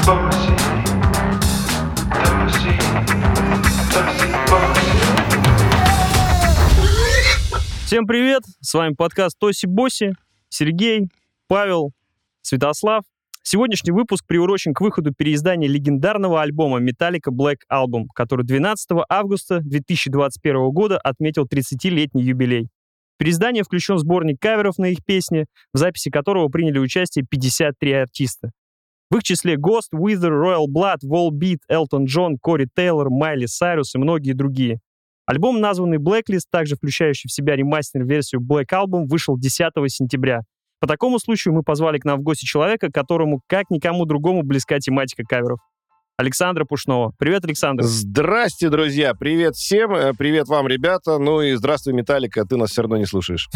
Всем привет! С вами подкаст Тоси-Боси, Сергей, Павел, Святослав. Сегодняшний выпуск приурочен к выходу переиздания легендарного альбома Metallica Black Album, который 12 августа 2021 года отметил 30-летний юбилей. В переиздание включен сборник каверов на их песни, в записи которого приняли участие 53 артиста. В их числе Ghost, Wither, Royal Blood, Volbeat, Элтон Джон, Кори Тейлор, Майли Сайрус и многие другие. Альбом, названный Blacklist, также включающий в себя ремастер-версию Black Album, вышел 10 сентября. По такому случаю мы позвали к нам в гости человека, которому, как никому другому, близка тематика каверов. Александра Пушного. Привет, Александр. Здрасте, друзья. Привет всем. Привет вам, ребята. Ну и здравствуй, Металлика. Ты нас все равно не слушаешь.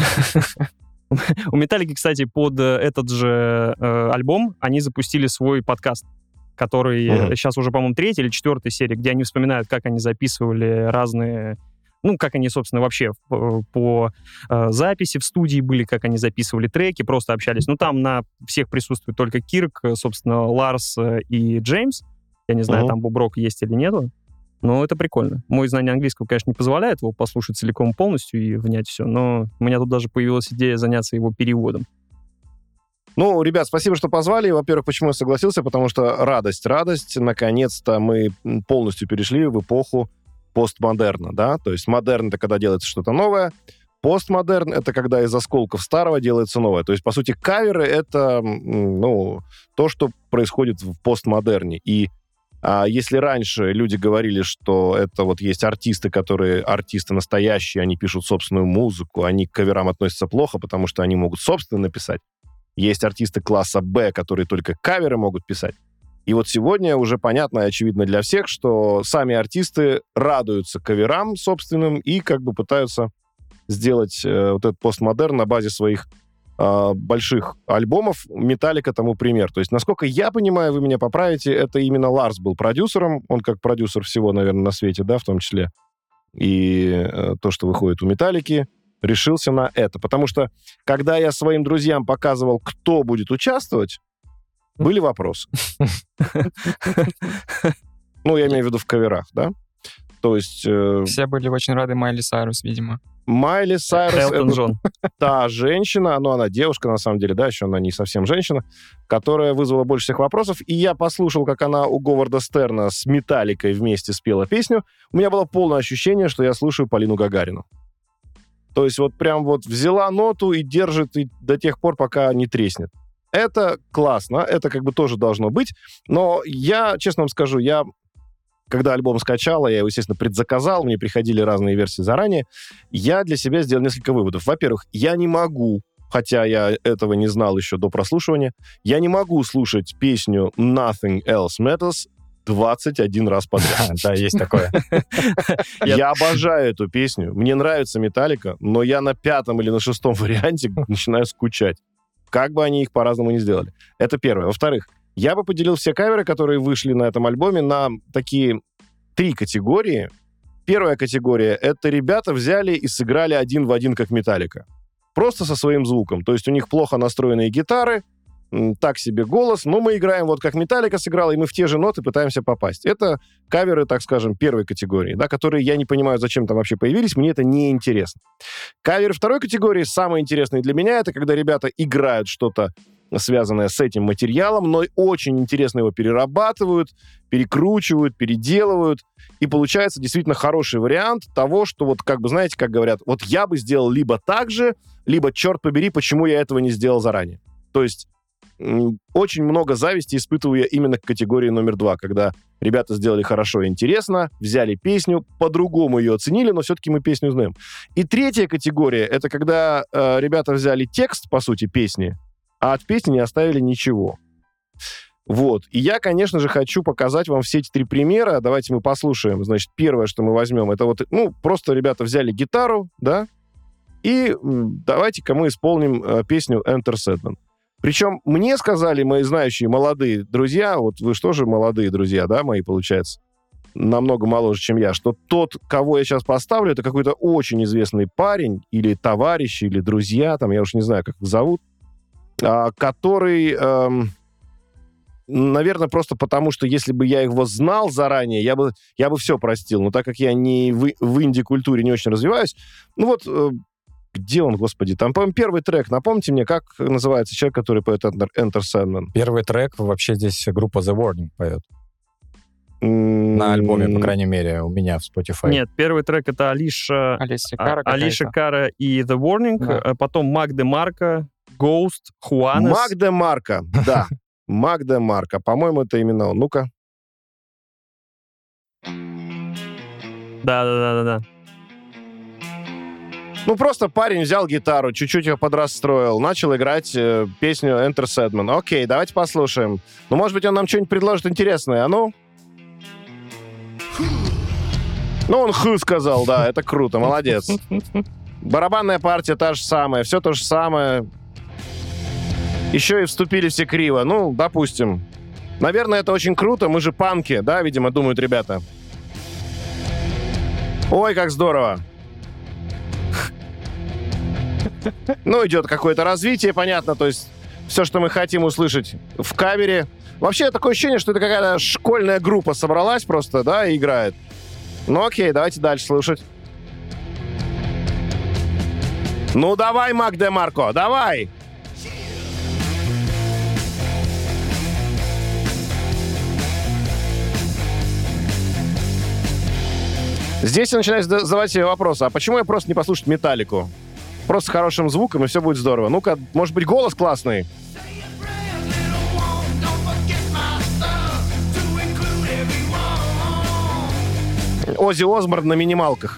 У Металлики, кстати, под этот же альбом они запустили свой подкаст, который сейчас уже, по-моему, 3-я или 4-я серия, где они вспоминают, как они записывали разные... Ну, как они, собственно, вообще по записи в студии были, как они записывали треки, просто общались. Ну, там на всех присутствует только Кирк, собственно, Ларс и Джеймс. Я не знаю, там Боб-Рок есть или нету, но это прикольно. Мой знание английского, конечно, не позволяет его послушать целиком и полностью и внять все, но у меня тут даже появилась идея заняться его переводом. Ну, ребят, спасибо, что позвали. Во-первых, почему я согласился? Потому что радость. Наконец-то мы полностью перешли в эпоху постмодерна, да? То есть модерн — это когда делается что-то новое. Постмодерн — это когда из осколков старого делается новое. То есть, по сути, каверы — это, то, что происходит в постмодерне. И если раньше люди говорили, что это вот есть артисты, которые артисты настоящие, они пишут собственную музыку, они к каверам относятся плохо, потому что они могут собственно написать. Есть артисты класса Б, которые только каверы могут писать. И вот сегодня уже понятно и очевидно для всех, что сами артисты радуются каверам собственным и как бы пытаются сделать вот этот постмодерн на базе своих больших альбомов. Металлика тому пример. То есть, насколько я понимаю, вы меня поправите, это именно Ларс был продюсером. Он как продюсер всего, наверное, на свете, да, в том числе. И то, что выходит у Металлики, решился на это. Потому что, когда я своим друзьям показывал, кто будет участвовать, были вопросы. Ну, я имею в виду в каверах, да? То есть... Все были очень рады Майли Сайрус, видимо. Майли Сайрус — Элтон Джон. Та женщина, она девушка, на самом деле, да, еще она не совсем женщина, которая вызвала больше всех вопросов. И я послушал, как она у Говарда Стерна с Металликой вместе спела песню. У меня было полное ощущение, что я слушаю Полину Гагарину. То есть вот прям вот взяла ноту и держит и до тех пор, пока не треснет. Это классно, это как бы тоже должно быть. Но я, честно вам скажу, когда альбом скачал, я его, естественно, предзаказал, мне приходили разные версии заранее, я для себя сделал несколько выводов. Во-первых, я не могу, хотя я этого не знал еще до прослушивания, я не могу слушать песню «Nothing Else Matters» 21 раз подряд. Да, есть такое. Я обожаю эту песню. Мне нравится Металлика, но я на 5-м или на 6-м варианте начинаю скучать. Как бы они их по-разному не сделали. Это первое. Во-вторых, я бы поделил все каверы, которые вышли на этом альбоме, на такие 3 категории. Первая категория — это ребята взяли и сыграли один в один, как Металлика. Просто со своим звуком. То есть у них плохо настроенные гитары, так себе голос, но мы играем вот как Металлика сыграла, и мы в те же ноты пытаемся попасть. Это каверы, так скажем, первой категории, да, которые я не понимаю, зачем там вообще появились, мне это не интересно. Каверы второй категории, самые интересные для меня, это когда ребята играют что-то, связанное с этим материалом, но очень интересно его перерабатывают, перекручивают, переделывают, и получается действительно хороший вариант того, что вот как бы, знаете, как говорят, вот я бы сделал либо так же, либо, черт побери, почему я этого не сделал заранее. То есть очень много зависти испытываю я именно к категории номер 2, когда ребята сделали хорошо и интересно, взяли песню, по-другому ее оценили, но все-таки мы песню знаем. И третья категория — это когда ребята взяли текст, по сути, песни, а от песни не оставили ничего. Вот. И я, конечно же, хочу показать вам все эти 3 примера. Давайте мы послушаем. Значит, первое, что мы возьмем, это вот, просто ребята взяли гитару, да, и давайте-ка мы исполним песню Enter Sandman. Причем мне сказали мои знающие молодые друзья, вот вы же тоже молодые друзья, да, мои, получается, намного моложе, чем я, что тот, кого я сейчас поставлю, это какой-то очень известный парень или товарищ, или друзья, там, я уж не знаю, как их зовут, который наверное, просто потому, что если бы я его знал заранее, я бы все простил. Но так как я не в инди-культуре не очень развиваюсь, ну вот, где он, господи? Там, по-моему, первый трек. Напомните мне, как называется человек, который поет Enter Sandman? Первый трек вообще здесь группа The Warning поет. На альбоме, по крайней мере, у меня в Spotify. Нет, первый трек — это Алиша Кара и The Warning, Да. потом Мак де Марко, Ghost, Хуанес. Мак де Марко, да. Мак де Марко. По-моему, это именно он. Ну-ка. Да. Ну, просто парень взял гитару, чуть-чуть ее подрастроил, начал играть песню Enter Sandman. Окей, давайте послушаем. Ну, может быть, он нам что-нибудь предложит интересное. А ну? Ну, он ху сказал, да, это круто, молодец. Барабанная партия та же самая, все то же самое. Еще и вступили все криво. Ну, допустим. Наверное, это очень круто, мы же панки, да, видимо, думают ребята. Ой, как здорово. Ну, идет какое-то развитие, понятно, то есть все, что мы хотим услышать в кавере. Вообще, такое ощущение, что это какая-то школьная группа собралась просто, да, и играет. Ну, окей, давайте дальше слушать. Ну, давай, Мак де Марко, давай! Здесь я начинаю задавать себе вопрос, а почему я просто не послушать Металлику? Просто с хорошим звуком, и все будет здорово. Ну-ка, может быть, голос классный? Оззи Осборн на минималках.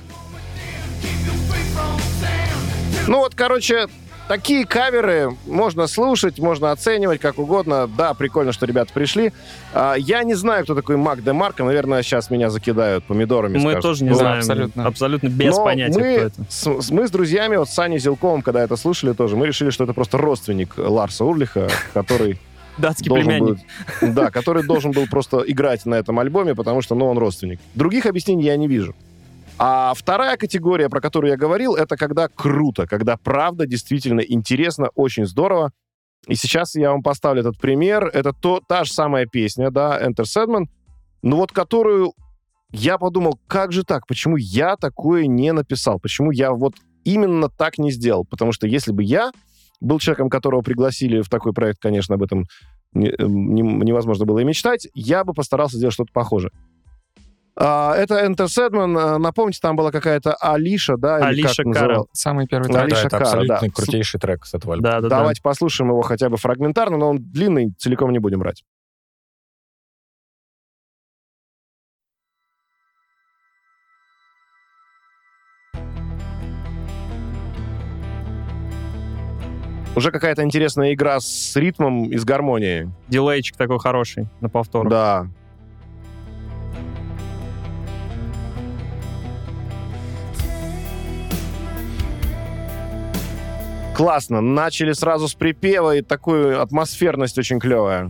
Ну вот, короче, такие каверы можно слушать, можно оценивать как угодно. Да, прикольно, что ребята пришли. Я не знаю, кто такой Мак де Марко. Наверное, сейчас меня закидают помидорами. Мы скажут. тоже не Ну, знаем. Абсолютно без Но понятия, кто это. Мы с друзьями, вот с Саней Зилковым, когда это слушали тоже, мы решили, что это просто родственник Ларса Урлиха, который... Датский племянник. Да, который должен был просто играть на этом альбоме, потому что, ну, он родственник. Других объяснений я не вижу. А вторая категория, про которую я говорил, это когда круто, когда правда действительно интересно, очень здорово. И сейчас я вам поставлю этот пример. Это та же самая песня, да, Enter Sandman, но вот которую я подумал, как же так, почему я такое не написал, почему я вот именно так не сделал. Потому что если бы я был человеком, которого пригласили в такой проект, конечно, об этом невозможно было и мечтать, я бы постарался сделать что-то похожее. Это Enter Sandman. Напомните, там была какая-то Алиша, да? Алиша Кара. Самый первый трек. Алиша это Кара, абсолютно да. крутейший трек с этого альбома. Да. Давайте послушаем его хотя бы фрагментарно, но он длинный, целиком не будем брать. Уже какая-то интересная игра с ритмом и с гармонией. Дилейчик такой хороший на повторах. Да. Классно. Начали сразу с припева, и такую атмосферность очень клевая.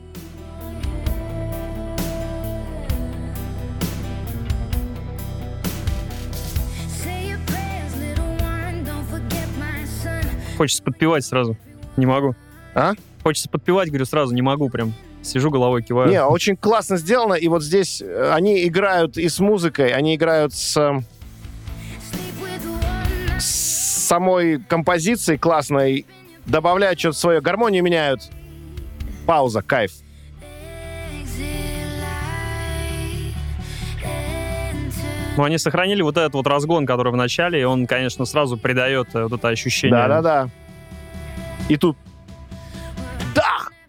Хочется подпевать сразу. Не могу. А? Хочется подпевать, говорю, сразу не могу прям. Сижу, головой киваю. Не, очень классно сделано, и вот здесь они играют и с музыкой, они играют с самой композицией классной, добавляют что-то свое, гармонию меняют. Пауза, кайф. Но они сохранили вот этот вот разгон, который в начале, и он, конечно, сразу придает вот это ощущение. Да-да-да. И тут... Да!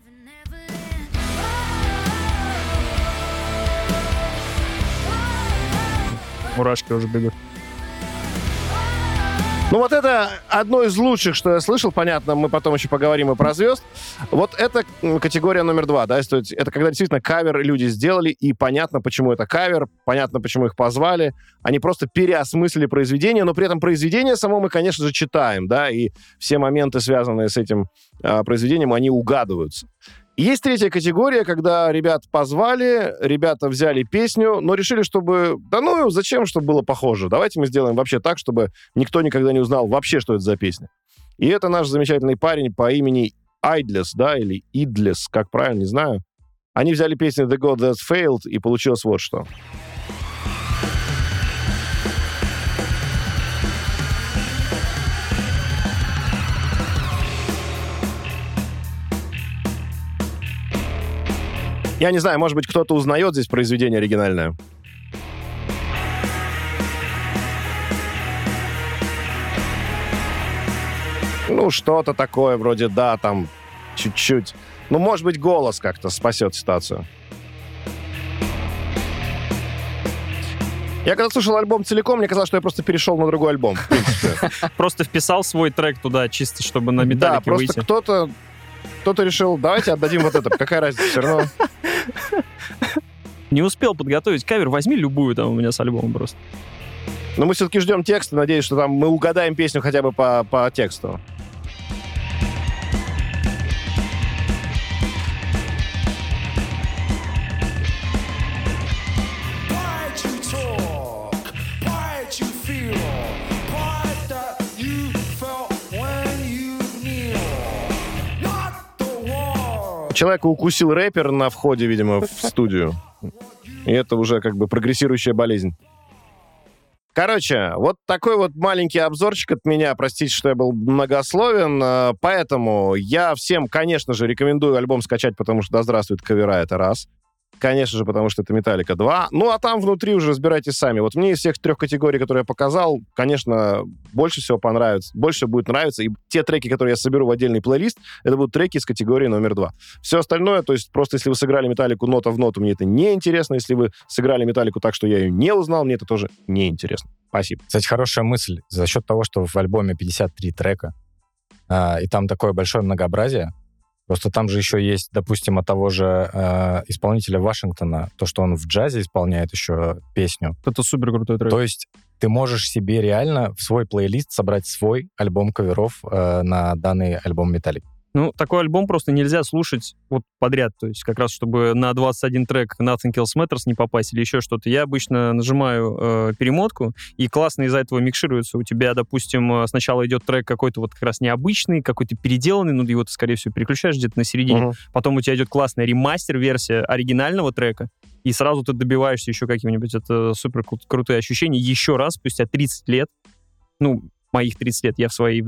Мурашки уже бегут. Ну вот это одно из лучших, что я слышал. Понятно, мы потом еще поговорим и про звезд. Вот это категория номер 2, да, то есть это когда действительно кавер люди сделали, и понятно, почему это кавер, понятно, почему их позвали. Они просто переосмыслили произведение, но при этом произведение само мы, конечно же, читаем, да, и все моменты, связанные с этим произведением, они угадываются. Есть третья категория, когда ребят позвали, ребята взяли песню, но решили, чтобы... Да ну, зачем, чтобы было похоже? Давайте мы сделаем вообще так, чтобы никто никогда не узнал вообще, что это за песня. И это наш замечательный парень по имени Idles, да, или Idles, как правильно, не знаю. Они взяли песню The God That Failed, и получилось вот что. Я не знаю, может быть, кто-то узнает здесь произведение оригинальное. Ну, что-то такое вроде, да, там, чуть-чуть. Ну, может быть, голос как-то спасет ситуацию. Я когда слушал альбом целиком, мне казалось, что я просто перешел на другой альбом, в принципе. Просто вписал свой трек туда, чисто чтобы на Металлике выйти. Да, просто кто-то решил, давайте отдадим вот это. Какая разница, все равно. Не успел подготовить кавер, возьми любую там у меня с альбомом просто. Но мы все-таки ждем текста, надеюсь, что там мы угадаем песню хотя бы по тексту. Человека укусил рэпер на входе, видимо, в студию. И это уже как бы прогрессирующая болезнь. Короче, вот такой вот маленький обзорчик от меня. Простите, что я был многословен. Поэтому я всем, конечно же, рекомендую альбом скачать, потому что да здравствует кавера, это раз. Конечно же, потому что это Металлика 2. Ну, а там внутри уже разбирайтесь сами. Вот мне из всех 3 категорий, которые я показал, конечно, больше всего понравится. Больше будет нравиться. И те треки, которые я соберу в отдельный плейлист, это будут треки из категории номер 2. Все остальное, то есть просто если вы сыграли Металлику нота в ноту, мне это не интересно. Если вы сыграли Металлику так, что я ее не узнал, мне это тоже не интересно. Спасибо. Кстати, хорошая мысль. За счет того, что в альбоме 53 трека, и там такое большое многообразие, просто там же еще есть, допустим, от того же исполнителя Вашингтона, то, что он в джазе исполняет еще песню. Это супер крутой трек. То есть ты можешь себе реально в свой плейлист собрать свой альбом каверов на данный альбом Металлик. Ну, такой альбом просто нельзя слушать вот подряд, то есть как раз, чтобы на 21 трек Nothing Else Matters не попасть или еще что-то. Я обычно нажимаю перемотку, и классно из-за этого микшируется. У тебя, допустим, сначала идет трек какой-то вот как раз необычный, какой-то переделанный, ну, его ты, скорее всего, переключаешь где-то на середине. Потом у тебя идет классная ремастер-версия оригинального трека, и сразу ты добиваешься еще каким-нибудь. Это супер крутые ощущения. Еще раз, спустя 30 лет, ну, моих 30 лет, я в свои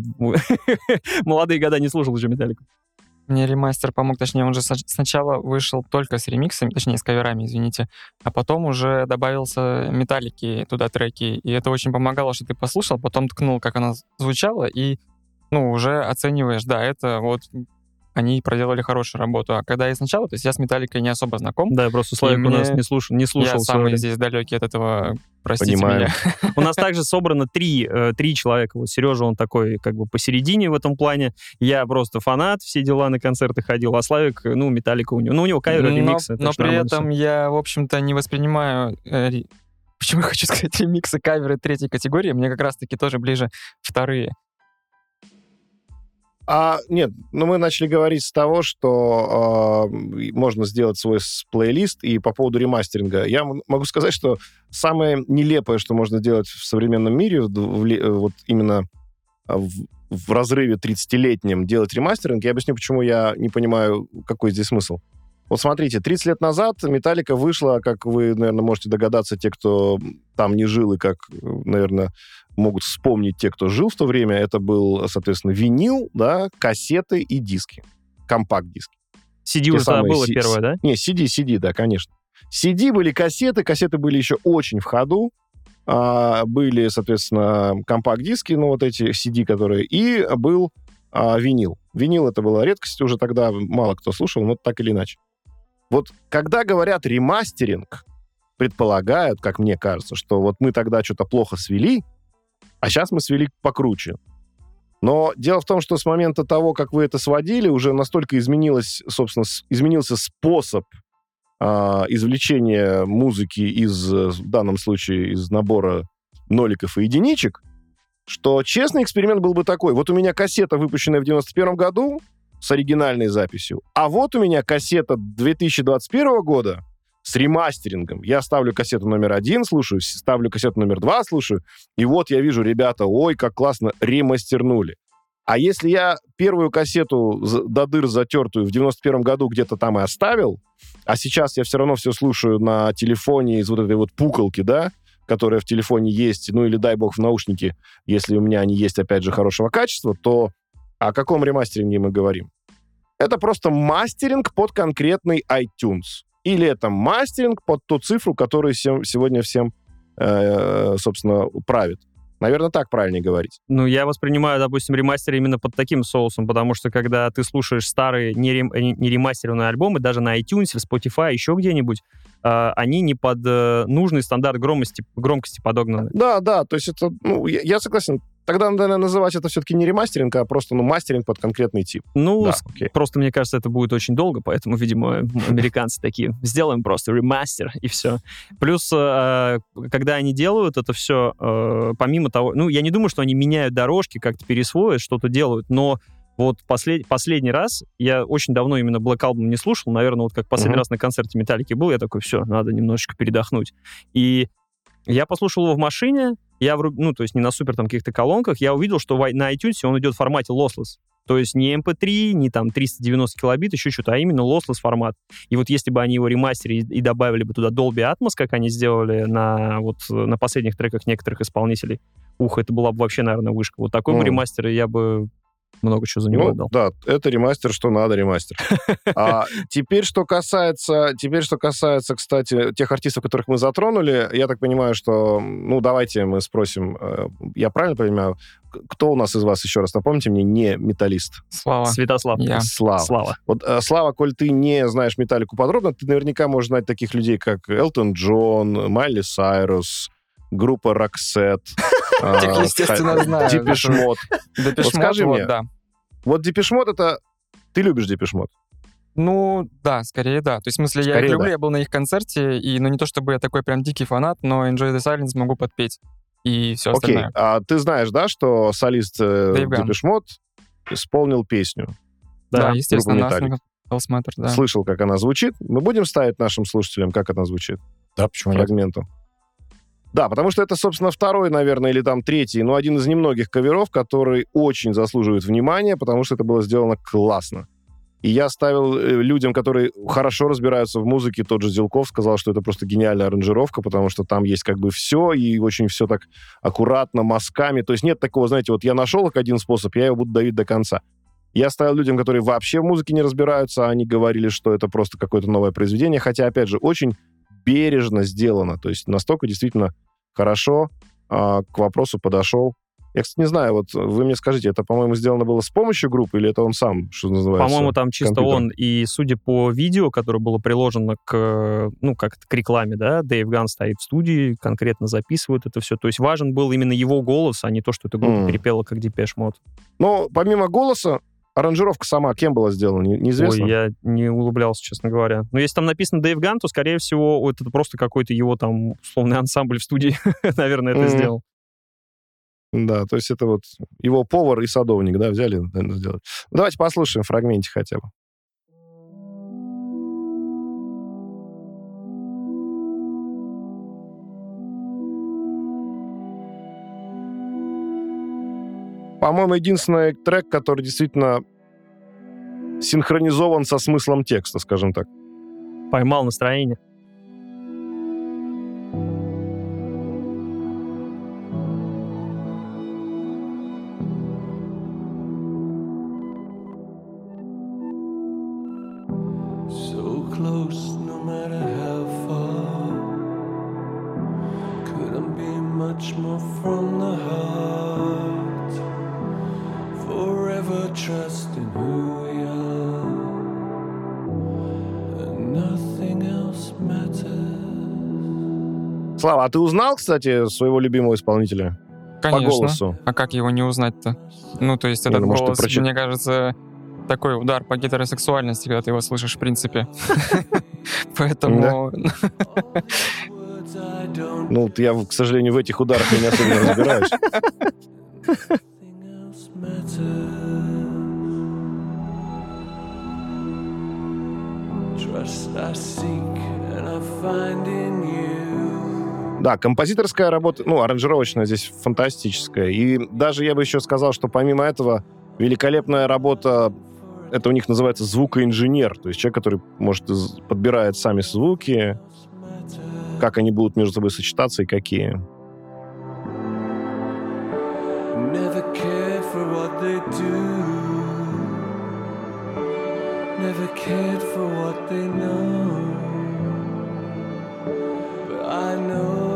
молодые года не слушал уже Металлику. Мне ремастер помог, точнее, он же сначала вышел только с ремиксами, точнее, с каверами, извините, а потом уже добавился Металлики туда треки, и это очень помогало, что ты послушал, потом ткнул, как она звучала, и, ну, уже оцениваешь, да, это вот они проделали хорошую работу. А когда я сначала, то есть я с Металликой не особо знаком. Да, просто Славик у нас не слушал. Я самый здесь далекий от этого, простите Понимаю. меня. У нас также собрано три человека. Вот Сережа, он такой как бы посередине в этом плане. Я просто фанат, все дела, на концерты ходил. А Славик, ну, Металлика у него. Ну, у него кавер, ремикс. Но при этом я, в общем-то, не воспринимаю... Почему я хочу сказать ремиксы, каверы третьей категории? Мне как раз-таки тоже ближе вторые. Нет, ну мы начали говорить с того, что можно сделать свой плейлист, и по поводу ремастеринга. Я могу сказать, что самое нелепое, что можно делать в современном мире, вот именно в разрыве 30-летнем делать ремастеринг, я объясню, почему я не понимаю, какой здесь смысл. Вот смотрите, 30 лет назад Металлика вышла, как вы, наверное, можете догадаться, те, кто там не жил, и как, наверное, могут вспомнить те, кто жил в то время, это был, соответственно, винил, да, кассеты и диски, компакт-диски. CD уже тогда было первое, да? Не, CD, да, конечно. CD были кассеты были еще очень в ходу, были, соответственно, компакт-диски, ну, вот эти CD, которые, и был винил. Винил это была редкость, уже тогда мало кто слушал, но так или иначе. Вот когда говорят ремастеринг, предполагают, как мне кажется, что вот мы тогда что-то плохо свели, а сейчас мы свели покруче. Но дело в том, что с момента того, как вы это сводили, уже настолько изменился способ извлечения музыки в данном случае из набора ноликов и единичек, что честный эксперимент был бы такой. Вот у меня кассета, выпущенная в 91 году, с оригинальной записью, а вот у меня кассета 2021 года с ремастерингом. Я ставлю кассету номер 1, слушаю, ставлю кассету номер 2, слушаю, и вот я вижу, ребята, ой, как классно ремастернули. А если я первую кассету до дыр затертую в 91-м году где-то там и оставил, а сейчас я все равно все слушаю на телефоне из вот этой вот пуколки, да, которая в телефоне есть, ну или, дай бог, в наушнике, если у меня они есть, опять же, хорошего качества, то о каком ремастеринге мы говорим? Это просто мастеринг под конкретный iTunes. Или это мастеринг под ту цифру, которую сегодня всем, собственно, правит. Наверное, так правильнее говорить. Ну, я воспринимаю, допустим, ремастер именно под таким соусом, потому что когда ты слушаешь старые не ремастеренные альбомы, даже на iTunes, в Spotify, еще где-нибудь, они не под нужный стандарт громкости подогнаны. Да, то есть это, ну, я согласен. Тогда, наверное, называть это все-таки не ремастеринг, а просто, ну, мастеринг под конкретный тип. Ну, да, окей. Просто, мне кажется, это будет очень долго, поэтому, видимо, американцы такие, сделаем просто ремастер, и все. Плюс, когда они делают это все, помимо того... Ну, я не думаю, что они меняют дорожки, как-то пересвоят, что-то делают, но вот последний раз, я очень давно именно Black Album не слушал, наверное, вот как последний раз на концерте Металлики был, я такой, все, надо немножечко передохнуть. И я послушал его в машине, ну, то есть не на супер там каких-то колонках, я увидел, что на iTunes он идет в формате lossless. То есть не MP3, не там 390 килобит, еще что-то, а именно lossless формат. И вот если бы они его ремастерили и добавили бы туда Dolby Atmos, как они сделали на последних треках некоторых исполнителей, это была бы вообще, наверное, вышка. Вот такой бы ремастер я бы много чего за него отдал. Да, это ремастер, что надо, ремастер. Теперь, что касается, кстати, тех артистов, которых мы затронули, я так понимаю, что, ну, давайте мы спросим, я правильно понимаю, кто у нас из вас, еще раз напомните мне, не металлист? Слава. Святослав. Я. Слава. Вот, Слава, коль ты не знаешь Металлику подробно, ты наверняка можешь знать таких людей, как Элтон Джон, Майли Сайрус, группа Roxette. Тех, естественно, знаю. Депеш Мод. Депеш Вот скажи Мод, мне, да. Вот Депеш Мод это... Ты любишь Депеш Мод? Ну, да, скорее да. То есть, в смысле, я их люблю, я был на их концерте, и, ну, не то чтобы я такой прям дикий фанат, но Enjoy the Silence могу подпеть. И все остальное. Окей, а ты знаешь, да, что солист Депеш Мод исполнил песню? Да, естественно, Metallica. Health Matter, да. Слышал, как она звучит. Мы будем ставить нашим слушателям, как она звучит? Да, почему нет? Фрагменту. Да, потому что это, собственно, второй, наверное, или там третий, но один из немногих каверов, который очень заслуживает внимания, потому что это было сделано классно. И я ставил людям, которые хорошо разбираются в музыке, тот же Зилков сказал, что это просто гениальная аранжировка, потому что там есть как бы все, и очень все так аккуратно, мазками. То есть нет такого, знаете, вот я нашел один способ, я его буду давить до конца. Я ставил людям, которые вообще в музыке не разбираются, они говорили, что это просто какое-то новое произведение, хотя, опять же, очень бережно сделано. То есть настолько действительно хорошо к вопросу подошел. Я, кстати, не знаю, вот вы мне скажите, это, по-моему, сделано было с помощью группы, или это он сам, что называется? По-моему, там чисто компьютером? он, и судя по видео, которое было приложено к рекламе, да, Дэйв Ганн стоит в студии, конкретно записывает это все. То есть важен был именно его голос, а не то, что эта группа перепела как Депеш Мод. Но помимо голоса, аранжировка сама кем была сделана, неизвестно? Ой, я не углублялся, честно говоря. Но если там написано Дэйв Ганн, то, скорее всего, это просто какой-то его там условный ансамбль в студии, наверное, это сделал. Да, то есть это вот его повар и садовник, да, взяли, наверное, сделали. Давайте послушаем фрагментик хотя бы. По-моему, единственный трек, который действительно синхронизован со смыслом текста, скажем так. Поймал настроение. Слава, а ты узнал, кстати, своего любимого исполнителя? Конечно. По голосу. А как его не узнать-то? Ну, то есть этот может, голос, мне кажется, такой удар по гетеросексуальности, когда ты его слышишь, в принципе. Поэтому... Ну, я, к сожалению, в этих ударах не особенно разбираюсь. Да, композиторская работа, ну, аранжировочная здесь фантастическая. И даже я бы еще сказал, что помимо этого великолепная работа, это у них называется звукоинженер, то есть человек, который, может, подбирает сами звуки, как они будут между собой сочетаться и какие. Never cared for what they do. Never cared for what they know. But I know.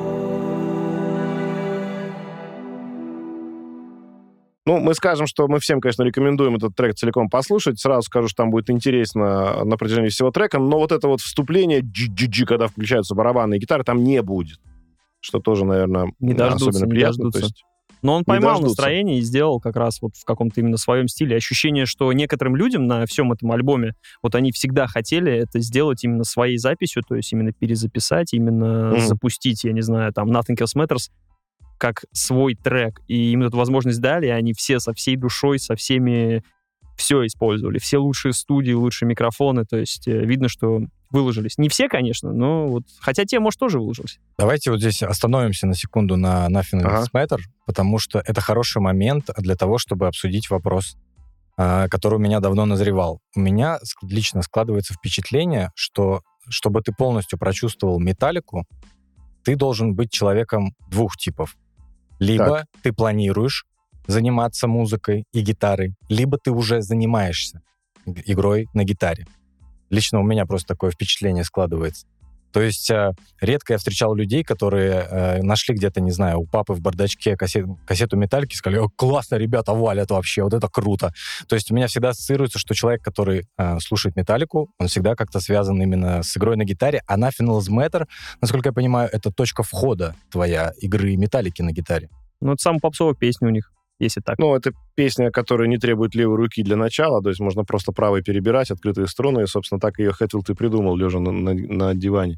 Ну, мы скажем, что мы всем, конечно, рекомендуем этот трек целиком послушать. Сразу скажу, что там будет интересно на протяжении всего трека, но вот это вот вступление, когда включаются барабаны и гитары, там не будет. Что тоже, наверное, особенно приятно. То есть, но он поймал настроение и сделал как раз вот в каком-то именно своем стиле. Ощущение, что некоторым людям на всем этом альбоме, вот они всегда хотели это сделать именно своей записью, то есть именно перезаписать, именно запустить, я не знаю, там, Nothing Else Matters как свой трек. И им эту возможность дали, и они все со всей душой, со всеми все использовали. Все лучшие студии, лучшие микрофоны. То есть видно, что выложились. Не все, конечно, но вот... Хотя те, может, тоже выложились. Давайте вот здесь остановимся на секунду на Nothing Else Matter, потому что это хороший момент для того, чтобы обсудить вопрос, который у меня давно назревал. У меня лично складывается впечатление, что чтобы ты полностью прочувствовал металлику, ты должен быть человеком двух типов. Либо ты планируешь заниматься музыкой и гитарой, либо ты уже занимаешься игрой на гитаре. Лично у меня просто такое впечатление складывается. То есть редко я встречал людей, которые нашли где-то, не знаю, у папы в бардачке кассету Металлики и сказали: классно, ребята валят вообще, вот это круто. То есть у меня всегда ассоциируется, что человек, который слушает Металлику, он всегда как-то связан именно с игрой на гитаре, а Nothing Else Matter, насколько я понимаю, это точка входа твоя игры Металлики на гитаре. Ну, это самая попсовая песня у них, если так. Ну, это песня, которая не требует левой руки для начала, то есть можно просто правой перебирать, открытые струны, и, собственно, так ее Хэтфилд и придумал, лежа на диване.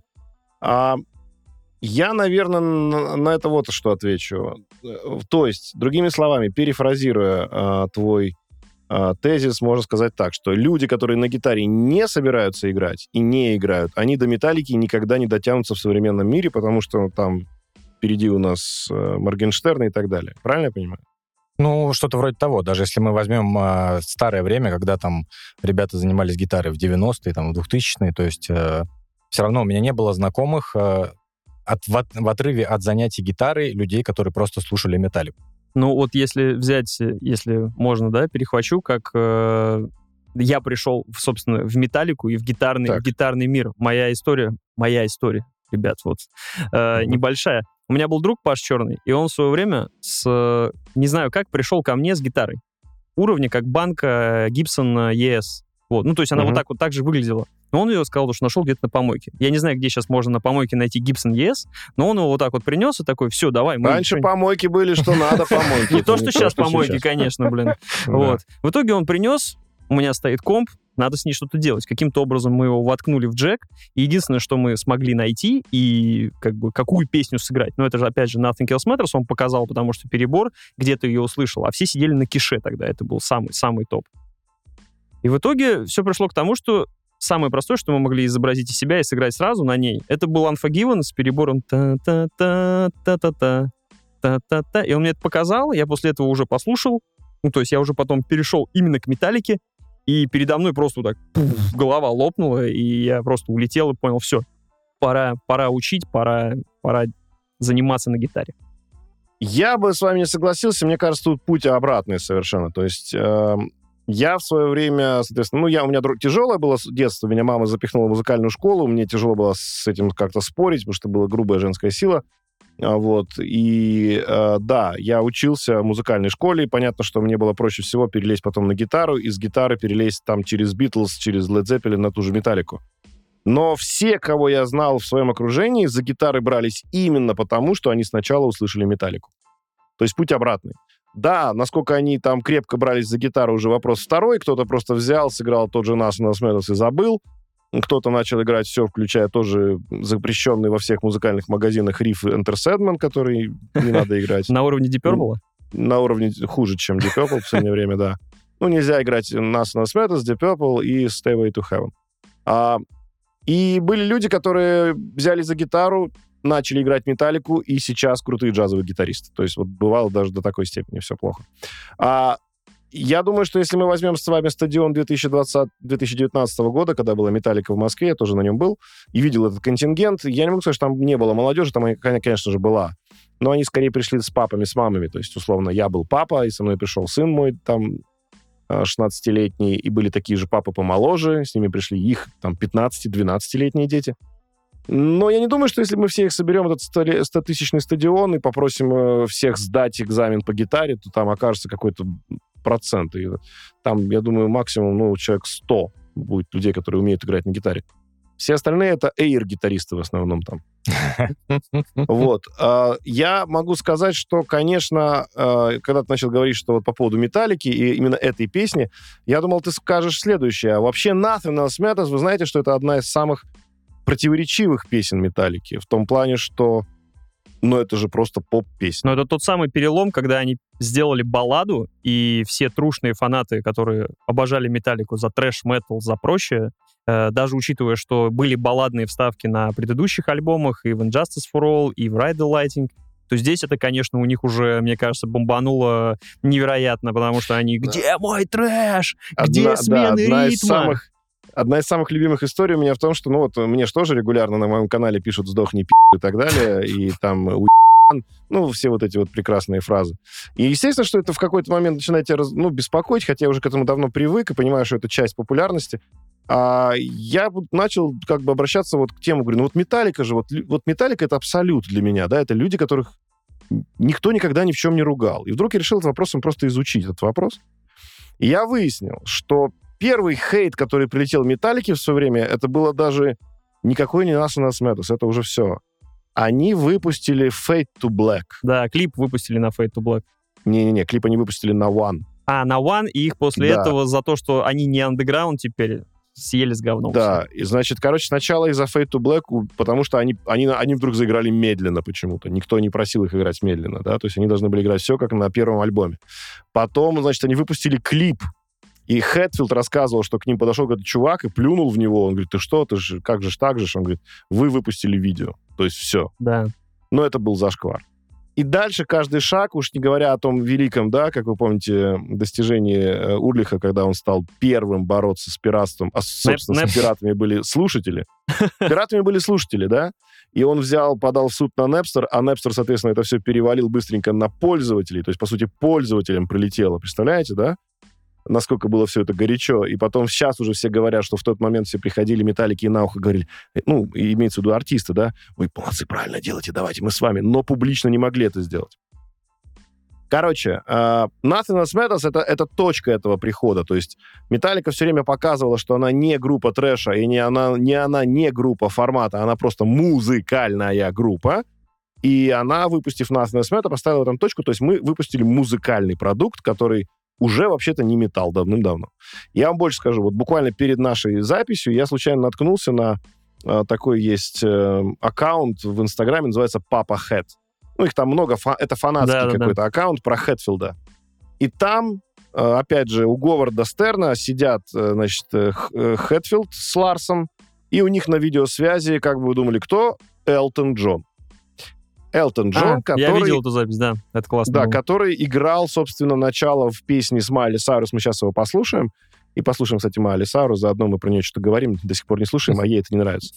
Я, наверное, на это вот что отвечу. То есть, другими словами, перефразируя твой тезис, можно сказать так, что люди, которые на гитаре не собираются играть и не играют, они до Металлики никогда не дотянутся в современном мире, потому что там впереди у нас Моргенштерн и так далее. Правильно я понимаю? Ну, что-то вроде того. Даже если мы возьмем старое время, когда там ребята занимались гитарой в 90-е, там, в 2000-е, то есть все равно у меня не было знакомых в отрыве от занятий гитарой людей, которые просто слушали Металлику. Ну, вот если взять, если можно, да, перехвачу, как я пришел, собственно, в Металлику и в гитарный мир. Моя история, ребят, вот, небольшая. У меня был друг Паш Черный, и он в свое время не знаю как, пришел ко мне с гитарой. Уровня, как банка Gibson ES. Вот. Ну, то есть она вот так же выглядела. Но он ее сказал, что нашел где-то на помойке. Я не знаю, где сейчас можно на помойке найти Gibson ES, но он его вот так вот принес и такой: все, давай. Раньше помойки были, что надо помойки. Не то, что сейчас помойки, конечно, блин. Вот. В итоге он принес, у меня стоит комп, надо с ней что-то делать. Каким-то образом мы его воткнули в джек, и единственное, что мы смогли найти, и как бы какую песню сыграть. Но это же, опять же, Nothing Else Matters он показал, потому что перебор, где-то ее услышал, а все сидели на кише тогда, это был самый топ. И в итоге все пришло к тому, что самое простое, что мы могли изобразить из себя и сыграть сразу на ней, это был Unforgiven с перебором та-та-та-та-та-та, та-та-та. И он мне это показал, я после этого уже послушал, ну, то есть я уже потом перешел именно к Металлике, и передо мной просто вот так голова лопнула, и я просто улетел и понял: все, пора учить, пора заниматься на гитаре. Я бы с вами не согласился, мне кажется, тут путь обратный совершенно. То есть я в свое время, соответственно, у меня тяжелое было детство, меня мама запихнула в музыкальную школу, мне тяжело было с этим как-то спорить, потому что была грубая женская сила. Вот, и да, я учился в музыкальной школе, и понятно, что мне было проще всего перелезть потом на гитару, и с гитары перелезть там через Битлз, через Led Zeppelin на ту же Металлику. Но все, кого я знал в своем окружении, за гитары брались именно потому, что они сначала услышали Металлику. То есть путь обратный. Да, насколько они там крепко брались за гитару, уже вопрос второй. Кто-то просто взял, сыграл тот же Nothing Else Matters и забыл. Кто-то начал играть все, включая тоже запрещенный во всех музыкальных магазинах риф Enter Sandman, который не надо играть. На уровне Deep Purple? На уровне хуже, чем Deep Purple в последнее время, да. Ну, нельзя играть Nothing Else Matters, Deep Purple и Stairway to Heaven. И были люди, которые взяли за гитару, начали играть Металлику, и сейчас крутые джазовые гитаристы. То есть вот бывало даже до такой степени все плохо. Я думаю, что если мы возьмем с вами стадион 2019 года, когда была Металлика в Москве, я тоже на нем был, и видел этот контингент, я не могу сказать, что там не было молодежи, там, конечно же, была. Но они скорее пришли с папами, с мамами. То есть, условно, я был папа, и со мной пришел сын мой, там, 16-летний, и были такие же папы помоложе, с ними пришли их, там, 15-12-летние дети. Но я не думаю, что если мы все их соберем, этот 100-тысячный стадион, и попросим всех сдать экзамен по гитаре, то там окажется какой-то процент. И там, я думаю, максимум, человек 100 будет людей, которые умеют играть на гитаре. Все остальные — это эйр-гитаристы в основном там. Вот. Я могу сказать, что, конечно, когда ты начал говорить, что вот по поводу Металлики и именно этой песни, я думал, ты скажешь следующее. Вообще, Nothing Else Matters, вы знаете, что это одна из самых противоречивых песен Металлики. В том плане, что это же просто поп-песня. Но это тот самый перелом, когда они сделали балладу, и все трушные фанаты, которые обожали Металлику за трэш-метал, за прочее, даже учитывая, что были балладные вставки на предыдущих альбомах и в Injustice for All, и в Ride the Lightning, то здесь это, конечно, у них уже, мне кажется, бомбануло невероятно, потому что они «Где мой трэш? Где смены ритма?» Одна из самых любимых историй у меня в том, что, мне же тоже регулярно на моем канале пишут «сдохни, пи***» и так далее, и там все вот эти вот прекрасные фразы. И естественно, что это в какой-то момент начинает тебя беспокоить, хотя я уже к этому давно привык и понимаю, что это часть популярности. А я начал обращаться к тему, говорю, Металлика же, Металлика — это абсолют для меня, да, это люди, которых никто никогда ни в чем не ругал. И вдруг я решил этот вопрос просто изучить, этот вопрос. И я выяснил, что первый хейт, который прилетел Металлике в свое время, это было даже никакой не Nothing Else Matters, это уже все. Они выпустили Fade to Black. Да, клип выпустили на Fade to Black. Не-не-не, клип они выпустили на One. На One, и их после этого за то, что они не андеграунд теперь, съели с говном. Да, и, значит, сначала из-за Fade to Black, потому что они вдруг заиграли медленно почему-то. Никто не просил их играть медленно, да, то есть они должны были играть все, как на первом альбоме. Потом, значит, они выпустили клип, и Хэтфилд рассказывал, что к ним подошел какой-то чувак и плюнул в него. Он говорит, ты что, как же так же? Он говорит, вы выпустили видео. То есть все. Да. Но это был зашквар. И дальше каждый шаг, уж не говоря о том великом, да, как вы помните, достижении Урлиха, когда он стал первым бороться с пиратством, собственно, с пиратами были слушатели. Пиратами были слушатели, да? И он подал в суд на Napster, а Napster, соответственно, это все перевалил быстренько на пользователей. То есть, по сути, пользователям прилетело. Представляете, да? Насколько было все это горячо. И потом сейчас уже все говорят, что в тот момент все приходили Металлики и на ухо говорили, имеется в виду артисты, да, вы молодцы, правильно делаете, давайте мы с вами, но публично не могли это сделать. Короче, Nothing Else Matters — это точка этого прихода. То есть Металлика все время показывала, что она не группа трэша, и она не группа формата, она просто музыкальная группа. И она, выпустив Nothing Else Matters, поставила там точку. То есть мы выпустили музыкальный продукт, который уже вообще-то не металл давным-давно. Я вам больше скажу. Вот буквально перед нашей записью я случайно наткнулся на такой есть аккаунт в Инстаграме, называется Papa Head. Их там много, это фанатский какой-то аккаунт про Хэтфилда. И там, опять же, у Говарда Стерна сидят, значит, Хэтфилд с Ларсом, и у них на видеосвязи, как бы вы думали, кто? Элтон Джон. Элтон Джон, который... Я видел эту запись, да, это классно. Да, который играл, собственно, начало в песне с Майли Сайрус. Мы сейчас его послушаем. И послушаем, кстати, Майли Сайрус. Заодно мы про нее что-то говорим. До сих пор не слушаем, а ей это не нравится.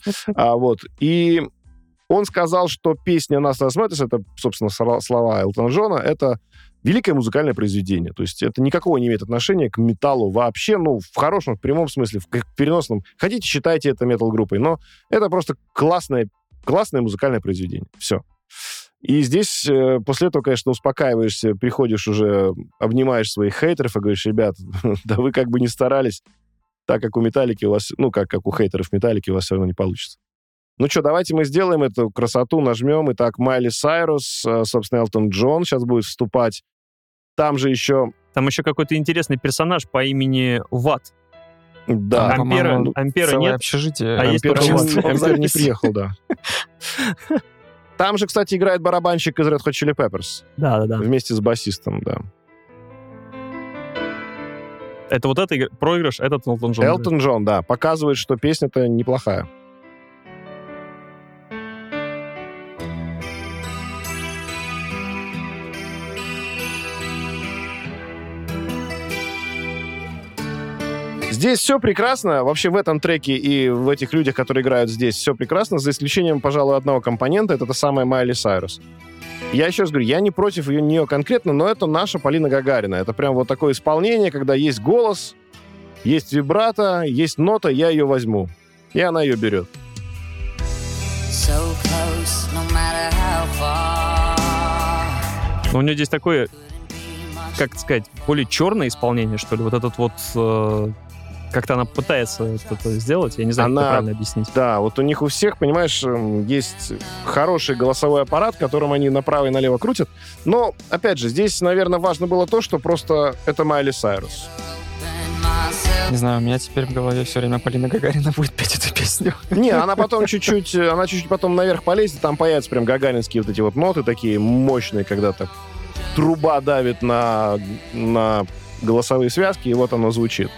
И он сказал, что песня «Nothing Else Matters» — это, собственно, слова Элтона Джона, это великое музыкальное произведение. То есть это никакого не имеет отношения к металлу вообще, в хорошем, в прямом смысле, в переносном. Хотите, считайте это метал-группой, но это просто классное музыкальное произведение. Все. И здесь после этого, конечно, успокаиваешься, приходишь уже, обнимаешь своих хейтеров и говоришь, ребят, да вы как бы не старались, так как у Металлики у вас, как у хейтеров Металлики у вас все равно не получится. Давайте мы сделаем эту красоту, нажмем. Итак, Майли Сайрус, собственно, Элтон Джон сейчас будет вступать. Там еще какой-то интересный персонаж по имени Ватт. Да. Ампера нет. Общежитие. А есть только Ампер не приехал, да. Там же, кстати, играет барабанщик из Red Hot Chili Peppers. Да. Вместе с басистом, да. Это вот это проигрыш, этот Элтон Джон. Элтон Джон, да. Показывает, что песня-то неплохая. Здесь все прекрасно. Вообще в этом треке и в этих людях, которые играют здесь, все прекрасно, за исключением, пожалуй, одного компонента. Это та самая Майли Сайрус. Я еще раз говорю, я не против нее конкретно, но это наша Полина Гагарина. Это прям вот такое исполнение, когда есть голос, есть вибрато, есть нота, я ее возьму. И она ее берет. Но у нее здесь такое, как сказать, более черное исполнение, что ли. Вот этот вот... как-то она пытается это сделать. Я не знаю, как это правильно объяснить. Да, вот у них у всех, понимаешь, есть хороший голосовой аппарат, которым они направо и налево крутят. Но, опять же, здесь, наверное, важно было то, что просто это Майли Сайрус. Не знаю, у меня теперь в голове все время Полина Гагарина будет петь эту песню. Не, она потом чуть-чуть потом наверх полезет, там появятся прям гагаринские вот эти вот ноты такие мощные, когда так труба давит на голосовые связки, и вот оно звучит.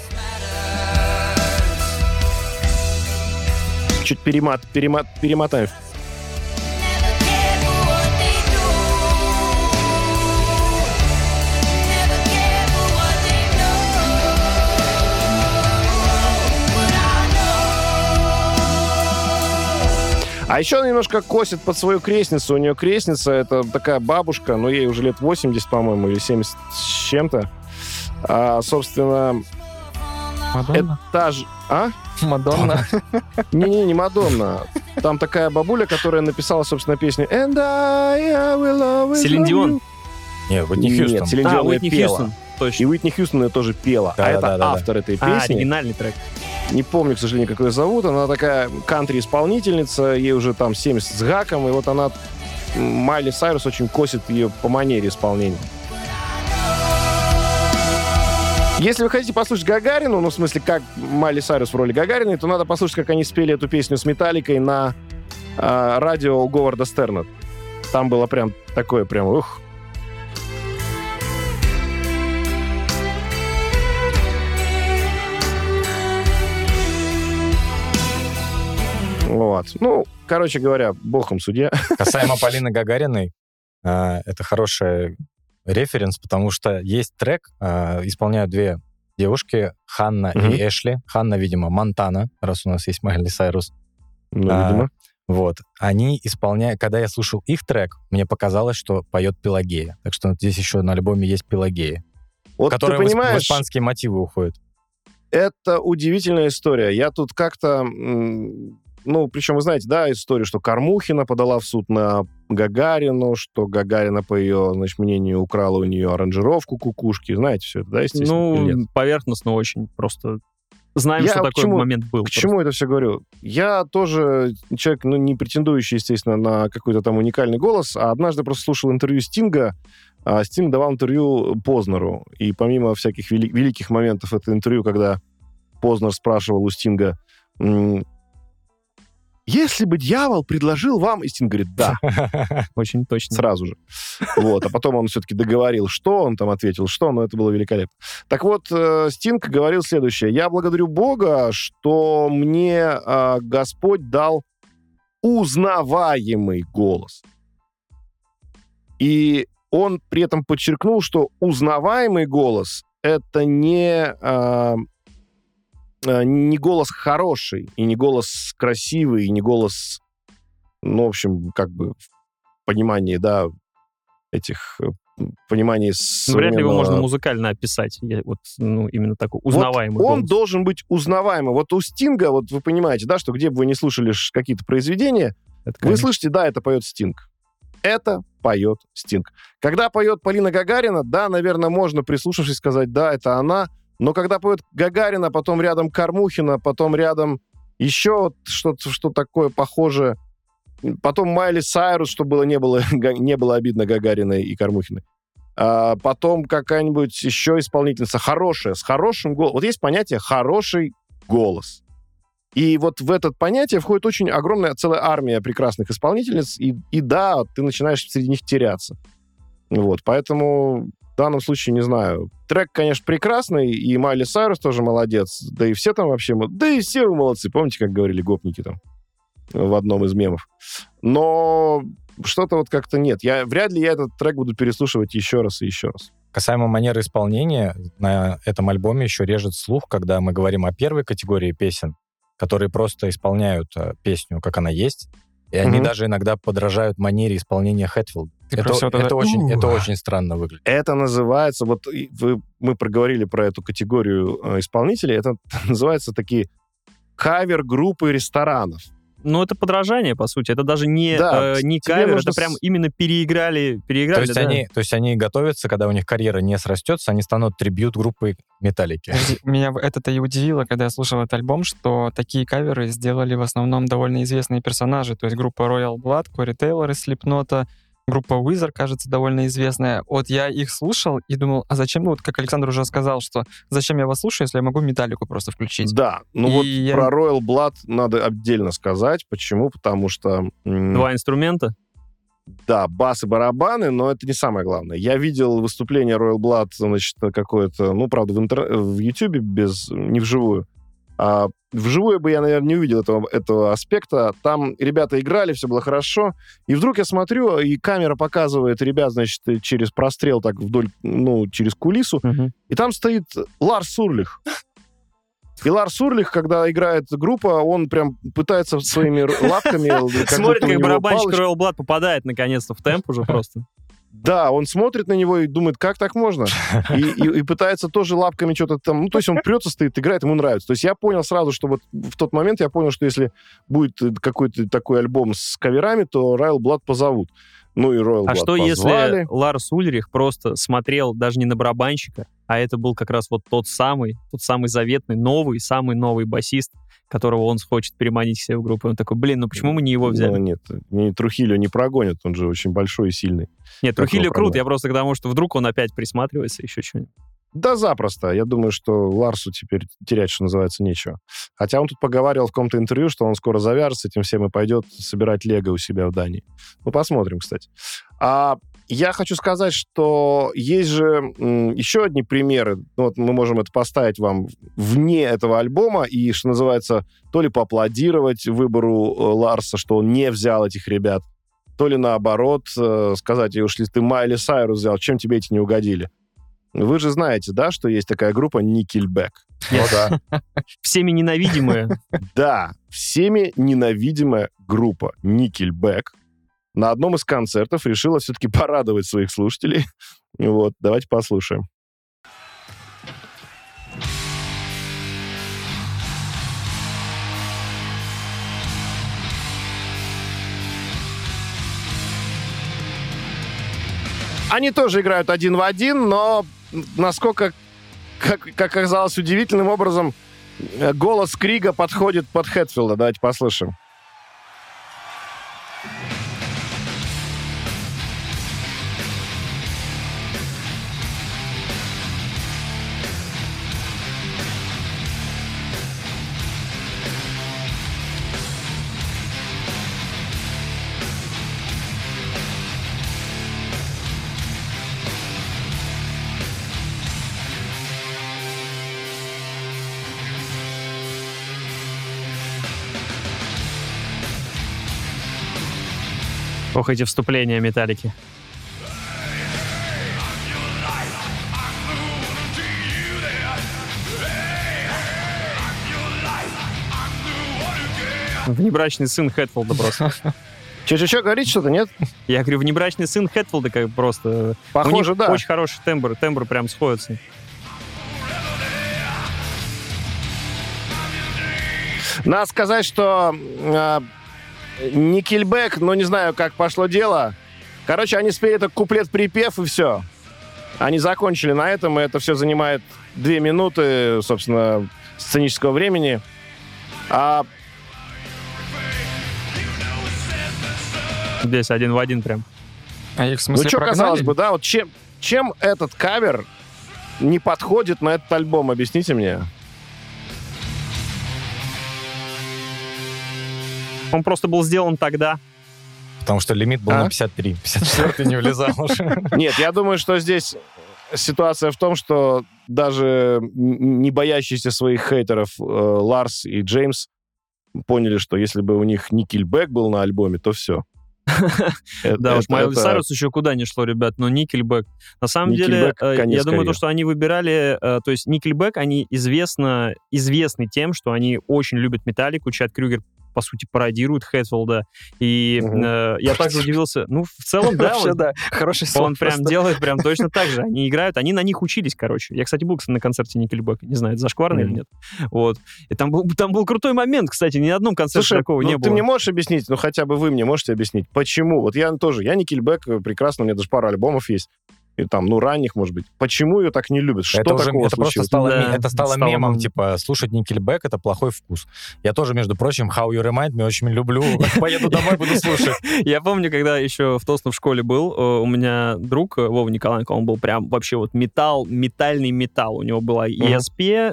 Чуть перемотаем. А еще она немножко косит под свою крестницу. У нее крестница — это такая бабушка, но ей уже лет 80, по-моему, или 70 с чем-то. Собственно, Мадонна? это та же... А? Мадонна? Не Мадонна. Там такая бабуля, которая написала, собственно, песню «And I will always Селин love Дион? you». Нет, Уитни Хьюстон. Нет, Селин Дион ее Уитни пела. Хьюстон. Точно. И Уитни Хьюстон ее тоже пела. Да, а это да. автор этой песни. Оригинальный трек. Не помню, к сожалению, как ее зовут. Она такая кантри-исполнительница, ей уже там 70 с гаком, и вот она, Майли Сайрус, очень косит ее по манере исполнения. Если вы хотите послушать Гагарину, ну, в смысле, как Майли Сайрус в роли Гагариной, то надо послушать, как они спели эту песню с Металликой на радио у Говарда Стерна. Там было прям такое, прям, ух. Вот. Ну, короче говоря, бог им судья. Касаемо Полины Гагариной, это хороший референс, потому что есть трек, исполняют две девушки, Ханна и Эшли. Ханна, видимо, Монтана, раз у нас есть Майли Сайрус. Ну, видимо. Вот. Они исполняют... Когда я слушал их трек, мне показалось, что поет Пелагея. Так что здесь еще на альбоме есть Пелагея. Вот которая ты понимаешь, в испанские мотивы уходит. Это удивительная история. Я тут как-то... Ну, причем, вы знаете, да, историю, что Кормухина подала в суд на Гагарину, что Гагарина, по ее, значит, мнению, украла у нее аранжировку кукушки. Знаете все это, да, естественно? Ну, поверхностно очень. Просто знаем, что такой момент был. К чему это все говорю? Я тоже человек, ну, не претендующий, естественно, на какой-то там уникальный голос, а однажды просто слушал интервью Стинга. Стинг давал интервью Познеру. И помимо всяких великих моментов это интервью, когда Познер спрашивал у Стинга... Если бы дьявол предложил вам... И Стинг говорит, да. Очень точно. Сразу же. Вот. А потом он все-таки договорил, что он там ответил, что, но это было великолепно. Так вот, Стинг говорил следующее. Я благодарю Бога, что мне Господь дал узнаваемый голос. И он при этом подчеркнул, что узнаваемый голос — это не голос хороший, и не голос красивый, и не голос, ну, в общем, как бы в понимании, да, этих... понимании современного... Вряд ли его можно музыкально описать. Вот, ну, именно такой узнаваемый вот он голос. должен быть узнаваемый. Вот у Стинга, вот вы понимаете, да, что где бы вы не слушали какие-то произведения, вы слышите, да, это поет Стинг. Это поет Стинг. Когда поет Полина Гагарина, да, наверное, можно, прислушавшись, сказать, да, это она. Но когда поет Гагарина, потом рядом Кормухина, потом рядом еще что-то такое похожее, потом Майли Сайрус, чтобы не было обидно Гагариной и Кормухиной, а потом какая-нибудь еще исполнительница хорошая, с хорошим голосом. Вот есть понятие «хороший голос». И вот в это понятие входит очень огромная целая армия прекрасных исполнительниц, и да, ты начинаешь среди них теряться. Вот, поэтому... В данном случае, не знаю. Трек, конечно, прекрасный, и Майли Сайрус тоже молодец. Да и все там вообще... Да и все вы молодцы. Помните, как говорили гопники там в одном из мемов? Но что-то вот как-то нет. Вряд ли я этот трек буду переслушивать еще раз и еще раз. Касаемо манеры исполнения, на этом альбоме еще режет слух, когда мы говорим о первой категории песен, которые просто исполняют песню, как она есть, и они даже иногда подражают манере исполнения Хэтфилда. Это очень странно выглядит. Это называется, мы проговорили про эту категорию исполнителей, это называется такие кавер-группы ресторанов. Ну, это подражание, по сути. Это даже не кавер, это прям именно переиграли. То есть они готовятся, когда у них карьера не срастется, они станут трибьют-группой Металлики. Меня это и удивило, когда я слушал этот альбом, что такие каверы сделали в основном довольно известные персонажи. То есть группа Royal Blood, Кори Тейлор из Слипнота, группа Weezer, кажется, довольно известная. Вот я их слушал и думал, а зачем, как Александр уже сказал, что зачем я вас слушаю, если я могу Металлику просто включить? Да, про Royal Blood надо отдельно сказать. Почему? Потому что... Два инструмента? Да, бас и барабаны, но это не самое главное. Я видел выступление Royal Blood, значит, какое-то, правда, в YouTube, не вживую. А вживую бы я, наверное, не увидел этого аспекта. Там ребята играли, все было хорошо. И вдруг я смотрю, и камера показывает ребят, значит, через прострел так вдоль, через кулису. И там стоит Ларс Урлих. И Ларс Урлих, когда играет группа, он прям пытается своими лапками... Смотрит, как барабанщик Royal Blood попадает наконец-то в темп уже просто. Да, он смотрит на него и думает, как так можно? И пытается тоже лапками что-то там... то есть он прется, стоит, играет, ему нравится. То есть я понял сразу, что вот в тот момент я понял, что если будет какой-то такой альбом с каверами, то Royal Blood позовут. И Royal Blood что, позвали. Если Ларс Ульрих просто смотрел даже не на барабанщика, а это был как раз вот тот самый заветный, самый новый басист, которого он хочет переманить к себе в группу. Он такой, почему мы не его взяли? Нет, Трухильо не прогонят, он же очень большой и сильный. Нет, Трухильо крут, я просто к тому, что вдруг он опять присматривается, еще что-нибудь. Да, запросто. Я думаю, что Ларсу теперь терять, что называется, нечего. Хотя он тут поговаривал в каком-то интервью, что он скоро завяжется этим всем и пойдет собирать лего у себя в Дании. Посмотрим, кстати. Я хочу сказать, что есть же еще одни примеры. Мы можем это поставить вам вне этого альбома и, что называется, то ли поаплодировать выбору Ларса, что он не взял этих ребят, то ли наоборот сказать, уж если ты Майли Сайрус взял, чем тебе эти не угодили? Вы же знаете, да, что есть такая группа Nickelback? Да. Всеми ненавидимая. Да, всеми ненавидимая группа Nickelback на одном из концертов решила все-таки порадовать своих слушателей. Давайте послушаем. Они тоже играют один в один, но насколько, как оказалось удивительным образом, голос Крига подходит под Хэтфилда. Давайте послушаем. Ох, эти вступления Металлики. Внебрачный сын Хэтфилда просто. Че, говорить что-то, нет? Я говорю, внебрачный сын Хэтфилда как просто... Похоже, да. Очень хороший тембр прям сходится. Надо сказать, что Nickelback, не знаю, как пошло дело. Короче, они спели этот куплет-припев, и все. Они закончили на этом, и это все занимает 2 минуты, собственно, сценического времени. Здесь один в один прям. А их в смысле что, прогнали? казалось бы, да, чем этот кавер не подходит на этот альбом, объясните мне. Он просто был сделан тогда. Потому что лимит был на 53. 54-й не влезал уже. Нет, я думаю, что здесь ситуация в том, что даже не боящиеся своих хейтеров Ларс и Джеймс поняли, что если бы у них Nickelback был на альбоме, то все. Да, уж Майли Сайрус еще куда не шло, ребят, но Nickelback. На самом деле, я думаю, то, что они выбирали... То есть Nickelback, они известны тем, что они очень любят Металлику. Чад Крюгер, по сути, пародирует Хэтфилда. И я также удивился. Ну, в целом, да. Вообще, да. Хороший сон. Он прям делает прям точно так же. Они играют, они на них учились, короче. Я, кстати, был на концерте Nickelback. Не знаю, это зашкварно или нет. Вот. И там был крутой момент, кстати. Ни на одном концерте такого не было. Ты мне можешь объяснить, ну хотя бы вы мне можете объяснить, почему? Вот я Nickelback прекрасно, у меня даже пара альбомов есть. И там, ранних, может быть. Почему ее так не любят? Что такого случилось? Это стало мемом, типа, слушать Nickelback — это плохой вкус. Я тоже, между прочим, How You Remind Me очень люблю. Поеду домой, буду слушать. Я помню, когда еще в Тосно в школе был, у меня друг Вова Николаенко, он был прям вообще вот метальный металл. У него была ESP,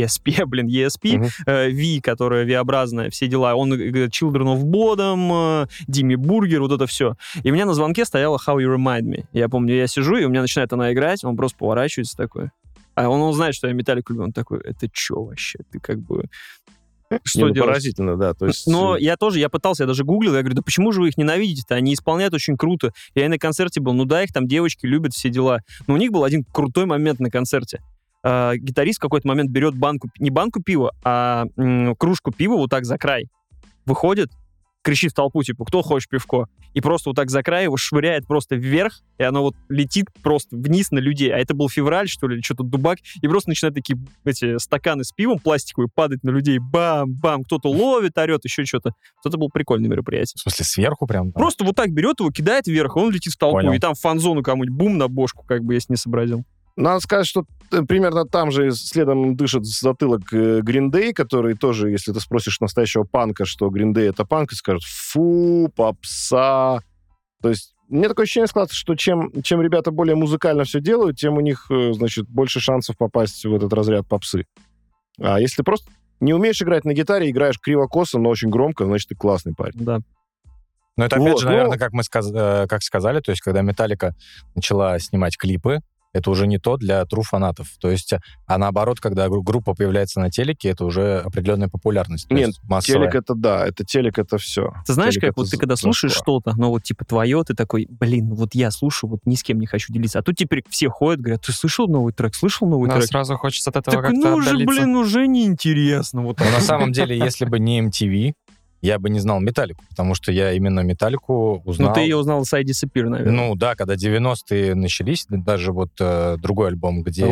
V, которая V-образная, все дела. Он Children of Bodom, Димми Бургер, вот это все. И у меня на звонке стояла How You Remind Me. Я помню, я сижу, и у меня начинает она играть, он просто поворачивается такой. А он знает, что я Металлику люблю. Он такой, это что вообще? Ты как бы... Что делаешь? Поразительно, да. То есть... Но я пытался, я даже гуглил, я говорю, да почему же вы их ненавидите-то? Они исполняют очень круто. Я и на концерте был, их там девочки любят, все дела. Но у них был один крутой момент на концерте. Гитарист в какой-то момент берет не банку пива, а кружку пива вот так за край. Выходит, кричит в толпу, типа, кто хочет пивко? И просто вот так за край его швыряет просто вверх, и оно вот летит просто вниз на людей. А это был февраль, что ли, или что-то дубак. И просто начинают такие эти стаканы с пивом пластиковые падать на людей. Бам-бам! Кто-то ловит, орет, еще что-то. Вот это было прикольное мероприятие. В смысле, сверху прям? Там? Просто вот так берет его, кидает вверх, и он летит в толпу. Понял. И там фан-зону кому-нибудь бум на бошку, как бы, если не сообразил. Надо сказать, что примерно там же следом дышит затылок Green Day, который тоже, если ты спросишь настоящего панка, что Green Day — это панк, и скажут, фу, попса. То есть мне такое ощущение складывается, что чем ребята более музыкально все делают, тем у них, значит, больше шансов попасть в этот разряд попсы. А если ты просто не умеешь играть на гитаре, играешь криво-косо, но очень громко, значит, ты классный парень. Да. Но это, опять же, наверное, как сказали, то есть, когда Металлика начала снимать клипы, это уже не то для true фанатов. То есть, а наоборот, когда группа появляется на телеке, это уже определенная популярность. Нет, телек это да, телек это все. Ты знаешь, телек как вот ты когда слушаешь что-то, но вот типа твое, ты такой, вот я слушаю, вот ни с кем не хочу делиться. А тут теперь все ходят, говорят, ты слышал новый трек? трек? Сразу хочется от этого так, как-то отдалиться. уже неинтересно. Вот. Но на самом деле, если бы не MTV, я бы не знал Металлику, потому что я именно Металлику узнал... Ну, ты ее узнал с I Disappear, наверное. Ну, да, когда 90-е начались, даже вот другой альбом, где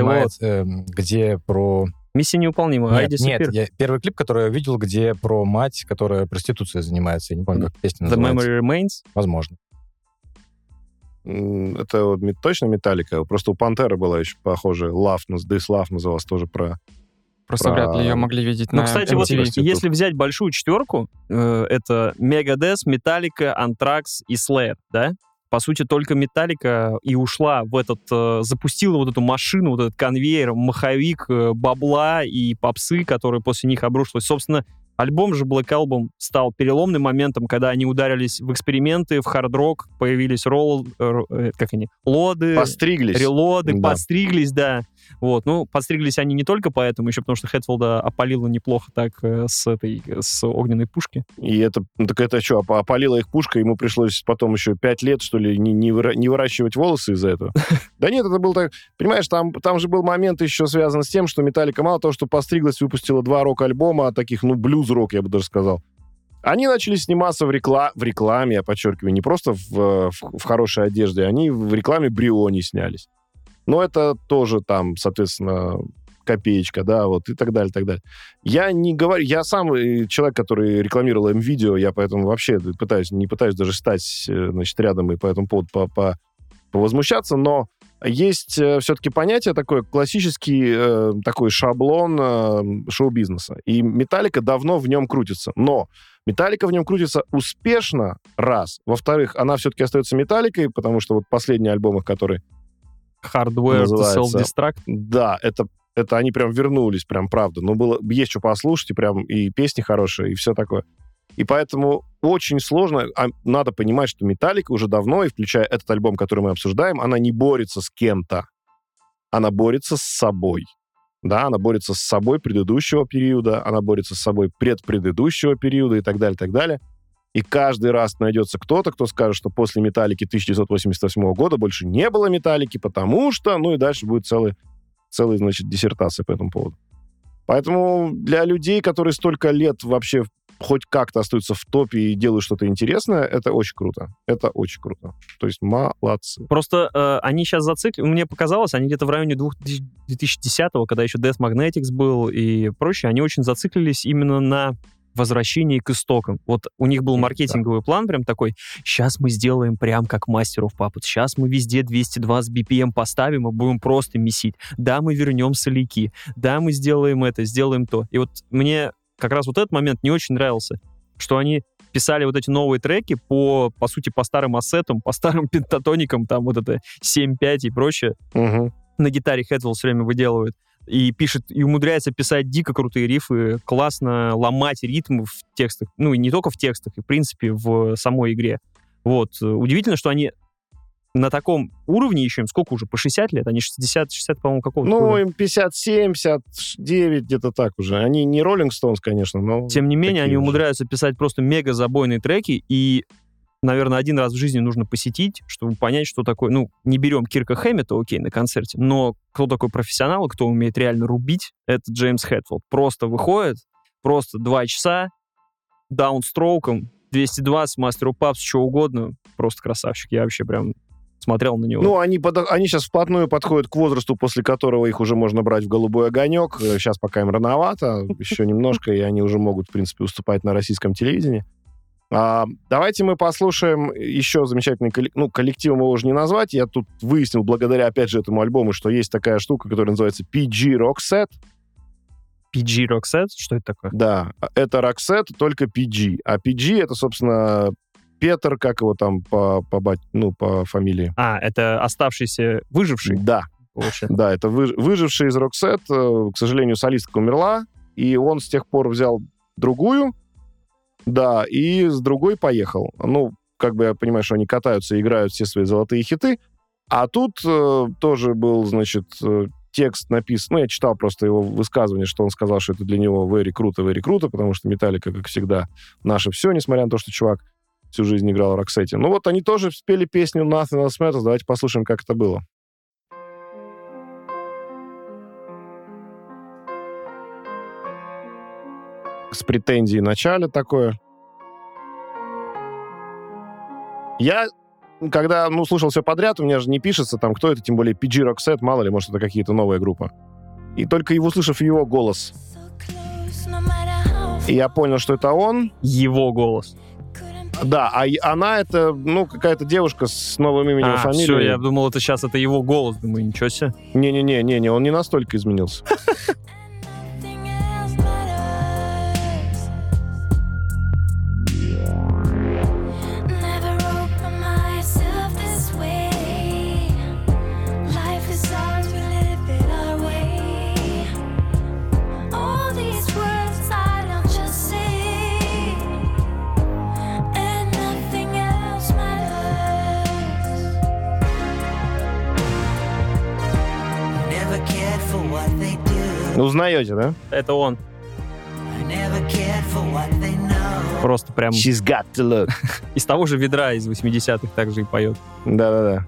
где про... Миссия невыполнима, I Нет, Disappear. первый клип, который я видел, где про мать, которая проституцией занимается. Я не помню, как песня называется. The Memory Remains? Возможно. Это вот точно Металлика? Просто у Пантера была еще похожая This Love называлась тоже про... Просто вряд ли ее могли видеть на кстати, MTV. вот если взять большую четверку, это Megadeth, Metallica, Anthrax и Slayer, да? По сути, только Металлика и ушла в запустила вот эту машину, вот этот конвейер, маховик бабла и попсы, которые после них обрушилась. Собственно, альбом же Black Album стал переломным моментом, когда они ударились в эксперименты, в хард-рок, появились лоды, постриглись. Релоды, подстриглись, да. Вот. Ну, подстриглись они не только поэтому, еще потому что Хэтфилда опалило неплохо так с огненной пушки. И это что, опалила их пушка, ему пришлось потом еще 5 лет, что ли, не выращивать волосы из-за этого? Да нет, это был так... Понимаешь, там же был момент еще связан с тем, что Металлика мало того, что постриглась, выпустила 2 рок-альбома, таких, блюз-рок, я бы даже сказал. Они начали сниматься в рекламе, я подчеркиваю, не просто в хорошей одежде, они в рекламе Бриони снялись. Но это тоже там, соответственно, копеечка, да, вот, и так далее, и так далее. Я не говорю, я сам человек, который рекламировал М-видео, я поэтому вообще не пытаюсь даже стать, значит, рядом и по этому поводу повозмущаться, но есть все-таки понятие такое, классический такой шаблон шоу-бизнеса. И Металлика давно в нем крутится. Но Металлика в нем крутится успешно, раз. Во-вторых, она все-таки остается Металликой, потому что вот последний альбом их, который Hardware to Self-Destruct. Да, это они прям вернулись, прям правда. Ну, есть что послушать, и прям и песни хорошие, и все такое. И поэтому очень сложно. Надо понимать, что Металлика уже давно, и включая этот альбом, который мы обсуждаем, она не борется с кем-то. Она борется с собой. Да, она борется с собой предыдущего периода, она борется с собой предпредыдущего периода и так далее, так далее. И каждый раз найдется кто-то, кто скажет, что после «Металлики» 1988 года больше не было «Металлики», потому что... Ну и дальше будет целая, значит, диссертация по этому поводу. Поэтому для людей, которые столько лет вообще хоть как-то остаются в топе и делают что-то интересное, это очень круто. Это очень круто. То есть молодцы. Просто они сейчас зациклены. Мне показалось, они где-то в районе 2010-го, когда еще Death Magnetics был и прочее, они очень зациклились именно на возвращении к истокам. Вот у них был маркетинговый план прям такой: сейчас мы сделаем прям как Master of Puppets, сейчас мы везде 220 BPM поставим и будем просто месить. Да, мы вернем соляки, да, мы сделаем это, сделаем то. И вот мне как раз вот этот момент не очень нравился, что они писали вот эти новые треки по сути, по старым ассетам, по старым пентатоникам, там вот это 7-5 и прочее. На гитаре Хэтфилд все время выделывает. И пишет, и умудряется писать дико крутые рифы, классно ломать ритм в текстах. Ну, и не только в текстах, и, в принципе, в самой игре. Вот. Удивительно, что они на таком уровне еще, им сколько уже, по 60 лет? Они 60, по-моему, какого-то Ну, года. им 57, 59, где-то так уже. Они не Rolling Stones, конечно, но... Тем не менее, они уже умудряются писать просто мега забойные треки, и, наверное, один раз в жизни нужно посетить, чтобы понять, что такое... Ну, не берем Кирка Хэммета, окей, на концерте, но кто такой профессионал, кто умеет реально рубить, это Джеймс Хэтфилд. Просто выходит, просто 2 часа, даунстроуком, 220, Master of Puppets, что угодно. Просто красавчик. Я вообще прям смотрел на него. Ну, они сейчас вплотную подходят к возрасту, после которого их уже можно брать в голубой огонек. Сейчас пока им рановато, еще немножко, и они уже могут, в принципе, выступать на российском телевидении. Давайте мы послушаем еще замечательный коллектив. Ну, коллективом его уже не назвать. Я тут выяснил, благодаря, опять же, этому альбому, что есть такая штука, которая называется PG Roxette. PG Roxette? Что это такое? Да, это Roxette, только PG. А PG — это, собственно, Петр, как его там по фамилии. Это оставшийся выживший? Да. Получается. Да, это выживший из Roxette. К сожалению, солистка умерла, и он с тех пор взял другую, да, и с другой поехал. Ну, как бы я понимаю, что они катаются и играют все свои золотые хиты. А тут тоже был, значит, текст написан. Ну, я читал просто его высказывание, что он сказал, что это для него very круто, потому что Металлика, как всегда, наше все, несмотря на то, что чувак всю жизнь играл в Роксете. Ну вот они тоже спели песню Nothing Else Matters. Давайте послушаем, как это было. С претензией в начале такое. Я, когда слушал все подряд, у меня же не пишется там, кто это, тем более PG Roxette, мало ли, может, это какие-то новые группы. И только услышав его голос, и я понял, что это он. Его голос. Да, а она это, какая-то девушка с новым именем и фамилией. Все, я думал, сейчас это его голос. Думаю, ничего себе. Не, он не настолько изменился. Узнаете, да? Это он. Просто прям She's got to look. из того же ведра из 80-х также и поет. Да-да-да.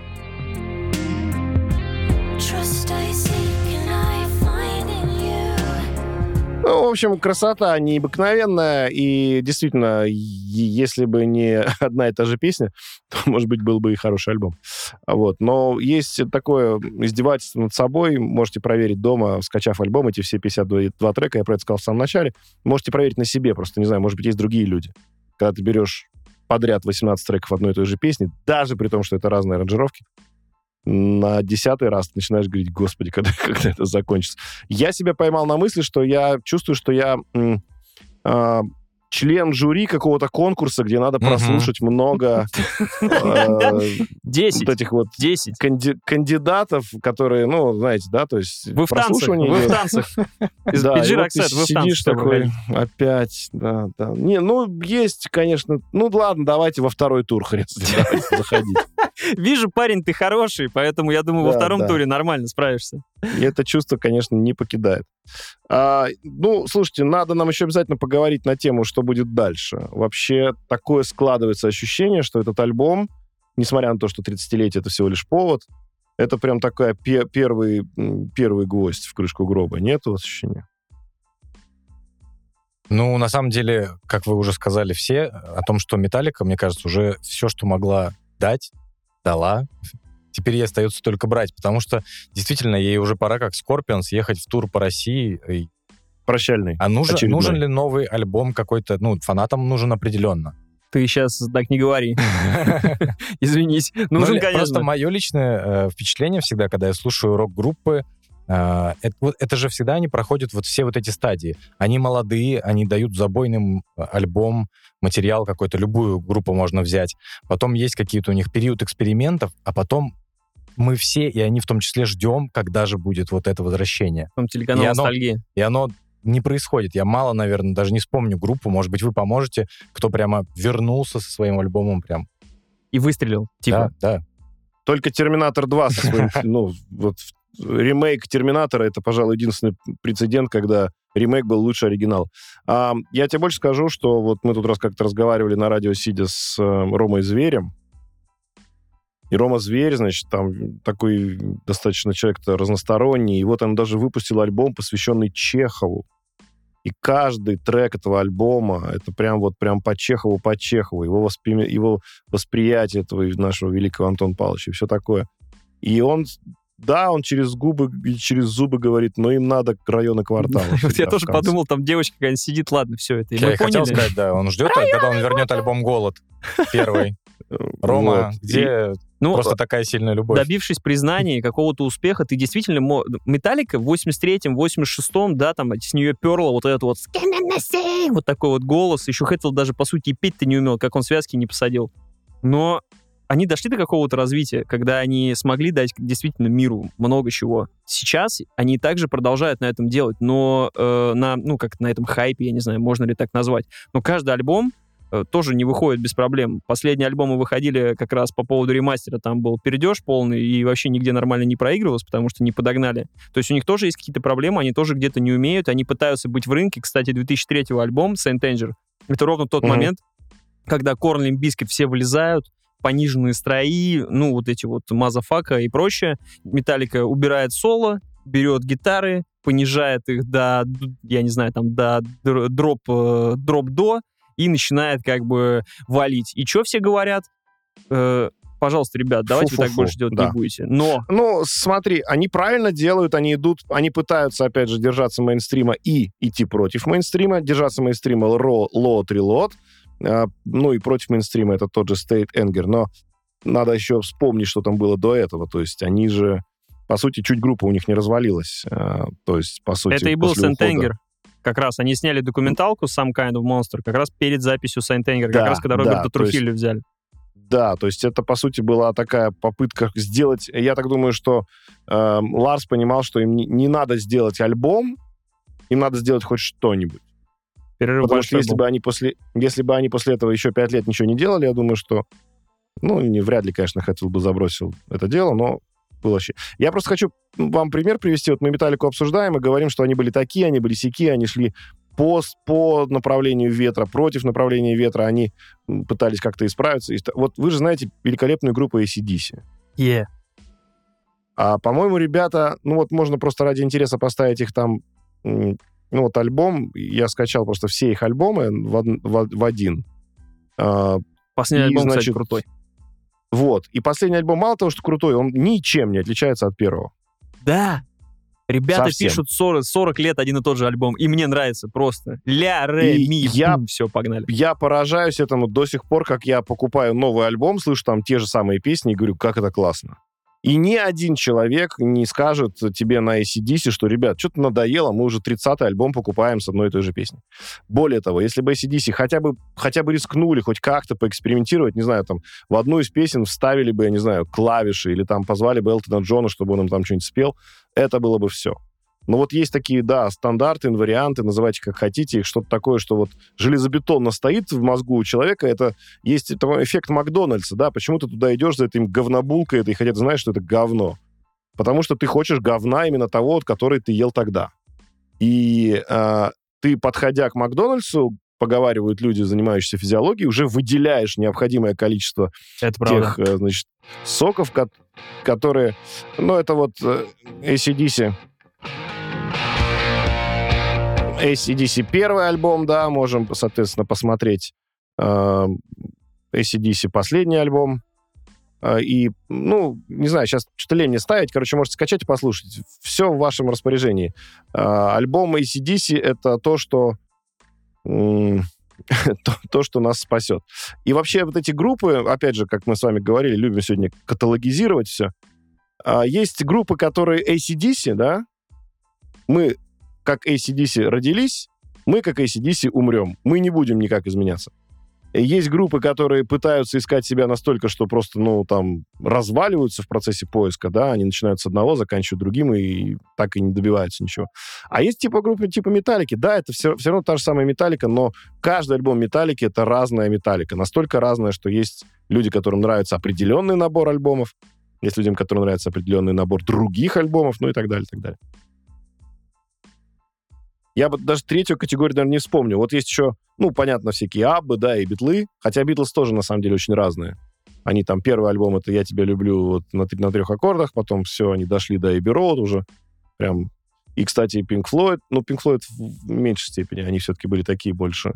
Ну, в общем, красота необыкновенная, и действительно, если бы не одна и та же песня, то, может быть, был бы и хороший альбом. Вот. Но есть такое издевательство над собой, можете проверить дома, скачав альбом, эти все 52 трека, я про это сказал в самом начале, можете проверить на себе, просто, не знаю, может быть, есть другие люди. Когда ты берешь подряд 18 треков одной и той же песни, даже при том, что это разные аранжировки, на 10-й раз ты начинаешь говорить: господи, когда это закончится. Я себя поймал на мысли, что я чувствую, что я член жюри какого-то конкурса, где надо прослушать много 10. вот этих вот 10. кандидатов, которые, знаете, да, то есть Вы в танцах. Вы в танцах. Из да, PG и вот Roxette ты вы в сидишь танцах. такой, опять, да. Не, есть, конечно. Ладно, давайте во второй тур, хрен с ним, давайте заходить. Вижу, парень, ты хороший, поэтому я думаю, во втором туре нормально справишься. И это чувство, конечно, не покидает. Слушайте, надо нам еще обязательно поговорить на тему, что будет дальше. Вообще, такое складывается ощущение, что этот альбом, несмотря на то, что 30-летие — это всего лишь повод, это прям такой первый гвоздь в крышку гроба. Нет у вас ощущения? Ну, на самом деле, как вы уже сказали все, о том, что Металлика, мне кажется, уже все, что могла дать, дала. Теперь ей остается только брать, потому что действительно ей уже пора, как Scorpions, ехать в тур по России. Прощальный. А нужен ли новый альбом какой-то? Ну, фанатам нужен определенно. Ты сейчас так не говори. Извинись. Нужен, конечно. Просто мое личное впечатление всегда, когда я слушаю рок-группы, это же всегда они проходят вот все вот эти стадии. Они молодые, они дают забойным альбом, материал какой-то, любую группу можно взять. Потом есть какие-то у них период экспериментов, а потом мы все, и они в том числе, ждем, когда же будет вот это возвращение. Там телеканал «Ностальгия». И оно не происходит. Я мало, наверное, даже не вспомню группу. Может быть, вы поможете, кто прямо вернулся со своим альбомом прям. И выстрелил, типа. Да. Только «Терминатор 2» со своим... Ремейк «Терминатора» — это, пожалуй, единственный прецедент, когда ремейк был лучше оригинала. Я тебе больше скажу, что вот мы тут как-то разговаривали на радио, сидя с Ромой Зверем. И Рома Зверь, значит, там такой достаточно человек-то разносторонний. И вот он даже выпустил альбом, посвященный Чехову. И каждый трек этого альбома, это прям по Чехову. Его восприятие этого нашего великого Антона Павловича и все такое. И он через зубы говорит, но им надо районы квартала. Вот я тоже подумал, там девочка какая-нибудь сидит, ладно, все это. Я хотел сказать, да, он ждет, когда он вернет альбом «Голод» первый. Рома, где просто такая сильная любовь? Добившись признания, какого-то успеха, ты действительно... Металлика в 83-м, 86-м, да, там с нее перло вот этот вот такой вот голос. Еще Хэтфилд даже, по сути, и петь-то не умел, как он связки не посадил. Но они дошли до какого-то развития, когда они смогли дать действительно миру много чего. Сейчас они также продолжают на этом делать, но на этом хайпе, я не знаю, можно ли так назвать. Но каждый альбом тоже не выходит без проблем. Последние альбомы выходили как раз по поводу ремастера, там был пердеж полный и вообще нигде нормально не проигрывалось, потому что не подогнали. То есть у них тоже есть какие-то проблемы, они тоже где-то не умеют, они пытаются быть в рынке. Кстати, 2003-го альбом Saint Anger — это ровно тот момент, когда Korn, Limp Bizkit все вылезают, пониженные строи, вот эти вот мазафака и прочее. Металлика убирает соло, берет гитары, понижает их до, я не знаю, там, до дроп-до, и начинает как бы валить. И что все говорят? Пожалуйста, ребят, давайте вы так больше делать не будете. Но... смотри, они правильно делают, они пытаются, опять же, держаться мейнстрима и идти против мейнстрима, держаться мейнстрима Load Reload, и против мейнстрима это тот же State Anger, но надо еще вспомнить, что там было до этого, то есть они же, по сути, чуть группа у них не развалилась, то есть, по сути, это и был Saint Anger. Как раз они сняли документалку Some Kind of Monster как раз перед записью Saint Anger, как раз когда Роберта Трухилио взяли. Да, то есть это, по сути, была такая попытка сделать... Я так думаю, что Ларс понимал, что им не надо сделать альбом, им надо сделать хоть что-нибудь. Потому что если бы они после этого еще 5 лет ничего не делали, я думаю, что... вряд ли, конечно, Хэтфилд бы забросил это дело, но было вообще... Я просто хочу вам пример привести. Вот мы Металлику обсуждаем и говорим, что они были такие, они были сякие, они шли по направлению ветра, против направления ветра, они пытались как-то исправиться. Вот вы же знаете великолепную группу AC/DC. Yeah. По-моему, ребята, можно просто ради интереса поставить их там, альбом, я скачал просто все их альбомы в один. Последний альбом, кстати, крутой. Вот. И последний альбом, мало того, что крутой, он ничем не отличается от первого. Да. Ребята совсем пишут 40 лет один и тот же альбом, и мне нравится просто. Ля, ре, ми, все, погнали. Я поражаюсь этому до сих пор, как я покупаю новый альбом, слышу там те же самые песни и говорю, как это классно. И ни один человек не скажет тебе на AC/DC, что, ребят, что-то надоело, мы уже 30-й альбом покупаем с одной и той же песней. Более того, если бы AC/DC хотя бы рискнули хоть как-то поэкспериментировать, не знаю, там, в одну из песен вставили бы, я не знаю, клавиши, или там позвали бы Элтона Джона, чтобы он им там что-нибудь спел, это было бы все. Но вот есть такие, да, стандарты, инварианты, называйте как хотите их, что-то такое, что вот железобетонно стоит в мозгу у человека, это есть эффект Макдональдса, да, почему ты туда идешь за этим говнобулкой этой, хотя ты знаешь, что это говно. Потому что ты хочешь говна именно того, вот, который ты ел тогда. И ты, подходя к Макдональдсу, поговаривают люди, занимающиеся физиологией, уже выделяешь необходимое количество тех, значит, соков, которые... Ну, это вот AC/DC. AC/DC первый альбом, да, можем, соответственно, посмотреть AC/DC последний альбом. И, ну, не знаю, сейчас что-то лень мне ставить, короче, можете скачать и послушать. Все в вашем распоряжении. Альбом AC/DC — это то, что нас спасет. И вообще вот эти группы, опять же, как мы с вами говорили, любим сегодня каталогизировать все. Есть группы, которые AC/DC, да, мы как AC/DC родились, мы как AC/DC умрем. Мы не будем никак изменяться. Есть группы, которые пытаются искать себя настолько, что просто, ну, там, разваливаются в процессе поиска, да, они начинают с одного, заканчивают другим и так и не добиваются ничего. А есть типа группы типа Металлики, да, это все равно та же самая Металлика, но каждый альбом Металлики — это разная Металлика, настолько разная, что есть люди, которым нравится определенный набор альбомов, есть людям, которым нравится определенный набор других альбомов, ну и так далее, и так далее. Я бы даже третью категорию, наверное, не вспомню. Вот есть еще, ну, понятно, всякие Аббы, да, и Битлы. Хотя Битлз тоже, на самом деле, очень разные. Они там, первый альбом — это «Я тебя люблю» вот на 3 аккордах, потом все, они дошли до Эбби Роуд уже. Прям. И, кстати, Pink Floyd. Ну, Pink Floyd в меньшей степени. Они все-таки были такие больше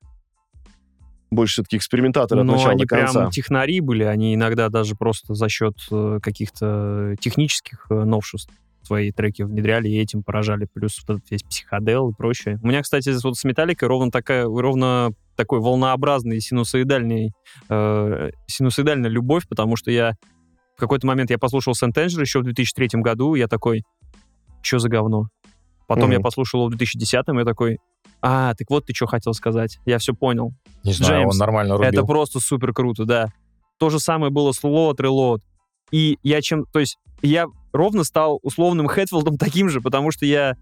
все-таки экспериментаторы от начала до конца. Но они прям технари были. Они иногда даже просто за счет каких-то технических новшеств свои треки внедряли и этим поражали. Плюс вот этот весь психодел и прочее. У меня, кстати, вот с Металликой ровно такой волнообразный синусоидальная любовь, потому что в какой-то момент я послушал Сент-Энджер еще в 2003 году, и я такой, что за говно? Потом я послушал его в 2010-м, и я такой, так вот ты что хотел сказать. Я все понял. Не знаю, Джеймс, он нормально рубил. это просто супер круто, да. То же самое было с Load, Reload. И я ровно стал условным Хэтфилдом таким же, потому что я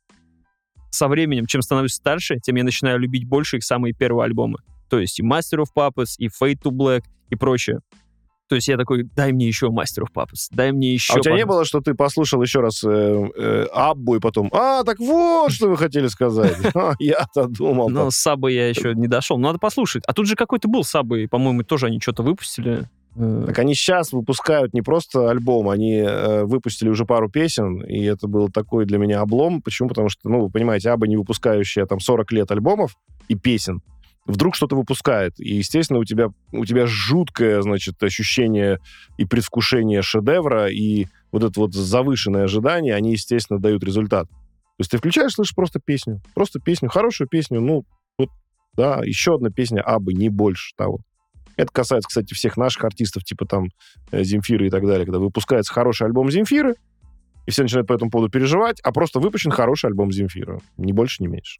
со временем, чем становлюсь старше, тем я начинаю любить больше их самые первые альбомы. То есть и Master of Puppets, и Fade to Black, и прочее. То есть я такой, дай мне еще Master of Puppets, дай мне еще... А у тебя не было, что ты послушал еще раз Аббу и потом, так вот, что вы хотели сказать. Я-то думал. Ну, с Аббой я еще не дошел. Надо послушать. А тут же какой-то был с Аббой, по-моему, тоже они что-то выпустили. Так они сейчас выпускают не просто альбом, они выпустили уже пару песен, и это был такой для меня облом. Почему? Потому что, ну, вы понимаете, Абба, не выпускающая там 40 лет альбомов и песен, вдруг что-то выпускает. И, естественно, у тебя жуткое, значит, ощущение и предвкушение шедевра, и вот это вот завышенное ожидание, они, естественно, дают результат. То есть ты включаешь, слышишь просто песню, хорошую песню, ну, вот, да, еще одна песня Аббы, не больше того. Это касается, кстати, всех наших артистов, типа там Земфиры и так далее, когда выпускается хороший альбом Земфиры, и все начинают по этому поводу переживать, а просто выпущен хороший альбом Земфиры. Ни больше, ни меньше.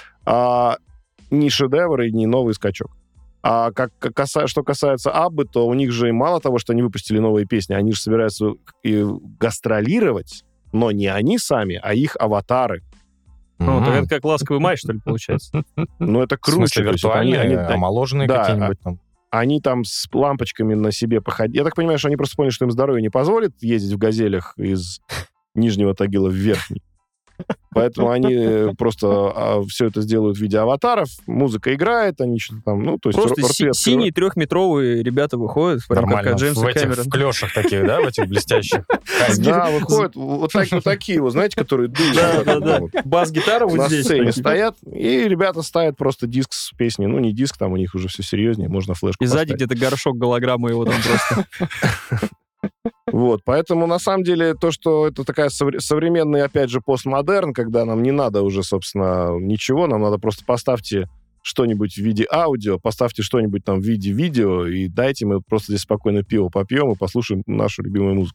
Ни шедевр и ни новый скачок. А что касается Аббы, то у них же мало того, что они выпустили новые песни, они же собираются гастролировать, но не они сами, а их аватары. Ну, так это как «Ласковый май», что ли, получается? Ну, это круче. В смысле, виртуальные, омоложенные какие-нибудь там? Они там с лампочками на себе походили. Я так понимаю, что они просто поняли, что им здоровье не позволит ездить в «Газелях» из Нижнего Тагила в Верхний. Поэтому они просто все это сделают в виде аватаров, музыка играет, они что-то там, ну, то есть... Просто синие трехметровые ребята выходят, прям как Джеймс Кэмерон. В клешах таких, да, в этих блестящих? Да, выходят вот такие, вот знаете, которые дуют. Да. Бас-гитара вот здесь. На сцене стоят, и ребята ставят просто диск с песней. Ну, не диск, там у них уже все серьезнее, можно флешку поставить. И сзади где-то горшок, голограммы его там просто... Вот, поэтому, на самом деле, то, что это такая современный, опять же, постмодерн, когда нам не надо уже, собственно, ничего, нам надо просто поставьте что-нибудь в виде аудио, поставьте что-нибудь там в виде видео, и дайте мы просто здесь спокойно пиво попьем и послушаем нашу любимую музыку.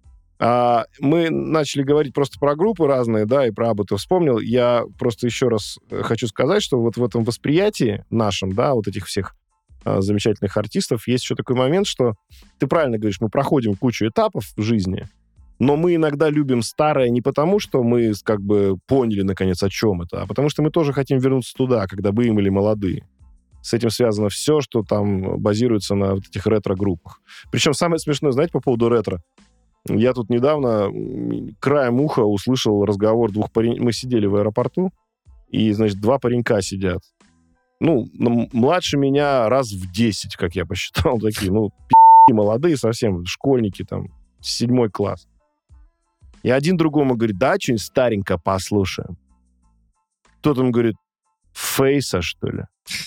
Мы начали говорить просто про группы разные, да, и про Аббу ты вспомнил. Я просто еще раз хочу сказать, что вот в этом восприятии нашем, да, вот этих всех замечательных артистов, есть еще такой момент, что ты правильно говоришь, мы проходим кучу этапов в жизни, Но мы иногда любим старое не потому, что мы как бы поняли, наконец, о чем это, а потому что мы тоже хотим вернуться туда, когда были молодые. С этим связано все, что там базируется на вот этих ретро-группах. Причем самое смешное, знаете, по поводу ретро? Я тут недавно краем уха услышал разговор двух пареней. Мы сидели в аэропорту, и, значит, два паренька сидят. Ну, младше меня раз в 10, как я посчитал, такие, ну, молодые совсем, школьники там, 7 класс. И один другому говорит, да, что-нибудь старенькое послушаем. Тот ему говорит, Фейса, что ли?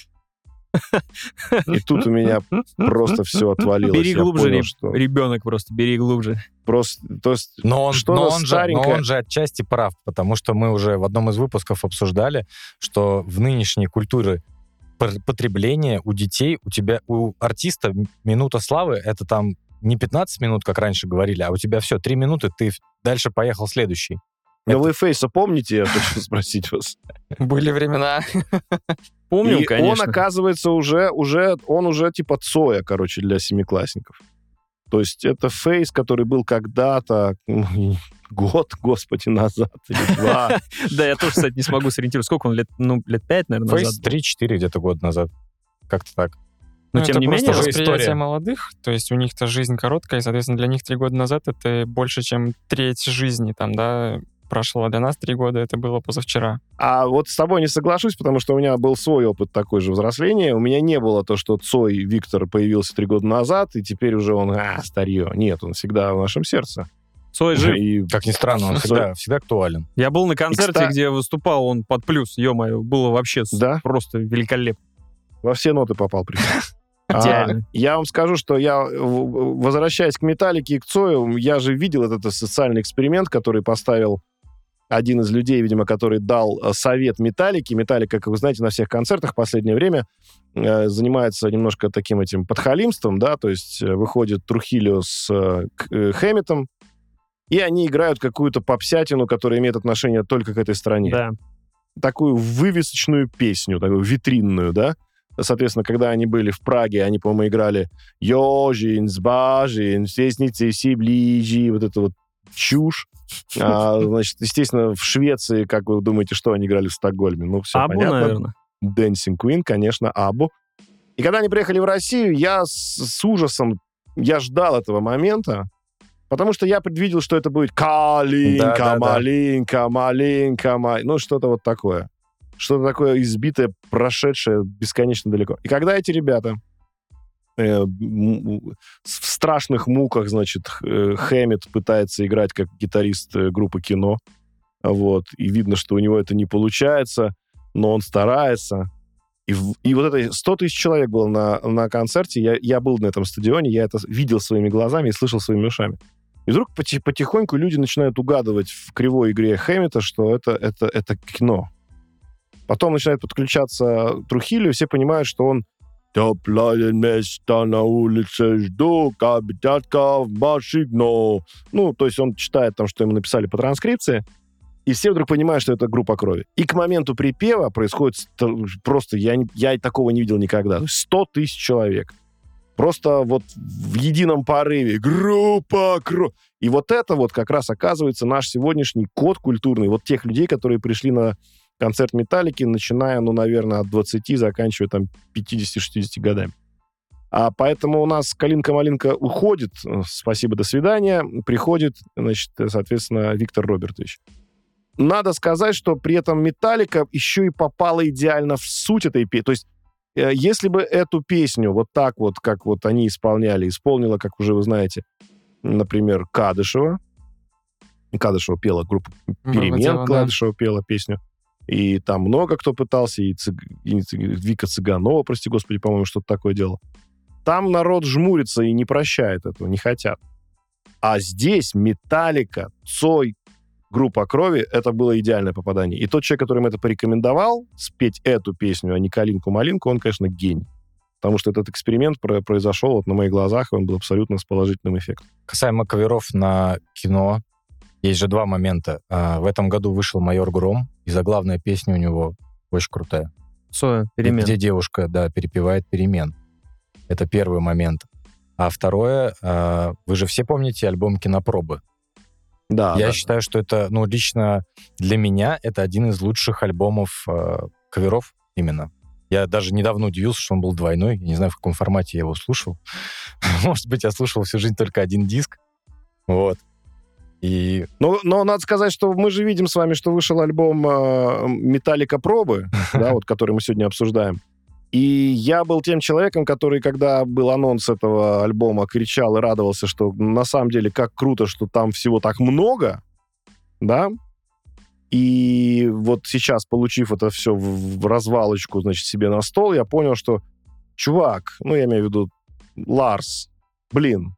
И тут у меня просто все отвалилось. Бери глубже, понял, что... ребенок просто, бери глубже. Просто, то есть, но он же отчасти прав, потому что мы уже в одном из выпусков обсуждали, что в нынешней культуре потребления у детей, у артиста минута славы, это там не 15 минут, как раньше говорили, а у тебя все, 3 минуты, ты дальше поехал следующий. Но вы Фейса помните, я хочу спросить вас? Были времена. Помним, и конечно. Он, оказывается, уже типа Цоя, короче, для семиклассников. То есть это Фейс, который был когда-то год, господи, назад или 2. Да, я тоже, кстати, не смогу сориентироваться. Сколько он лет? Ну, лет 5, наверное, назад. Фейс 3-4 где-то год назад. Как-то так. Но тем не менее, это восприятие история молодых, то есть у них-то жизнь короткая, и, соответственно, для них 3 года назад это больше, чем треть жизни, там, да, прошло. Для нас 3 года это было позавчера. А вот с тобой не соглашусь, потому что у меня был свой опыт такой же взросления. У меня не было то, что Цой Виктор появился 3 года назад, и теперь уже он, старье. Нет, он всегда в нашем сердце. Цой жив. И... Как ни странно, он всегда актуален. Я был на концерте, где выступал он под плюс, ё-моё, было вообще просто великолепно. Во все ноты попал, причем. Идеально. Я вам скажу, что я, возвращаясь к Металлике и к Цою, я же видел этот социальный эксперимент, который поставил один из людей, видимо, который дал совет Металлике. Металлика, как вы знаете, на всех концертах в последнее время занимается немножко таким этим подхалимством, да, то есть выходит Трухильо с Хэмметом, и они играют какую-то попсятину, которая имеет отношение только к этой стране. Да. Такую вывесочную песню, такую витринную, да. Соответственно, когда они были в Праге, они, по-моему, играли «Ёжин, сбажин, сесницы, сиближи», вот это вот чушь. Значит, естественно, в Швеции, как вы думаете, что они играли в Стокгольме? Ну, все Абу, понятно. наверное. Dancing Queen, конечно, Абу. И когда они приехали в Россию, я с ужасом, я ждал этого момента, потому что я предвидел, что это будет «Калинка, малинка, малинка, ну, что-то вот такое. Что-то такое избитое, прошедшее бесконечно далеко. И когда эти ребята в страшных муках, значит, Хэммет пытается играть как гитарист группы «Кино», вот, и видно, что у него это не получается, но он старается. И вот это 100 тысяч человек было на концерте, я был на этом стадионе, я это видел своими глазами и слышал своими ушами. И вдруг потихоньку люди начинают угадывать в кривой игре Хэммета, что это кино. Потом начинает подключаться Трухильо, и все понимают, что он «Теплое место на улице жду, кабитятка в машину». Ну, то есть он читает там, что ему написали по транскрипции, и все вдруг понимают, что это группа крови. И к моменту припева происходит просто... Я такого не видел никогда. 100 тысяч человек. Просто вот в едином порыве. Группа крови. И вот это вот как раз оказывается наш сегодняшний код культурный. Вот тех людей, которые пришли на концерт Металлики, начиная, ну, наверное, от 20, заканчивая там 50-60 годами. А поэтому у нас Калинка-малинка уходит, спасибо, до свидания, приходит, значит, соответственно, Виктор Робертович. Надо сказать, что при этом Металлика еще и попала идеально в суть этой песни. То есть, если бы эту песню вот так вот, как вот они исполнила, как уже вы знаете, например, Кадышева. Кадышева пела группу «Перемен», Кадышева пела песню. И там много кто пытался, и Вика Цыганова, прости господи, по-моему, что-то такое делала. Там народ жмурится и не прощает этого, не хотят. А здесь Металлика, Цой, группа крови, это было идеальное попадание. И тот человек, который им это порекомендовал, спеть эту песню, а не «Калинку-малинку», он, конечно, гений. Потому что этот эксперимент произошел вот на моих глазах, и он был абсолютно с положительным эффектом. Касаемо каверов на кино, есть же 2 момента. В этом году вышел «Майор Гром», и заглавная песня у него очень крутая. Цоя, «Перемен». Где девушка, да, перепевает «Перемен». Это первый момент. А второе, вы же все помните альбом «Кинопробы»? Да, Я да. считаю, что это, лично для меня, это один из лучших альбомов каверов именно. Я даже недавно удивился, что он был двойной. Я не знаю, в каком формате я его слушал. Может быть, я слушал всю жизнь только один диск. Вот. И... Но надо сказать, что мы же видим с вами, что вышел альбом «Металлика Пробы», да, вот, который мы сегодня обсуждаем. И я был тем человеком, который, когда был анонс этого альбома, кричал и радовался, что на самом деле как круто, что там всего так много, да. И вот сейчас, получив это все в развалочку, значит, себе на стол, я понял, что, чувак, я имею в виду Ларс, блин,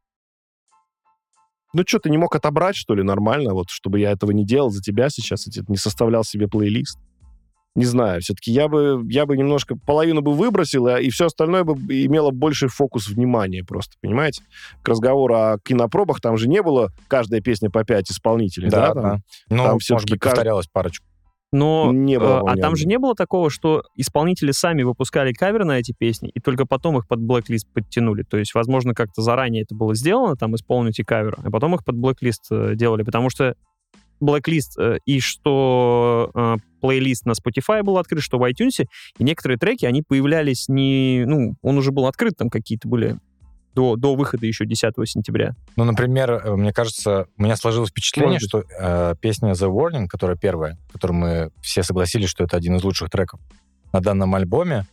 что, ты не мог отобрать, что ли, нормально, вот, чтобы я этого не делал за тебя сейчас, не составлял себе плейлист? Не знаю, все-таки я бы немножко, половину бы выбросил, и все остальное бы имело больший фокус внимания просто, понимаете? К разговору о кинопробах там же не было каждая песня по 5 исполнителей, да? Да. Там Может быть, повторялось парочку. Но, не было, а там же не было такого, что исполнители сами выпускали кавер на эти песни, и только потом их под блэк-лист подтянули. То есть, возможно, как-то заранее это было сделано, там, исполните кавер, а потом их под блэк-лист делали, потому что блэк-лист и что плейлист на Spotify был открыт, что в iTunes, и некоторые треки, они появлялись он уже был открыт, там какие-то были до выхода еще 10 сентября. Например, мне кажется, у меня сложилось впечатление, что песня The Warning, которая первая, которую мы все согласились, что это один из лучших треков на данном альбоме,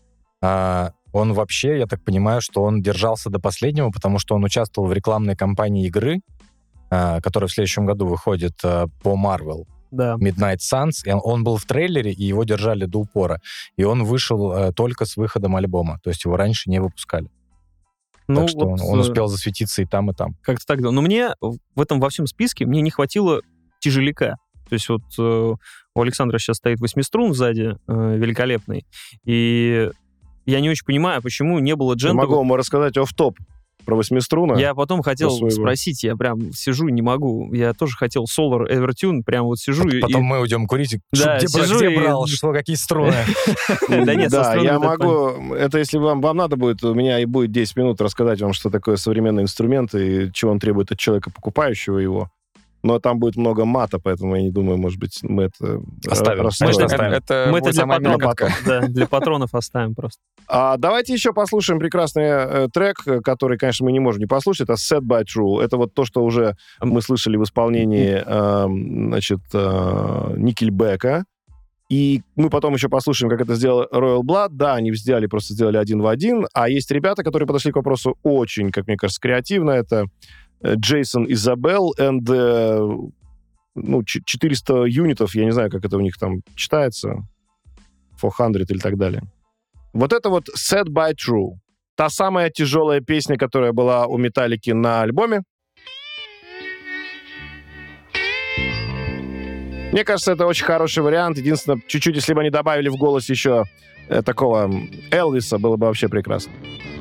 он вообще, я так понимаю, что он держался до последнего, потому что он участвовал в рекламной кампании игры, которая в следующем году выходит по Marvel. Да. Midnight Suns. И он был в трейлере, и его держали до упора. И он вышел только с выходом альбома. То есть его раньше не выпускали. Так что он успел засветиться и там, и там. Как-то так, да. Но мне в этом во всем списке мне не хватило тяжеляка. То есть вот у Александра сейчас стоит 8-струн сзади, великолепный. И я не очень понимаю, почему не было джентл. Я могу вам рассказать офф-топ про 8-струна. Я потом хотел спросить, я прям сижу, не могу. Я тоже хотел Solar Evertune, прям вот сижу. Потом мы уйдем курить. Да, где брал, что, какие струны? Да нет, да, я могу... Это если вам надо будет, у меня и будет 10 минут рассказать вам, что такое современный инструмент и чего он требует от человека, покупающего его. Но там будет много мата, поэтому я не думаю, может быть, мы это оставим. Мы это для патронов, для патронов оставим просто. Давайте еще послушаем прекрасный трек, который, конечно, мы не можем не послушать. Это Set by True. Это вот то, что уже мы слышали в исполнении, Никельбека. И мы потом еще послушаем, как это сделал Royal Blood. Да, они просто сделали один в один. А есть ребята, которые подошли к вопросу очень, как мне кажется, креативно. Это Джейсон Изабелл and 400 юнитов, я не знаю, как это у них там читается, 400 или так далее. Вот это вот Set by True. Та самая тяжелая песня, которая была у Металлики на альбоме. Мне кажется, это очень хороший вариант. Единственное, чуть-чуть, если бы они добавили в голос еще такого Элвиса, было бы вообще прекрасно.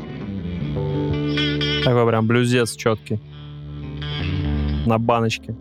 Такой прям блюзец четкий. На баночке.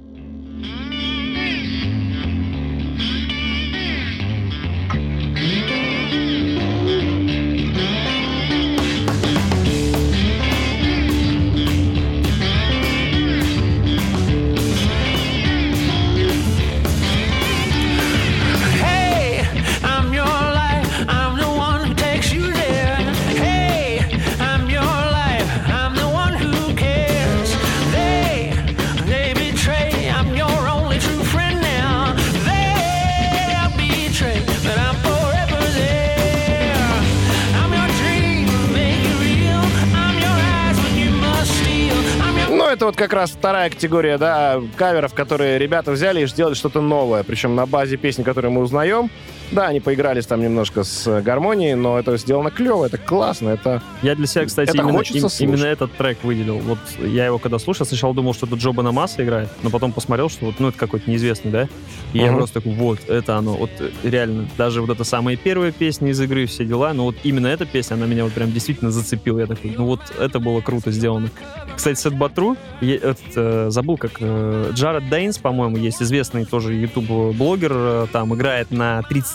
Это вот как раз вторая категория, да, каверов, которые ребята взяли и сделали что-то новое. Причем на базе песни, которые мы узнаем. Да, они поигрались там немножко с гармонией, но это сделано клево, это классно, это... Я для себя, кстати, именно этот трек выделил. Вот я его когда слушал, сначала думал, что это Джо Бонамасса играет, но потом посмотрел, что это какой-то неизвестный, да? И я просто такой, вот, это оно. Вот реально, даже вот эта самая первая песня из игры, все дела, но вот именно эта песня, она меня вот прям действительно зацепила. Я такой, вот это было круто сделано. Кстати, Set by True, забыл, как Джаред Дейнс, по-моему, есть известный тоже YouTube-блогер, там играет на 30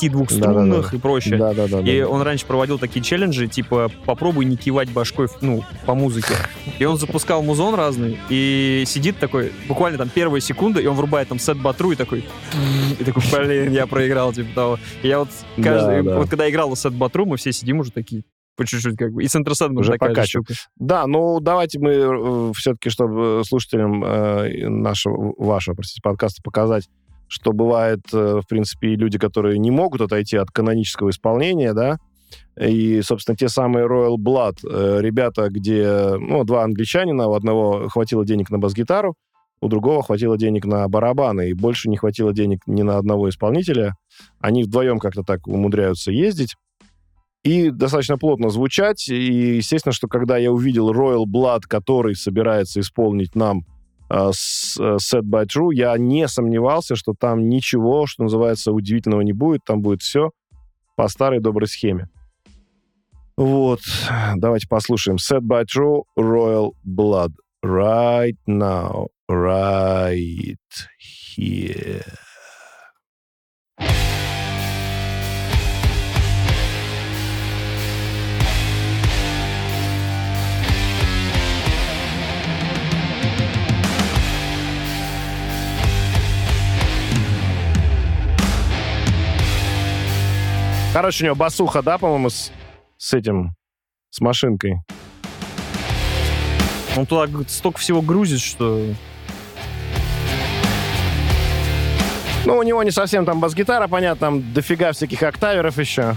6 двухструнных и прочее. Да-да-да. И он раньше проводил такие челленджи, типа, попробуй не кивать башкой, по музыке. И он запускал музон разный, и сидит такой, буквально там первые секунды, и он врубает там сет батру и такой, блин, я проиграл, типа того. И я вот вот когда играл в сет батру, мы все сидим уже такие, по чуть-чуть как бы. И Центрсет уже такая же штука. Да, давайте мы все-таки, чтобы слушателям вашего подкаста показать, что бывает, в принципе, люди, которые не могут отойти от канонического исполнения, да, и, собственно, те самые Royal Blood, ребята, где, два англичанина, у одного хватило денег на бас-гитару, у другого хватило денег на барабаны, и больше не хватило денег ни на одного исполнителя. Они вдвоем как-то так умудряются ездить и достаточно плотно звучать. И, естественно, что когда я увидел Royal Blood, который собирается исполнить нам Set by True, я не сомневался, что там ничего, что называется, удивительного не будет. Там будет все по старой доброй схеме. Вот. Давайте послушаем. Set by True, Royal Blood. Right now. Right here. Короче, у него басуха, да, по-моему, с машинкой. Он туда столько всего грузит, что... У него не совсем там бас-гитара, понятно, там дофига всяких октаверов еще.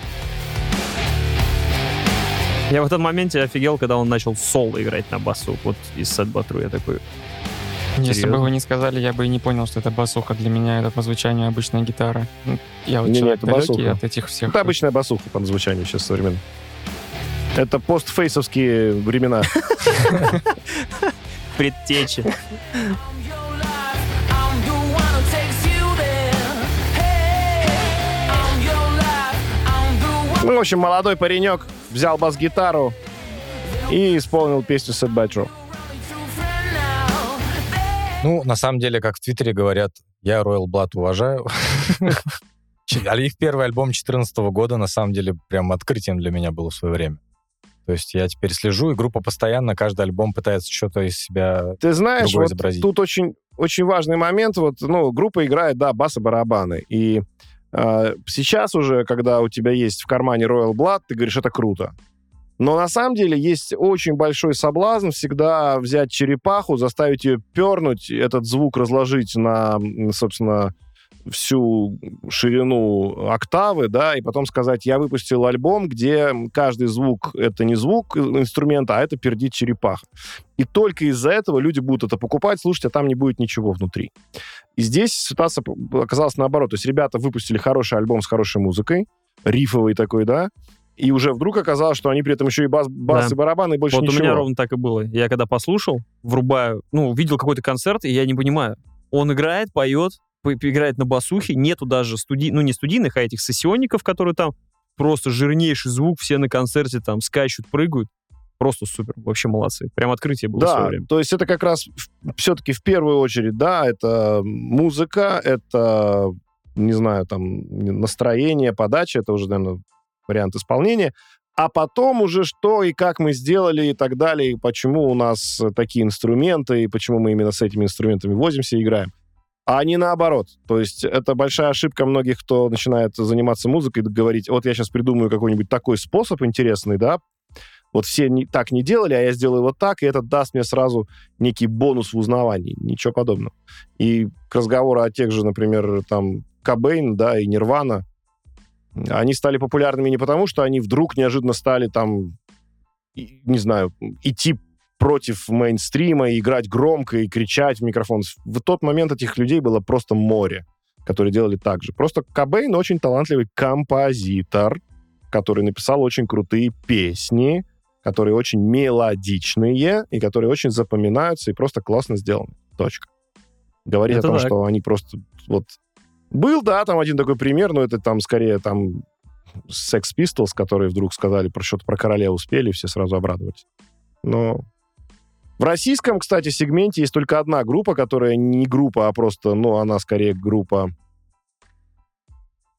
Я в этом моменте офигел, когда он начал соло играть на басу. Вот из Set by True я такой... Если бы вы не сказали, я бы и не понял, что это басуха. Для меня это по звучанию обычная гитара. Я вот человек далекий от этих всех... Это обычная басуха по звучанию сейчас современно. Это постфейсовские времена. Предтечи. В общем, молодой паренек взял бас-гитару и исполнил песню Set by True. На самом деле, как в Твиттере говорят, я Royal Blood уважаю. Их первый альбом 2014 года, на самом деле, прям открытием для меня было в свое время. То есть я теперь слежу, и группа постоянно, каждый альбом пытается что-то из себя Ты знаешь, изобразить. Тут очень, очень важный момент. Группа играет, да, бас и барабаны. И сейчас уже, когда у тебя есть в кармане Royal Blood, ты говоришь, это круто. Но на самом деле есть очень большой соблазн всегда взять черепаху, заставить ее пернуть, этот звук разложить на, собственно, всю ширину октавы, да, и потом сказать, я выпустил альбом, где каждый звук — это не звук инструмента, а это пердит черепаха. И только из-за этого люди будут это покупать, слушать, а там не будет ничего внутри. И здесь ситуация оказалась наоборот. То есть ребята выпустили хороший альбом с хорошей музыкой, рифовый такой, да, и уже вдруг оказалось, что они при этом еще и бас да. И барабаны, и больше вот ничего. У меня ровно так и было. Я когда послушал, врубаю, видел какой-то концерт, и я не понимаю. Он играет, поет, играет на басухе, нету даже не студийных, а этих сессионников, которые там просто жирнейший звук, все на концерте там скачут, прыгают. Просто супер, вообще молодцы. Прям открытие было в свое время. То есть это как раз все-таки в первую очередь, да, это музыка, это, не знаю, там, настроение, подача, это уже, наверное, вариант исполнения, а потом уже что и как мы сделали и так далее, и почему у нас такие инструменты, и почему мы именно с этими инструментами возимся и играем. А не наоборот. То есть это большая ошибка многих, кто начинает заниматься музыкой, говорить, вот я сейчас придумаю какой-нибудь такой способ интересный, да, вот все так не делали, а я сделаю вот так, и это даст мне сразу некий бонус в узнавании. Ничего подобного. И к разговору о тех же, например, там, Кобейн, да, и Нирвана, они стали популярными не потому, что они вдруг неожиданно стали там, не знаю, идти против мейнстрима, и играть громко и кричать в микрофон. В тот момент этих людей было просто море, которые делали так же. Просто Кобейн очень талантливый композитор, который написал очень крутые песни, которые очень мелодичные и которые очень запоминаются и просто классно сделаны. Точка. Говорить это о том, так. Что они просто... Вот был, да, там один такой пример, но это там скорее там Sex Pistols, которые вдруг сказали про что-то про короля успели, и все сразу обрадовались. Но в российском, кстати, сегменте есть только одна группа, которая не группа, а просто, она скорее группа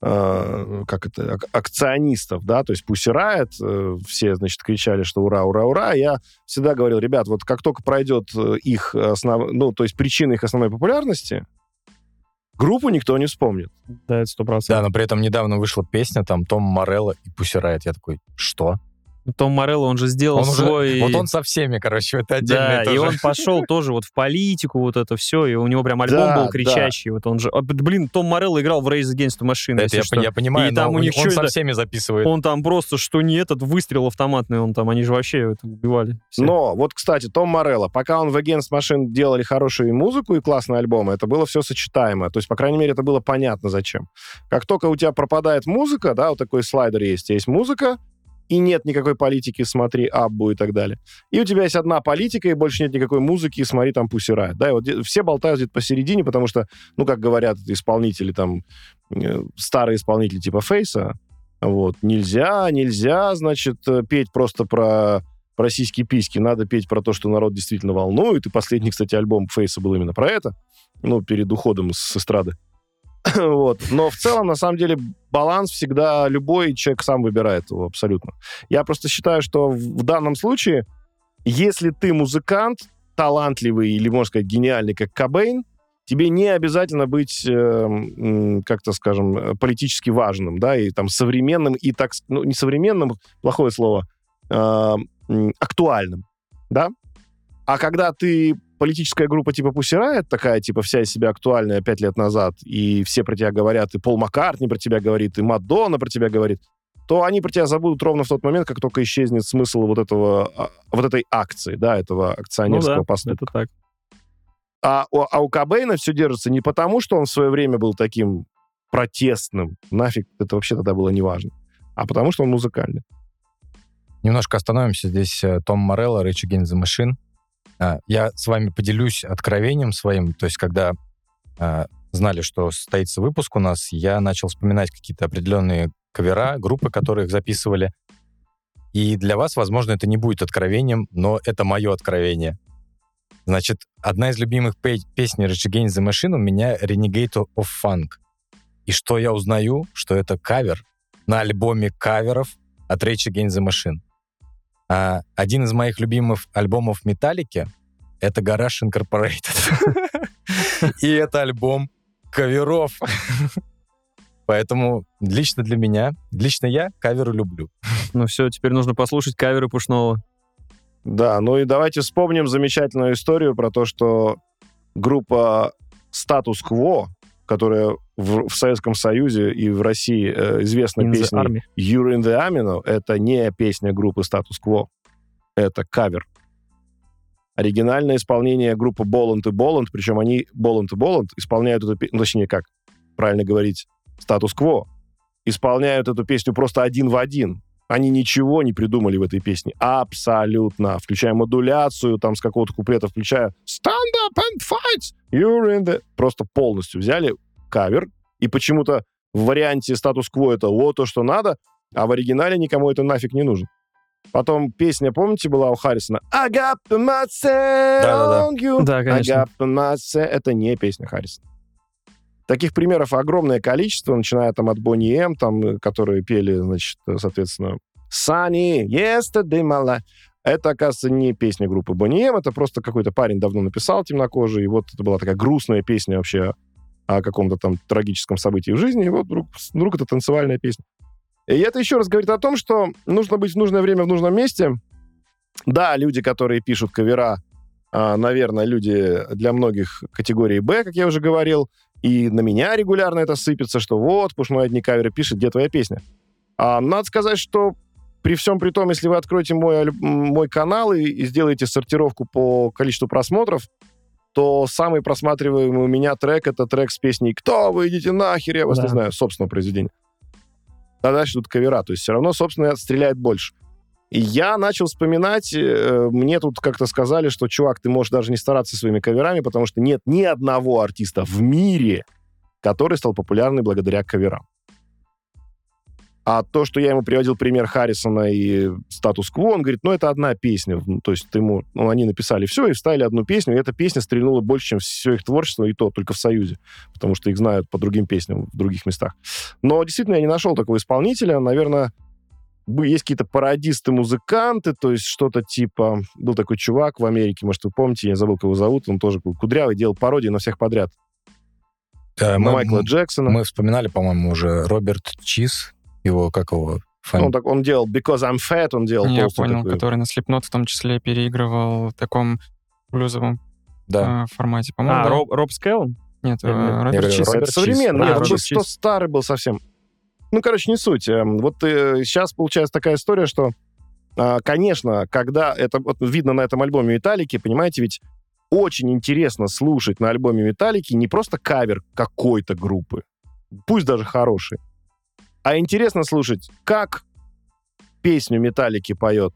акционистов, да, то есть Pussy Riot, все, значит, кричали, что ура, ура, ура. Я всегда говорил, ребят, вот как только пройдет их то есть причина их основной популярности, группу никто не вспомнит. Да, это 100%. Да, но при этом недавно вышла песня, там, Том Морелло и Pussy Riot. Я такой, что? Том Морелло, он же сделал свой... Вот он со всеми, короче, это отдельно. Да, и он пошел тоже вот в политику, вот это все, и у него прям альбом был кричащий. Вот он же... Блин, Том Морелло играл в Rage Against the Machine. Это я понимаю, и там но у них он со всеми записывает. Он там просто, что не этот, выстрел автоматный, они же вообще это убивали. Все. Но вот, кстати, Том Морелло, пока он в Against Machine делали хорошую музыку и классные альбомы, это было все сочетаемо. То есть, по крайней мере, это было понятно, зачем. Как только у тебя пропадает музыка, да, вот такой слайдер есть музыка, и нет никакой политики, смотри Аббу и так далее. И у тебя есть одна политика, и больше нет никакой музыки, и смотри там Pussy Riot. Да, и вот все болтают где-то посередине, потому что, как говорят исполнители, там, старые исполнители типа Фейса, вот, нельзя, значит, петь просто про сиськи-письки, надо петь про то, что народ действительно волнует, и последний, кстати, альбом Фейса был именно про это, перед уходом с эстрады. Вот. Но в целом, на самом деле, баланс всегда любой человек сам выбирает его абсолютно. Я просто считаю, что в данном случае, если ты музыкант, талантливый или, можно сказать, гениальный, как Кобейн, тебе не обязательно быть, как-то, скажем, политически важным, да, и там современным, и так, не современным, плохое слово, актуальным, да? А когда ты политическая группа типа Pussy Riot, такая, типа, вся из себя актуальная 5 лет назад, и все про тебя говорят, и Пол Маккартни про тебя говорит, и Мадонна про тебя говорит, то они про тебя забудут ровно в тот момент, как только исчезнет смысл вот этой акции, да, этого акционерского поступка. Это так. А у Кобейна все держится не потому, что он в свое время был таким протестным, нафиг, это вообще тогда было неважно, а потому, что он музыкальный. Немножко остановимся здесь. Том Морелло, Rage Against the Machine. Я с вами поделюсь откровением своим. То есть, когда знали, что состоится выпуск у нас, я начал вспоминать какие-то определенные кавера, группы, которые их записывали. И для вас, возможно, это не будет откровением, но это мое откровение. Значит, одна из любимых песней Rage Against the Machine у меня Renegade of Funk. И что я узнаю? Что это кавер на альбоме каверов от Rage Against the Machine. Один из моих любимых альбомов Металлики — это Garage Incorporated. И это альбом каверов. Поэтому лично для меня, лично я каверы люблю. Ну все, теперь нужно послушать каверы Пушного. Да, и давайте вспомним замечательную историю про то, что группа Status Quo, которая в Советском Союзе и в России известна песней You're in the Army, это не песня группы Status Quo, это кавер. Оригинальное исполнение группы Bolland и Bolland, причем они, Bolland и Bolland, исполняют эту песню, точнее, как правильно говорить, Status Quo, исполняют эту песню просто один в один. Они ничего не придумали в этой песне. Абсолютно. Включая модуляцию, там с какого-то куплета, включая Stand up and fight! You're in the... Просто полностью взяли кавер, и почему-то в варианте статус-кво это вот то, что надо, а в оригинале никому это нафиг не нужно. Потом песня, помните, была у Харрисона? I got the master on you. Да, конечно. I got the master. Это не песня Харрисона. Таких примеров огромное количество, начиная там от Boney M, там, которые пели, значит, соответственно, Sunny, Yesterday My Life. Это, оказывается, не песня группы Boney M, это просто какой-то парень давно написал, темнокожий, и вот это была такая грустная песня вообще о каком-то там трагическом событии в жизни, и вот вдруг это танцевальная песня. И это еще раз говорит о том, что нужно быть в нужное время в нужном месте. Да, люди, которые пишут кавера, наверное, люди для многих категории «Б», как я уже говорил, и на меня регулярно это сыпется, что вот, Пушной одни каверы пишет, где твоя песня? Надо сказать, что при всем при том, если вы откроете мой канал и сделаете сортировку по количеству просмотров, то самый просматриваемый у меня трек — это трек с песней «Кто? Вы идите нахер, я вас не знаю», собственного произведения. А дальше тут кавера, то есть все равно, собственно, стреляет больше. И я начал вспоминать, мне тут как-то сказали, что, чувак, ты можешь даже не стараться своими каверами, потому что нет ни одного артиста в мире, который стал популярным благодаря каверам. А то, что я ему приводил пример Харрисона и статус-кво, он говорит, это одна песня. То есть они написали все и вставили одну песню, и эта песня стрельнула больше, чем все их творчество, и то только в Союзе, потому что их знают по другим песням в других местах. Но действительно я не нашел такого исполнителя. Наверное, есть какие-то пародисты-музыканты, то есть что-то типа... Был такой чувак в Америке, может, вы помните, я забыл, как его зовут, он тоже был кудрявый, делал пародии на всех подряд. Майкла Джексона. Мы вспоминали, по-моему, уже Роберт Чиз. Он делал Because I'm Fat, он делал Я толстый понял, такой. который на Slipknot в том числе переигрывал в таком блюзовом формате. По-моему, Роб Скеллон? Нет, Я Роберт говорю, Чиз. Роберт Это современный, Чиз. он Роберт Чиз. старый был совсем. Не суть. Вот сейчас получается такая история, что, конечно, когда это видно на этом альбоме Металлики, понимаете, ведь очень интересно слушать на альбоме Металлики не просто кавер какой-то группы, пусть даже хороший, а интересно слушать, как песню Металлики поет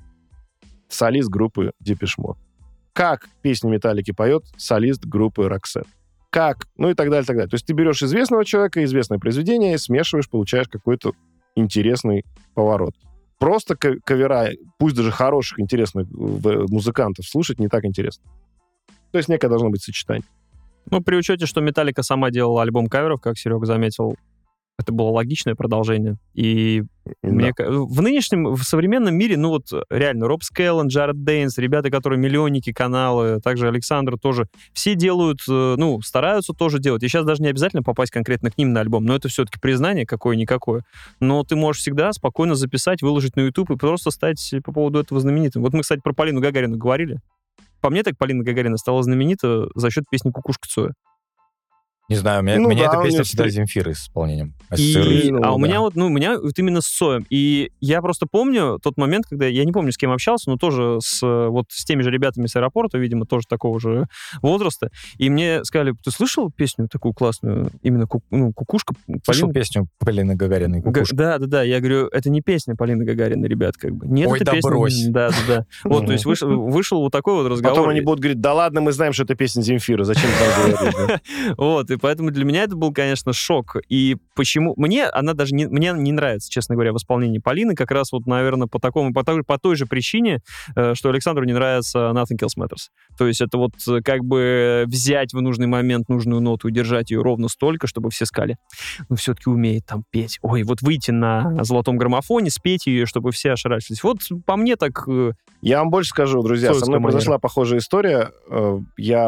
солист группы Depeche Mode, как песню Металлики поет солист группы Roxette, как, и так далее, так далее. То есть ты берешь известного человека, известное произведение, смешиваешь, получаешь какой-то интересный поворот. Просто кавера, пусть даже хороших, интересных музыкантов, слушать не так интересно. То есть некое должно быть сочетание. При учете, что Металлика сама делала альбом каверов, как Серега заметил, это было логичное продолжение. И в нынешнем, в современном мире, реально, Роб Скеллон, Джаред Дейнс, ребята, которые миллионники каналы, также Александр тоже, все делают, стараются тоже делать. И сейчас даже не обязательно попасть конкретно к ним на альбом, но это все-таки признание какое-никакое. Но ты можешь всегда спокойно записать, выложить на YouTube и просто стать по поводу этого знаменитым. Вот мы, кстати, про Полину Гагарину говорили. По мне, так Полина Гагарина стала знаменита за счет песни «Кукушка Цоя». Не знаю, у меня эта песня всегда Земфиры с исполнением. У меня вот именно с Цоем. И я просто помню тот момент, когда я не помню, с кем общался, но тоже с теми же ребятами с аэропорта, видимо, тоже такого же возраста. И мне сказали, ты слышал песню такую классную, именно «Кукушка»? Слышал песню Полины Гагариной «Кукушка»? Да. Я говорю, это не песня Полины Гагариной, ребят, как бы. Нет, ой, это да песня. брось. Да. Вот, то есть вышел вот такой вот разговор. Потом они будут говорить, да ладно, мы знаем, что это песня Земфира, зачем там говорить? Вот, и поэтому для меня это был, конечно, шок. И почему... Мне не нравится, честно говоря, в исполнении Полины, как раз вот, наверное, по той же причине, что Александру не нравится Nothing Else Matters. То есть это вот как бы взять в нужный момент нужную ноту и держать ее ровно столько, чтобы все сказали, все-таки умеет там петь. Ой, вот выйти на золотом граммофоне, спеть ее, чтобы все ошарашились. Вот по мне так... Я вам больше скажу, друзья, со мной произошла похожая история. Я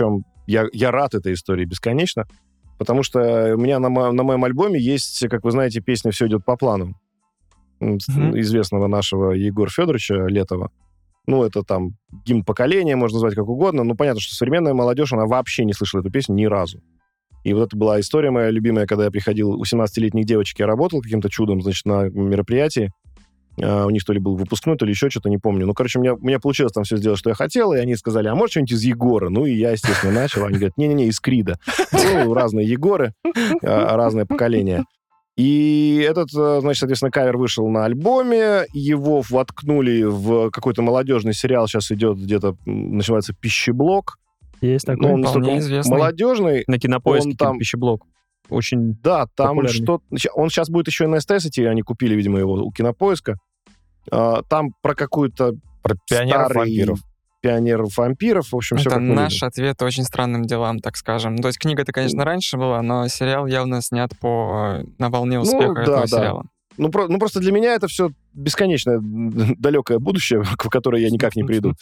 рад этой истории бесконечно, потому что у меня на моем альбоме есть, как вы знаете, песня «Все идет по плану» известного нашего Егора Федоровича Летова. Это там гимн поколения, можно назвать как угодно. Понятно, что современная молодежь, она вообще не слышала эту песню ни разу. И вот это была история моя любимая, когда я приходил, у 17-летних девочек я работал каким-то чудом, на мероприятии. У них то ли был выпускной, то ли еще что-то, не помню. У меня получилось там все сделать, что я хотел, и они сказали, а может что-нибудь из Егора? И я, естественно, начал. Они говорят, не-не-не, из Крида. Разные Егоры, разное поколение. И этот, соответственно, кавер вышел на альбоме, его воткнули в какой-то молодежный сериал, сейчас идет где-то, называется «Пищеблок». Есть такой, он вполне известный. Молодежный. На Кинопоиске там... «Пищеблок». Очень Да, там популярный. что-то... Он сейчас будет еще и на СТС идти, они купили, видимо, его у Кинопоиска. Там про какую-то... Про пионеров-вампиров. Пионеров-вампиров, в общем, это все как наш ответ очень странным делам, так скажем. То есть книга-то, конечно, раньше была, но сериал явно снят на волне успеха этого сериала. Просто для меня это все бесконечное далекое будущее, в которое я никак не приду.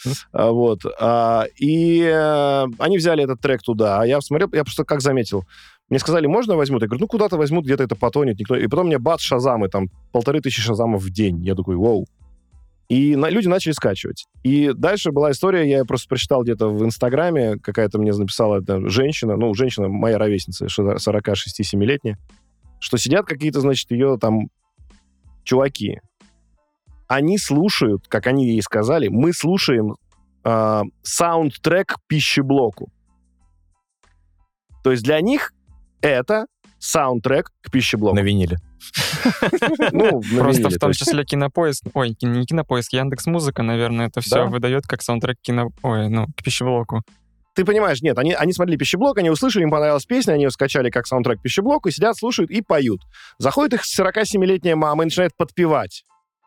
И они взяли этот трек туда, а я смотрел, я просто как заметил, мне сказали, можно возьмут? Я говорю, куда-то возьмут, где-то это потонет. Никто... И потом мне бац, шазамы, там 1500 шазамов в день. Я такой, вау. И люди начали скачивать. И дальше была история, я просто прочитал где-то в Инстаграме, какая-то мне написала женщина, женщина моя ровесница, 46-7-летняя, что сидят какие-то, ее там чуваки. Они слушают, как они ей сказали, мы слушаем саундтрек «Пищеблоку». То есть для них это саундтрек к «Пищеблоку». На виниле. Просто в том числе Кинопоиск, не Кинопоиск, Яндекс.Музыка, наверное, это все выдает как саундтрек к «Пищеблоку». ты понимаешь, нет, они смотрели «Пищеблок», они услышали, им понравилась песня, они ее скачали как саундтрек «Пищеблок» и сидят, слушают и поют. Заходит их 47-летняя мама и начинает подпевать.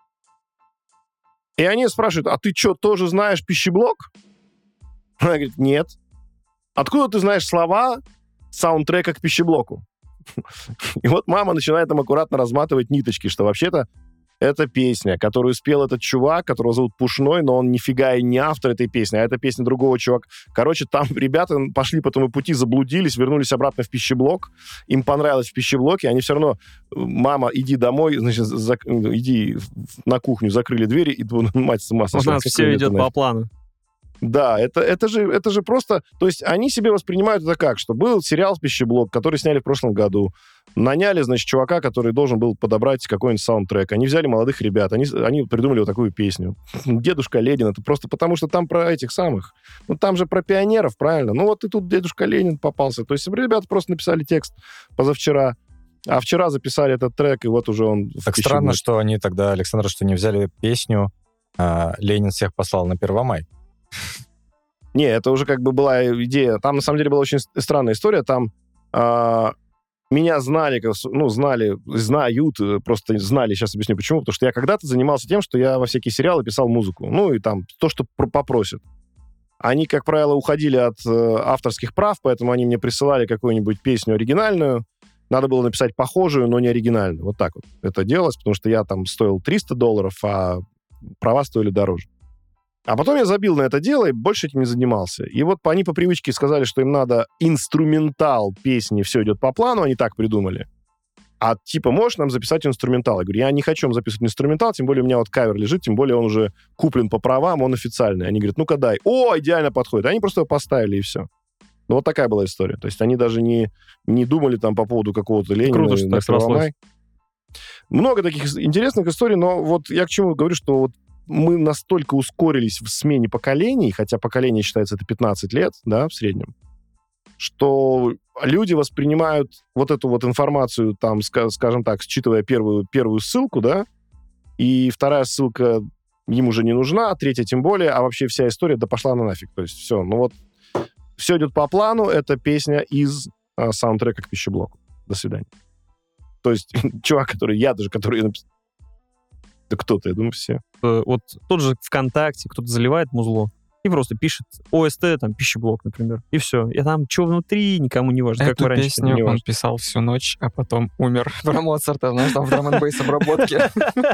И они спрашивают, а ты что, тоже знаешь «Пищеблок»? Она говорит, нет. Откуда ты знаешь слова саундтрека к «Пищеблоку»? И вот мама начинает там аккуратно разматывать ниточки, что вообще-то это песня, которую спел этот чувак, которого зовут Пушной, но он нифига и не автор этой песни, а это песня другого чувака. Короче, там ребята пошли по тому пути, заблудились, вернулись обратно в «Пищеблок». Им понравилось в «Пищеблоке», они все равно, мама, иди домой, значит, иди на кухню, закрыли двери, и мать с ума сошла. У нас все идет по плану. Да, это же просто... То есть они себе воспринимают это как, что был сериал «Пищеблок», который сняли в прошлом году. Наняли, значит, чувака, который должен был подобрать какой-нибудь саундтрек. Они взяли молодых ребят, они придумали вот такую песню. «Дедушка Ленин». Это просто потому, что там про этих самых... Ну, там же про пионеров, правильно? Ну, вот и тут «Дедушка Ленин» попался. То есть ребята просто написали текст позавчера, а вчера записали этот трек, и вот уже он... Так странно, что они тогда, Александр, что не взяли песню «Ленин всех послал на Первомай». Не, это уже как бы была идея. Там, на самом деле, была очень странная история. Там меня знали, знают, просто знали, сейчас объясню почему. Потому что я когда-то занимался тем, что я во всякие сериалы писал музыку. Ну, и там то, что попросят. Они, как правило, уходили от авторских прав, поэтому они мне присылали какую-нибудь песню оригинальную. Надо было написать похожую, но не оригинальную. Вот так вот это делалось, потому что я там стоил $300, а права стоили дороже. А потом я забил на это дело и больше этим не занимался. И вот они по привычке сказали, что им надо инструментал песни, все идет по плану, они так придумали. А типа, можешь нам записать инструментал? Я говорю, я не хочу вам записывать инструментал, тем более у меня вот кавер лежит, тем более он уже куплен по правам, он официальный. Они говорят, ну-ка дай. О, идеально подходит. Они просто его поставили, и все. Ну вот такая была история. То есть они даже не думали там по поводу какого-то Ленина. Круто, что так срослось. Много таких интересных историй, но вот я к чему говорю, что вот мы настолько ускорились в смене поколений, хотя поколение считается это 15 лет, да, в среднем, что люди воспринимают вот эту вот информацию, там, скажем так, считывая первую ссылку, да, и вторая ссылка им уже не нужна, а третья тем более, а вообще вся история да пошла на нафиг. То есть все, ну вот, все идет по плану, это песня из саундтрека к «Пищеблоку». До свидания. То есть чувак, который написал. Да кто-то, я думаю, все. Вот тот же ВКонтакте, кто-то заливает музло и просто пишет ОСТ, там, «Пищеблок», например, и все. И там что внутри, никому не важно. Эту как раньше, песню он писал всю ночь, а потом умер про Моцарта, знаешь, там в драм-н-бейс обработке.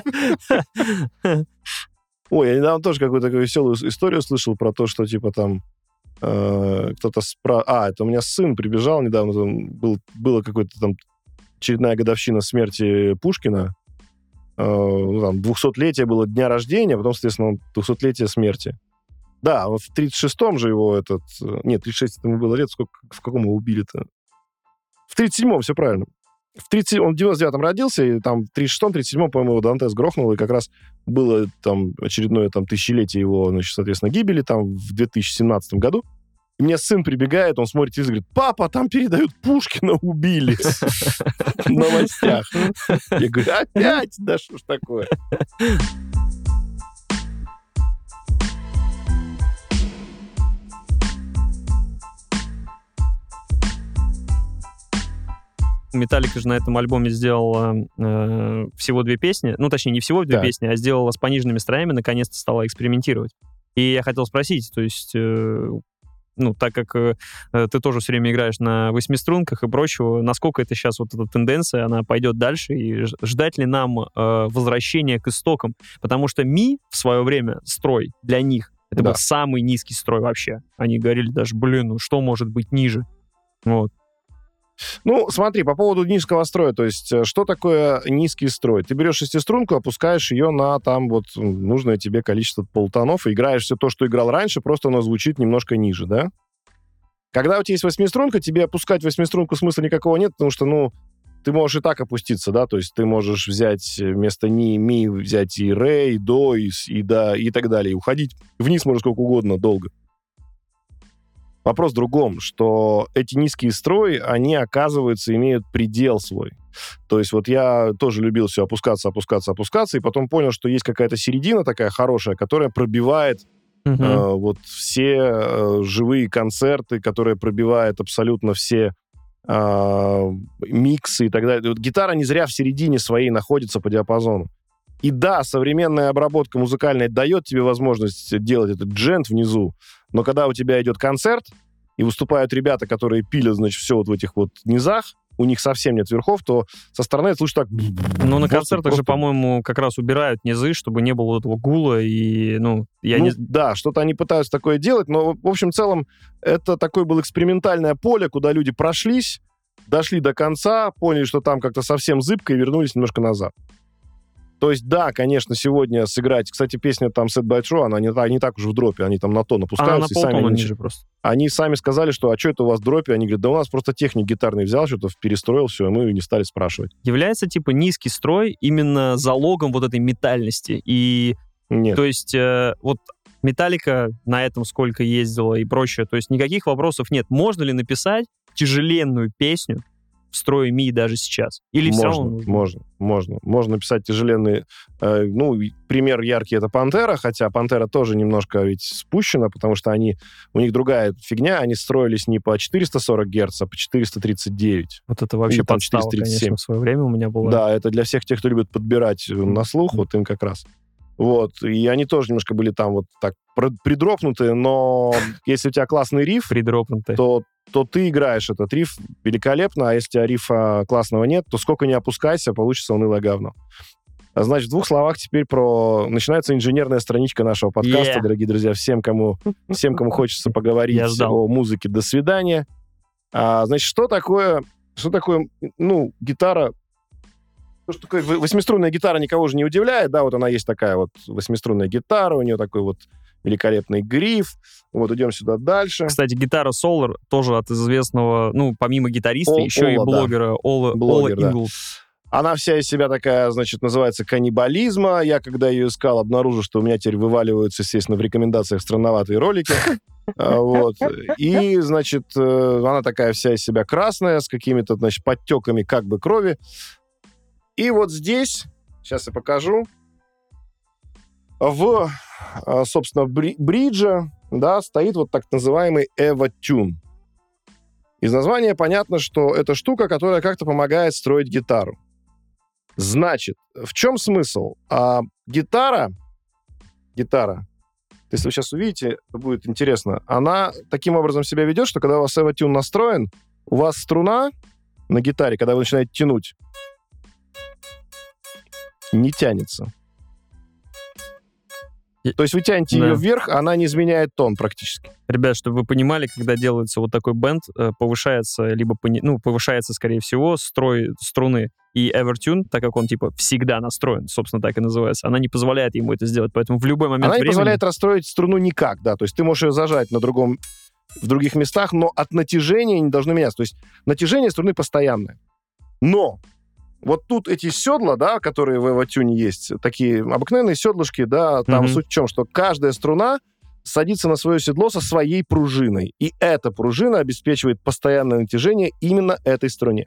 Ой, я недавно тоже какую-то такую веселую историю слышал про то, что, типа, там кто-то это у меня сын прибежал недавно, было какое-то там очередная годовщина смерти Пушкина, там, 200-летие было дня рождения, потом, соответственно, 200-летие смерти. Да, он в 36-м же его Нет, 36 ему было лет, в каком его убили-то? В 37-м, все правильно. Он в 99-м родился, и там в 36-м, 37-м, по-моему, его Дантес грохнул, и как раз было там очередное там тысячелетие его, значит, соответственно, гибели там в 2017 году. И мне сын прибегает, он смотрит телевизор, говорит, папа, там передают, Пушкина убили в новостях. Я говорю, опять? Да что ж такое? Металлика же на этом альбоме сделала всего 2 песни. Ну, точнее, не всего 2 песни, а сделала с пониженными строями, наконец-то стала экспериментировать. И я хотел спросить, то есть, так как ты тоже все время играешь на 8-струнках и прочего, насколько это сейчас вот эта тенденция, она пойдет дальше, и ждать ли нам возвращения к истокам? Потому что Ми в свое время, строй для них, это был самый низкий строй вообще. Они говорили даже, что может быть ниже? Вот. Ну, смотри, по поводу низкого строя, то есть, что такое низкий строй? Ты берешь шестиструнку, опускаешь ее на там вот нужное тебе количество полутонов, и играешь все то, что играл раньше, просто оно звучит немножко ниже, да? Когда у тебя есть восьмиструнка, тебе опускать восьмиструнку смысла никакого нет, потому что, ты можешь и так опуститься, да, то есть ты можешь взять вместо ми взять и ре, и до, и да, и так далее, и уходить вниз можно сколько угодно долго. Вопрос в другом, что эти низкие строи, они, оказывается, имеют предел свой. То есть вот я тоже любил все опускаться, и потом понял, что есть какая-то середина такая хорошая, которая пробивает Вот все живые концерты, которые пробивают абсолютно все миксы и так далее. Вот гитара не зря в середине своей находится по диапазону. И да, современная обработка музыкальная дает тебе возможность делать этот джент внизу, но когда у тебя идет концерт, и выступают ребята, которые пилят, значит, все вот в этих вот низах, у них совсем нет верхов, то со стороны это слышно так... Ну, на концертах же, по-моему, как раз убирают низы, чтобы не было этого гула, и, Да, что-то они пытаются такое делать, но, в общем, в целом, это такое было экспериментальное поле, куда люди прошлись, дошли до конца, поняли, что там как-то совсем зыбко, и вернулись немножко назад. То есть, да, конечно, сегодня сыграть... Кстати, песня там «Set by True», она не так уж в дропе, они там на тон опускаются. Она на полтона ниже просто. Они сами сказали, что, а что это у вас в дропе? Они говорят, да у нас просто техник гитарный взял, что-то перестроил, все, и мы не стали спрашивать. Является, низкий строй именно залогом вот этой метальности? И, Нет. То есть, вот Металлика на этом сколько ездила и прочее, то есть никаких вопросов нет. Можно ли написать тяжеленную песню в строе ми даже сейчас? Или все равно нужно? Можно написать тяжеленные... пример яркий — это «Пантера», хотя «Пантера» тоже немножко ведь спущена, потому что у них другая фигня, они строились не по 440 Гц, а по 439. Вот это вообще подстава, конечно, в свое время у меня была. Да, это для всех тех, кто любит подбирать на слух, вот им как раз. Вот, и они тоже немножко были там вот так придропнутые, но если у тебя классный риф, то ты играешь этот риф великолепно, а если у тебя рифа классного нет, то сколько ни опускайся, получится унылое говно. Значит, в двух словах теперь начинается инженерная страничка нашего подкаста, дорогие друзья. Всем, кому хочется поговорить о музыке, до свидания. Значит, что такое, гитара... Что такое восьмиструнная гитара никого же не удивляет, да, вот она есть такая вот восьмиструнная гитара, у нее такой вот великолепный гриф. Вот, идем сюда дальше. Кстати, гитара Solar тоже от известного, помимо гитариста, еще и блогера Ола Ингл. Она вся из себя такая, значит, называется «Каннибализма». Я, когда ее искал, обнаружил, что у меня теперь вываливаются, естественно, в рекомендациях странноватые ролики. Вот. И, значит, она такая вся из себя красная, с какими-то, значит, подтеками как бы крови. И вот здесь, сейчас я покажу, собственно, бридже, да, стоит вот так называемый EvoTune. Из названия понятно, что это штука, которая как-то помогает строить гитару. Значит, в чем смысл? Гитара, если вы сейчас увидите, будет интересно, она таким образом себя ведет, что когда у вас EvoTune настроен, у вас струна на гитаре, когда вы начинаете тянуть, не тянется. То есть вы тянете ее вверх, а она не изменяет тон практически. Ребят, чтобы вы понимали, когда делается вот такой бенд, повышается, скорее всего, строй струны. И EverTune, так как он, всегда настроен, собственно, так и называется, она не позволяет ему это сделать. Поэтому в любой момент времени... Она не позволяет расстроить струну никак, да. То есть ты можешь ее зажать в других местах, но от натяжения не должно меняться. То есть натяжение струны постоянное. Но вот тут эти седла, да, которые в EvoTune есть, такие обыкновенные седлышки, да, там суть в чем, что каждая струна садится на свое седло со своей пружиной, и эта пружина обеспечивает постоянное натяжение именно этой струне.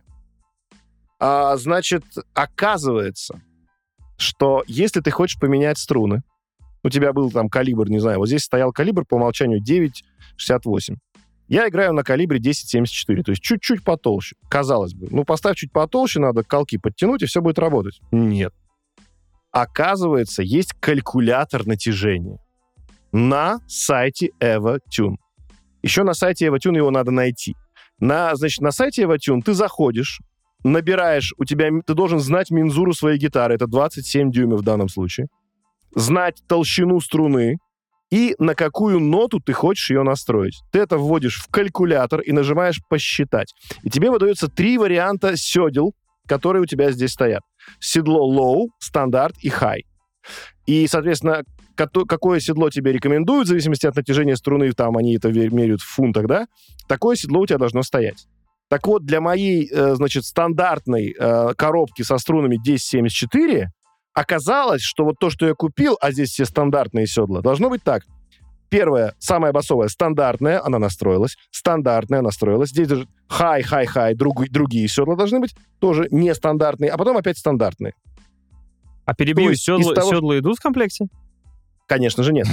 Значит, оказывается, что если ты хочешь поменять струны, у тебя был там калибр, не знаю, вот здесь стоял калибр по умолчанию 9,68. Я играю на калибре 10,74, то есть чуть-чуть потолще. Казалось бы. Поставь чуть потолще, надо колки подтянуть, и все будет работать. Нет. Оказывается, есть калькулятор натяжения на сайте EvoTune. Еще на сайте EvoTune его надо найти. На сайте EvoTune ты заходишь, набираешь, ты должен знать мензуру своей гитары, это 27 дюймов в данном случае, знать толщину струны, и на какую ноту ты хочешь ее настроить. Ты это вводишь в калькулятор и нажимаешь «Посчитать». И тебе выдаются 3 варианта седел, которые у тебя здесь стоят. Седло low, стандарт и high. И, соответственно, какое седло тебе рекомендуют, в зависимости от натяжения струны, там они это меряют в фунтах, да, такое седло у тебя должно стоять. Так вот, для моей, стандартной коробки со струнами 1074 оказалось, что вот то, что я купил, а здесь все стандартные седла, должно быть так. Первое, самая басовая, стандартная, она настроилась. Стандартная настроилась. Здесь даже high, другие седла должны быть, тоже нестандартные, а потом опять стандартные. А перебью, седла идут в комплекте? Конечно же, нет.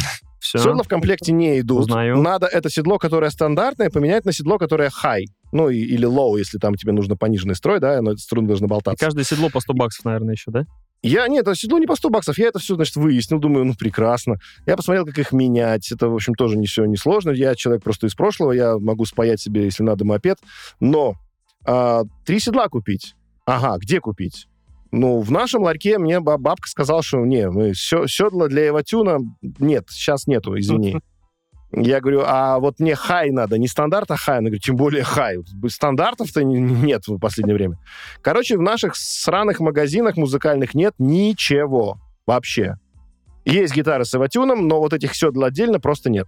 Все. Седла в комплекте не идут. Узнаю. Надо это седло, которое стандартное, поменять на седло, которое high. Ну, или low, если там тебе нужно пониженный строй, да, но струны должны И болтаться. каждое седло по $100, наверное, еще, да? Нет, это седло не по $100. Я это все, значит, выяснил. Думаю, ну, прекрасно. Я посмотрел, как их менять. Это, в общем, тоже не все несложно. Я человек просто из прошлого. Я могу спаять себе, если надо, мопед. Но 3 седла купить. Ага, где купить? Ну, в нашем ларьке мне бабка сказала, что седла для Эватюна нет, сейчас нету, извини. Я говорю, а вот мне хай надо, не стандарт, а хай. Она говорит, тем более хай. Стандартов-то нет в последнее время. Короче, в наших сраных магазинах музыкальных нет ничего вообще. Есть гитары с Эватюном, но вот этих седл отдельно просто нет.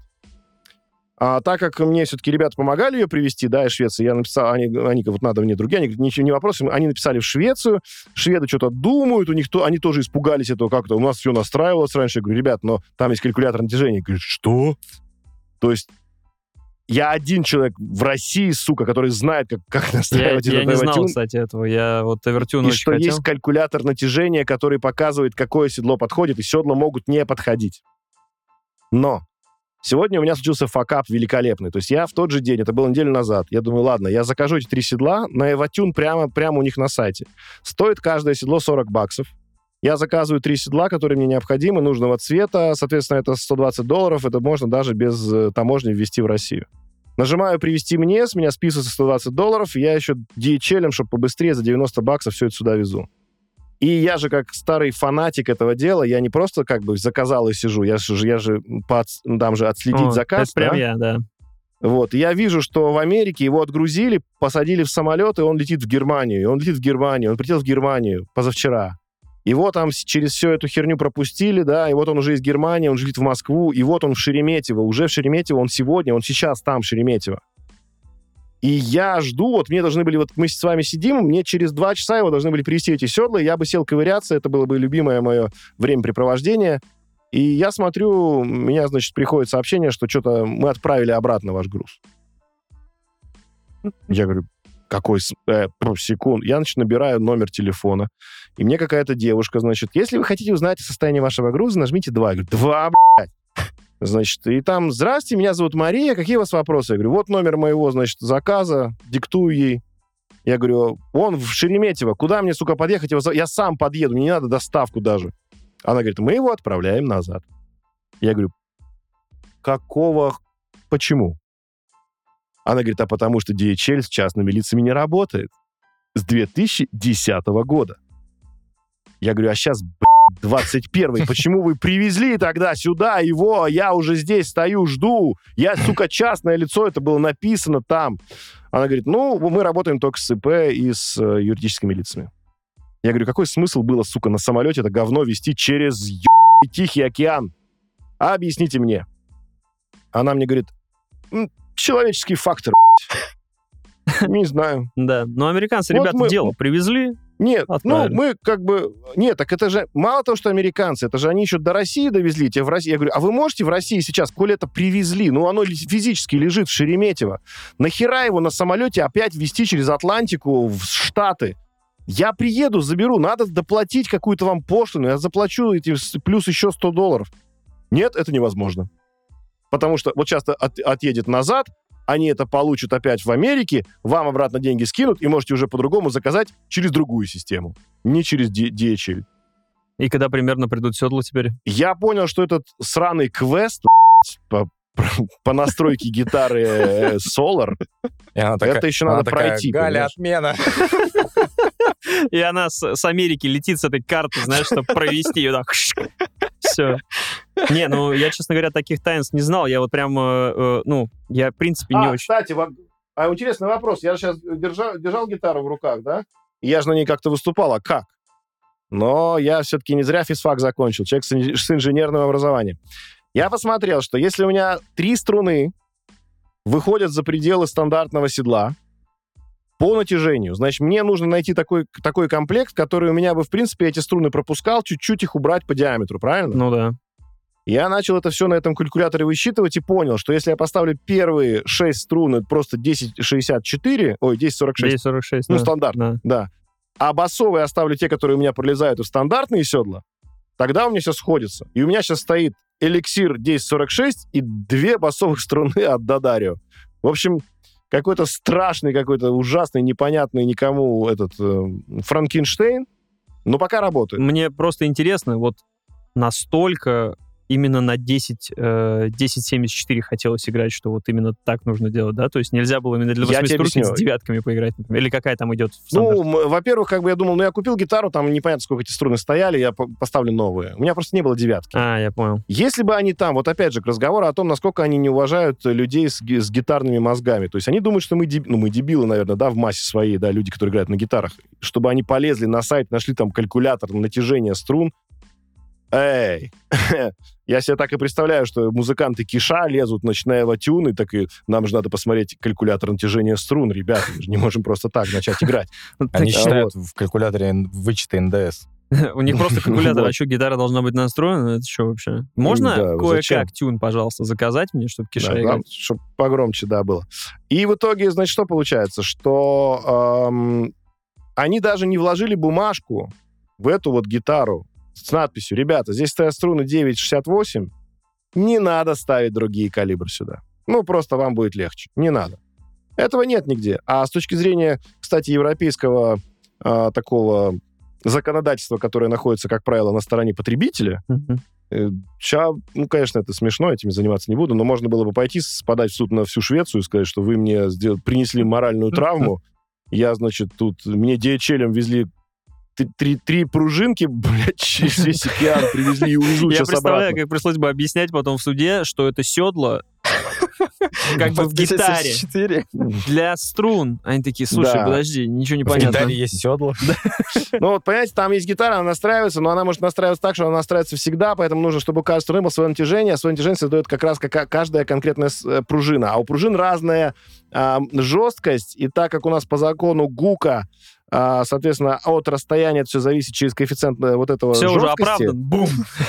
А так как мне все-таки ребята помогали ее привезти, да, из Швеции, я написал, они вот надо мне другие, они говорят, ничего, не вопрос, они написали в Швецию, шведы что-то думают, они тоже испугались этого как-то, у нас все настраивалось раньше, я говорю, ребят, но там есть калькулятор натяжения. Говорят, что? То есть я один человек в России, сука, который знает, как настраивать этот Я не знал, Эватюн. кстати, этого. Я вот Эвертюн И очень что хотел. есть калькулятор натяжения, который показывает, какое седло подходит, и седла могут не подходить. Но сегодня у меня случился факап великолепный. То есть я в тот же день, это было неделю назад, я думаю, ладно, я закажу эти 3 седла на Эватюн прямо у них на сайте. Стоит каждое седло $40. Я заказываю 3 седла, которые мне необходимы, нужного цвета. Соответственно, это $120. Это можно даже без таможни ввести в Россию. Нажимаю «Привезти мне», с меня списывается $120. И я еще DHL, чтобы побыстрее за $90 все это сюда везу. И я же, как старый фанатик этого дела, я не просто как бы заказал и сижу, я же там же отследить заказ. Это прям я, да. Вот, и я вижу, что в Америке его отгрузили, посадили в самолет, и он летит в Германию. Он прилетел в Германию позавчера. Его там через всю эту херню пропустили, да, и вот он уже из Германии, он же летит в Москву, и вот он в Шереметьево, уже в Шереметьево, он сейчас там, в Шереметьево. И я жду, вот мне должны были, вот мы с вами сидим, мне через 2 часа его должны были привезти эти седла, и я бы сел ковыряться, это было бы любимое мое времяпрепровождение. И я смотрю, у меня, значит, приходит сообщение, что что-то мы отправили обратно ваш груз. Я говорю, какой секунд? Я, значит, набираю номер телефона, и мне какая-то девушка, значит, если вы хотите узнать о состоянии вашего груза, нажмите 2. Я говорю, 2, блядь. Значит, и там, здрасте, меня зовут Мария, какие у вас вопросы? Я говорю, вот номер моего, значит, заказа, диктую ей. Я говорю, он в Шереметьево, куда мне, сука, подъехать? Я сам подъеду, мне не надо доставку даже. Она говорит, мы его отправляем назад. Я говорю, почему? Она говорит, а потому что DHL с частными лицами не работает. С 2010 года. Я говорю, а сейчас, 21-й, почему вы привезли тогда сюда его, я уже здесь стою, жду. Я, сука, частное лицо, это было написано там. Она говорит, ну, мы работаем только с ИП и с юридическими лицами. Я говорю, какой смысл было, сука, на самолете это говно везти через Тихий океан? Объясните мне. Она мне говорит, человеческий фактор, не знаю. Да, но американцы, Вот ребята, дело привезли. Нет, Отправили. мы как бы... Нет, так это же... Мало того, что американцы, это же они еще до России довезли. Те в России. Я говорю, а вы можете в России сейчас, коли это привезли, ну, оно физически лежит в Шереметьево, нахера его на самолете опять везти через Атлантику в Штаты? Я приеду, заберу, надо доплатить какую-то вам пошлину, я заплачу эти плюс еще $100. Нет, это невозможно. Потому что вот сейчас отъедет назад, они это получат опять в Америке, вам обратно деньги скинут, и можете уже по-другому заказать через другую систему, не через DHL. И когда примерно придут седла теперь? Я понял, что этот сраный квест по настройке гитары Solar, это еще надо пройти. Галя, отмена. И она с Америки летит с этой карты, знаешь, чтобы провести ее так. Все. Не, ну, я, честно говоря, таких таинств не знал. Я вот прям, я, в принципе, не очень... Кстати, интересный вопрос. Я сейчас держал гитару в руках, да? И я же на ней как-то выступал. А как? Но я все-таки не зря физфак закончил. Человек с инженерным образованием. Я посмотрел, что если у меня 3 струны выходят за пределы стандартного седла по натяжению, значит, мне нужно найти такой комплект, который у меня бы, в принципе, эти струны пропускал, чуть-чуть их убрать по диаметру, правильно? Ну да. Я начал это все на этом калькуляторе высчитывать и понял, что если я поставлю первые 6 струн, это просто 10,64, 10,46. 10,46. Ну, стандарт, да. А басовые оставлю те, которые у меня пролезают в стандартные седла, тогда у меня все сходится. И у меня сейчас стоит эликсир 1046 и 2 басовых струны от Додарио. В общем, какой-то страшный, какой-то ужасный, непонятный никому Франкенштейн, но пока работает. Мне просто интересно, вот настолько именно на 1074 хотелось играть, что вот именно так нужно делать, да? То есть нельзя было именно для 8-струнных с девятками поиграть, например? Или какая там идет в стандарте? Ну, во-первых, как бы я думал, я купил гитару, там непонятно, сколько эти струны стояли, я поставлю новые. У меня просто не было девятки. Я понял. Если бы они там, вот опять же, к разговору о том, насколько они не уважают людей с гитарными мозгами. То есть они думают, что мы дебилы, наверное, да, в массе своей, да, люди, которые играют на гитарах. Чтобы они полезли на сайт, нашли там калькулятор натяжения струн. Эй, я себе так и представляю, что музыканты Киша лезут, начиная ватюны, так и нам же надо посмотреть калькулятор натяжения струн, ребята, мы же не можем просто так начать играть. Они считают в калькуляторе вычеты НДС. У них просто калькулятор, а что, гитара должна быть настроена? Это что вообще? Можно кое-как тюн, пожалуйста, заказать мне, чтобы Киша играть? Чтобы погромче, да, было. И в итоге, значит, что получается? Что они даже не вложили бумажку в эту вот гитару с надписью: ребята, здесь стоят струны 9,68, не надо ставить другие калибры сюда. Ну, просто вам будет легче. Не надо. Этого нет нигде. А с точки зрения, кстати, европейского такого законодательства, которое находится, как правило, на стороне потребителя, сейчас, ну, конечно, это смешно, этим заниматься не буду, но можно было бы пойти, подать в суд на всю Швецию и сказать, что вы мне принесли моральную травму, я, значит, тут, мне DHL-ем везли 3 пружинки, блядь, через весь океан привезли и увезут сейчас обратно. Я представляю, как пришлось бы объяснять потом в суде, что это седло как бы в гитаре для струн. Они такие: слушай, подожди, ничего не понятно. В гитаре есть седло. Ну вот, понимаете, там есть гитара, она настраивается, но она может настраиваться так, что она настраивается всегда, поэтому нужно, чтобы у каждой струны было свое натяжение, а свое натяжение создает как раз каждая конкретная пружина. А у пружин разная жесткость, и так как у нас по закону ГУКа, соответственно, от расстояния это все зависит через коэффициент вот этого все жесткости. Все уже оправдан. Бум!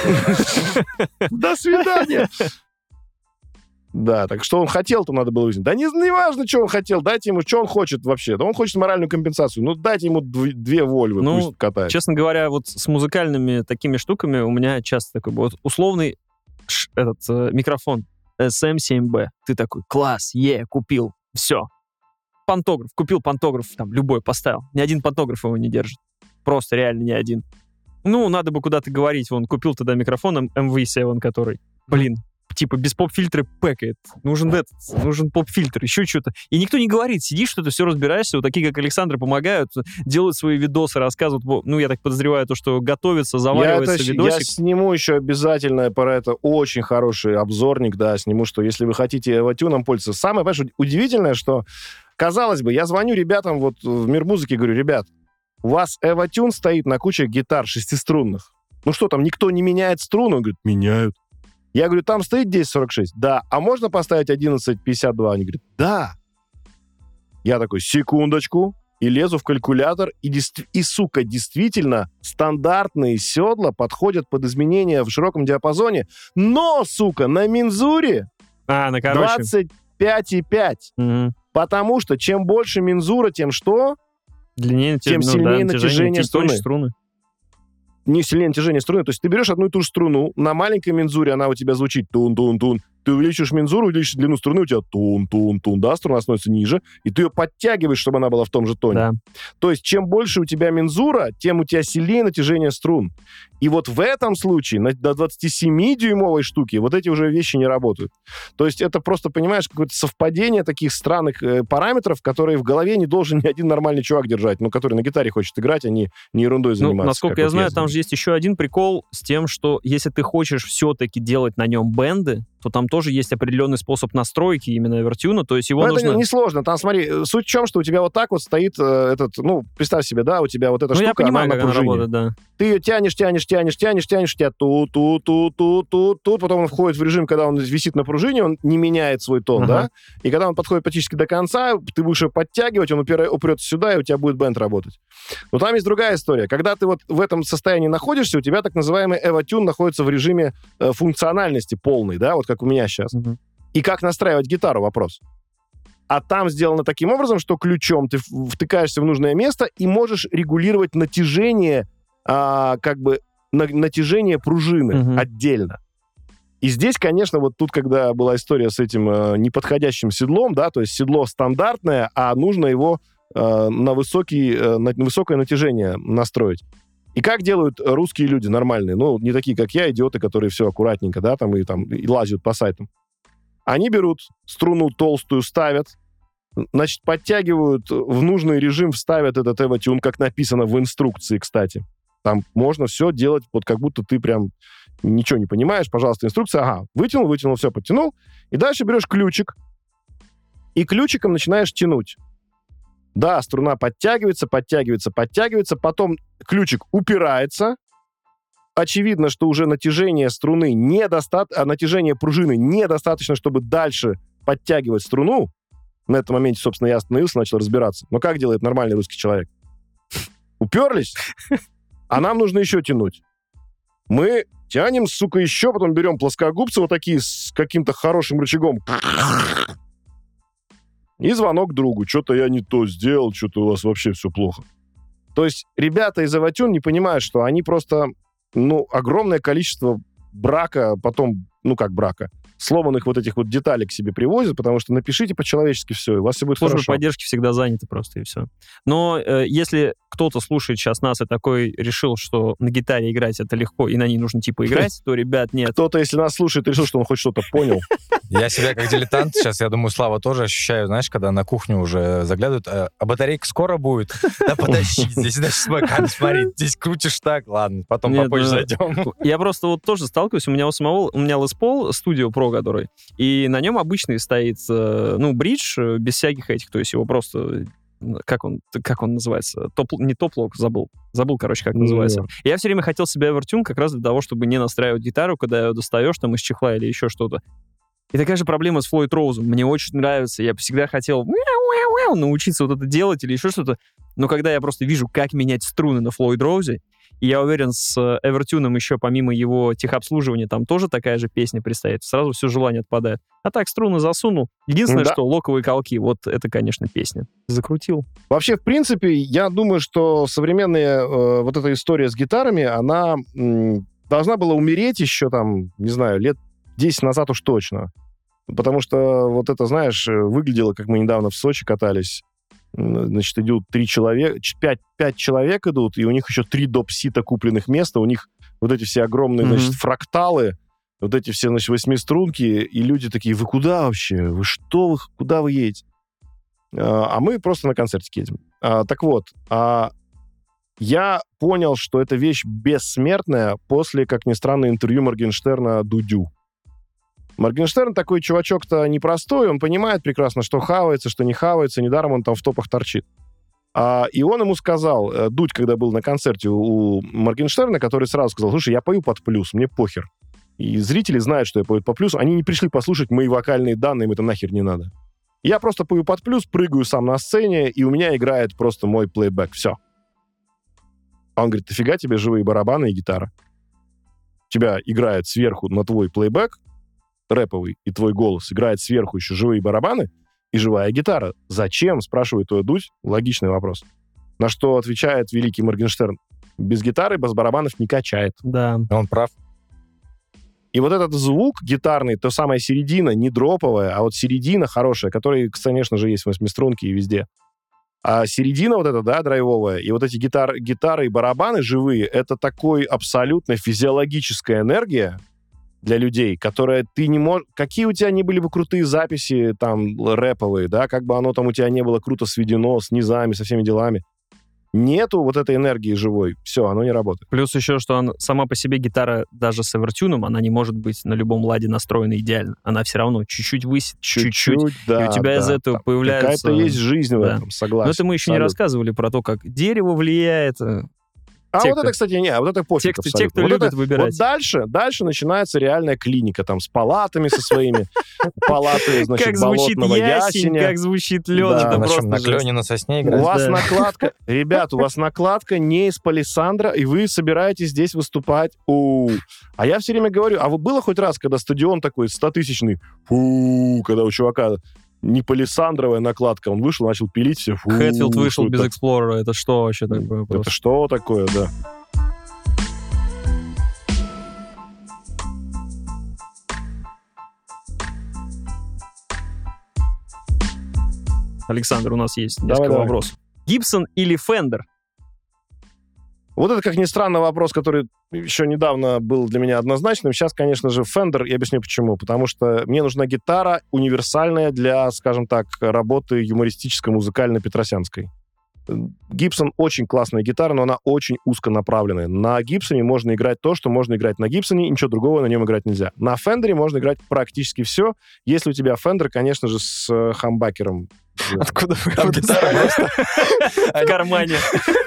До свидания! Да, так что он хотел, то надо было выяснить. Да не важно, что он хотел, дайте ему, что он хочет вообще. Да он хочет моральную компенсацию. Ну, дайте ему 2 вольвы, пусть катает. Честно говоря, вот с музыкальными такими штуками у меня часто такой вот условный микрофон SM7B. Ты такой: класс, купил, все. Пантограф, купил пантограф, там, любой поставил. Ни один пантограф его не держит. Просто реально ни один. Ну, надо бы куда-то говорить. Вон, купил тогда микрофон MV7, который, типа без поп-фильтра пэкает. Нужен поп-фильтр, еще что-то. И никто не говорит. Сидишь, что-то все разбираешься. Вот такие, как Александр, помогают, делают свои видосы, рассказывают. Ну, я так подозреваю, то, что готовится, заваривается видосик. Я сниму еще обязательно про это очень хороший обзорник, да, сниму, что если вы хотите эвотюном пользоваться. Самое, понимаешь, удивительное, что, казалось бы, я звоню ребятам вот в Мир музыки, говорю: ребят, у вас эвотюн стоит на куче гитар шестиструнных. Ну что там, никто не меняет струну? Он говорит: меняют. Я говорю: там стоит 1046? Да. А можно поставить 1152? Они говорят: да. Я такой: секундочку. И лезу в калькулятор. И, сука, действительно, стандартные седла подходят под изменения в широком диапазоне. Но, сука, на мензуре 25,5. Угу. Потому что чем больше мензура, тем что? Длиннее, тем сильнее натяжение струны. Не сильнее натяжение струны. То есть ты берешь одну и ту же струну, на маленькой мензуре она у тебя звучит тун-тун-тун. Ты увеличишь мензуру, увеличишь длину струны, у тебя тун-тун-тун, да, струна становится ниже, и ты ее подтягиваешь, чтобы она была в том же тоне. Да. То есть чем больше у тебя мензура, тем у тебя сильнее натяжение струн. И вот в этом случае до 27-дюймовой штуки вот эти уже вещи не работают. То есть это просто, понимаешь, какое-то совпадение таких странных параметров, которые в голове не должен ни один нормальный чувак держать, но который на гитаре хочет играть, а не ерундой заниматься. Насколько я знаю, там же есть еще один прикол с тем, что если ты хочешь все-таки делать на нем бенды, то там тоже есть определенный способ настройки именно овертюна, то есть его нужно... Это несложно, там, смотри, суть в чем, что у тебя вот так вот стоит представь себе, да, у тебя вот эта штука, я понимаю, она на пружине. Работает, да. Ты ее тянешь, у тебя тут, потом он входит в режим, когда он висит на пружине, он не меняет свой тон, да, и когда он подходит практически до конца, ты будешь его подтягивать, он упрется сюда, и у тебя будет бенд работать. Но там есть другая история. Когда ты вот в этом состоянии находишься, у тебя так называемый эвотюн находится в режиме функциональности полной, да, вот как у меня сейчас. И как настраивать гитару, вопрос. А там сделано таким образом, что ключом ты втыкаешься в нужное место и можешь регулировать натяжение натяжение пружины отдельно. И здесь, конечно, вот тут, когда была история с этим неподходящим седлом, да, то есть седло стандартное, а нужно его на высокое натяжение настроить. И как делают русские люди нормальные, ну, не такие, как я, идиоты, которые все аккуратненько, да, и лазят по сайтам. Они берут струну толстую, ставят, значит, подтягивают в нужный режим, вставят этот EvoTune, как написано в инструкции, кстати. Там можно все делать, вот как будто ты прям ничего не понимаешь. Пожалуйста, инструкция. Ага, вытянул, все, подтянул. И дальше берешь ключик, и ключиком начинаешь тянуть. Да, струна подтягивается, потом ключик упирается. Очевидно, что уже натяжение струны натяжение пружины недостаточно, чтобы дальше подтягивать струну. На этом моменте, собственно, я остановился, начал разбираться. Но как делает нормальный русский человек? Уперлись, а нам нужно еще тянуть. Мы тянем, сука, еще, потом берем плоскогубцы вот такие с каким-то хорошим рычагом. И звонок другу. Что-то я не то сделал, что-то у вас вообще все плохо. То есть ребята из EvoTune не понимают, что они просто, огромное количество брака, сломанных вот этих вот деталей к себе привозят, потому что напишите по-человечески все, и у вас все будет Служба хорошо. поддержки всегда занята просто, и все. Но если кто-то слушает сейчас нас и такой решил, что на гитаре играть это легко, и на ней нужно типа играть, то, ребят, нет. Кто-то, если нас слушает, решил, что он хоть что-то понял. Я себя как дилетант, сейчас, я думаю, Слава тоже ощущаю, знаешь, когда на кухню уже заглядывают, а батарейка скоро будет? Да подожди, здесь, значит, смотри, здесь крутишь так, ладно, потом попозже зайдем. Я просто вот тоже сталкиваюсь, у меня Les Paul Studio Pro, который, и на нем обычный стоит, бридж, без всяких этих, то есть его просто, как он называется, не топ-лок, забыл, короче, как называется. И я все время хотел себе EverTune как раз для того, чтобы не настраивать гитару, когда ее достаешь там из чехла или еще что-то. И такая же проблема с Floyd Rose. Мне очень нравится, я всегда хотел научиться вот это делать или еще что-то, но когда я просто вижу, как менять струны на Floyd Rose, и я уверен, с EverTune еще помимо его техобслуживания там тоже такая же песня предстоит, сразу все желание отпадает. А так струны засунул. Единственное, что локовые колки, вот это, конечно, песня. Закрутил. Вообще, в принципе, я думаю, что современная вот эта история с гитарами, она должна была умереть еще там, не знаю, лет 10 назад уж точно. Потому что вот это, знаешь, выглядело, как мы недавно в Сочи катались. Значит, идут 3 человека, 5 человек идут, и у них еще 3 доп-сита купленных места, у них вот эти все огромные, значит, фракталы, вот эти все, значит, 8-струнки, и люди такие, вы куда вообще? Вы что? Куда вы едете? А мы просто на концертик едем. Так вот, я понял, что эта вещь бессмертная после, как ни странно, интервью Моргенштерна Дудю. Моргенштерн такой чувачок-то непростой, он понимает прекрасно, что хавается, что не хавается, недаром он там в топах торчит. И он ему сказал, Дудь, когда был на концерте у Моргенштерна, который сразу сказал, слушай, я пою под плюс, мне похер. И зрители знают, что я пою под плюс, они не пришли послушать мои вокальные данные, им это нахер не надо. Я просто пою под плюс, прыгаю сам на сцене, и у меня играет просто мой плейбэк, все. А он говорит, нафига тебе живые барабаны и гитара? У тебя играет сверху на твой плейбэк, рэповый, и твой голос, играет сверху еще живые барабаны и живая гитара. Зачем, спрашивает твой Дудь? Логичный вопрос. На что отвечает великий Моргенштерн. Без гитары бас-барабанов не качает. Да. Он прав. И вот этот звук гитарный, то самая середина, не дроповая, а вот середина хорошая, которая, конечно же, есть в 8-струнке и везде. А середина вот эта, да, драйвовая, и вот эти гитары и барабаны живые, это такой абсолютно физиологическая энергия, для людей, которые ты не можешь... Какие у тебя не были бы крутые записи там рэповые, да, как бы оно там у тебя не было круто сведено, с низами, со всеми делами. Нету вот этой энергии живой. Все, оно не работает. Плюс еще, что сама по себе гитара даже с EverTune, она не может быть на любом ладе настроена идеально. Она все равно чуть-чуть высит, чуть-чуть. Да, и у тебя из этого появляется... Какая-то есть жизнь в этом, согласен. Но это мы еще не рассказывали про то, как дерево влияет... Вот это, кстати, вот это пофиг абсолютно. Те, кто любит выбирать. Вот дальше начинается реальная клиника, там, с палатами со своими, палаты, значит, как звучит болотного ясеня. Как звучит лед, да. это просто на клене на сосне играть. У вас накладка, ребят, у вас накладка не из палисандра, и вы собираетесь здесь выступать. А я все время говорю, а было хоть раз, когда стадион такой 100-тысячный, когда у чувака не палисандровая накладка, он вышел, начал пилить все. Хэтфилд вышел без Эксплорера. Это что вообще такое? Это что такое, да. Александр, у нас есть несколько Давай. вопросов. Гибсон или Фендер? Вот это, как ни странно, вопрос, который еще недавно был для меня однозначным. Сейчас, конечно же, Fender, я объясню почему. Потому что мне нужна гитара универсальная для, скажем так, работы юмористической, музыкальной, петросянской. Гибсон очень классная гитара, но она очень узконаправленная. На Гибсоне можно играть то, что можно играть на Гибсоне, и ничего другого на нем играть нельзя. На Фендере можно играть практически все, если у тебя Фендер, конечно же, с хамбакером. Откуда вы Там гитара просто В кармане.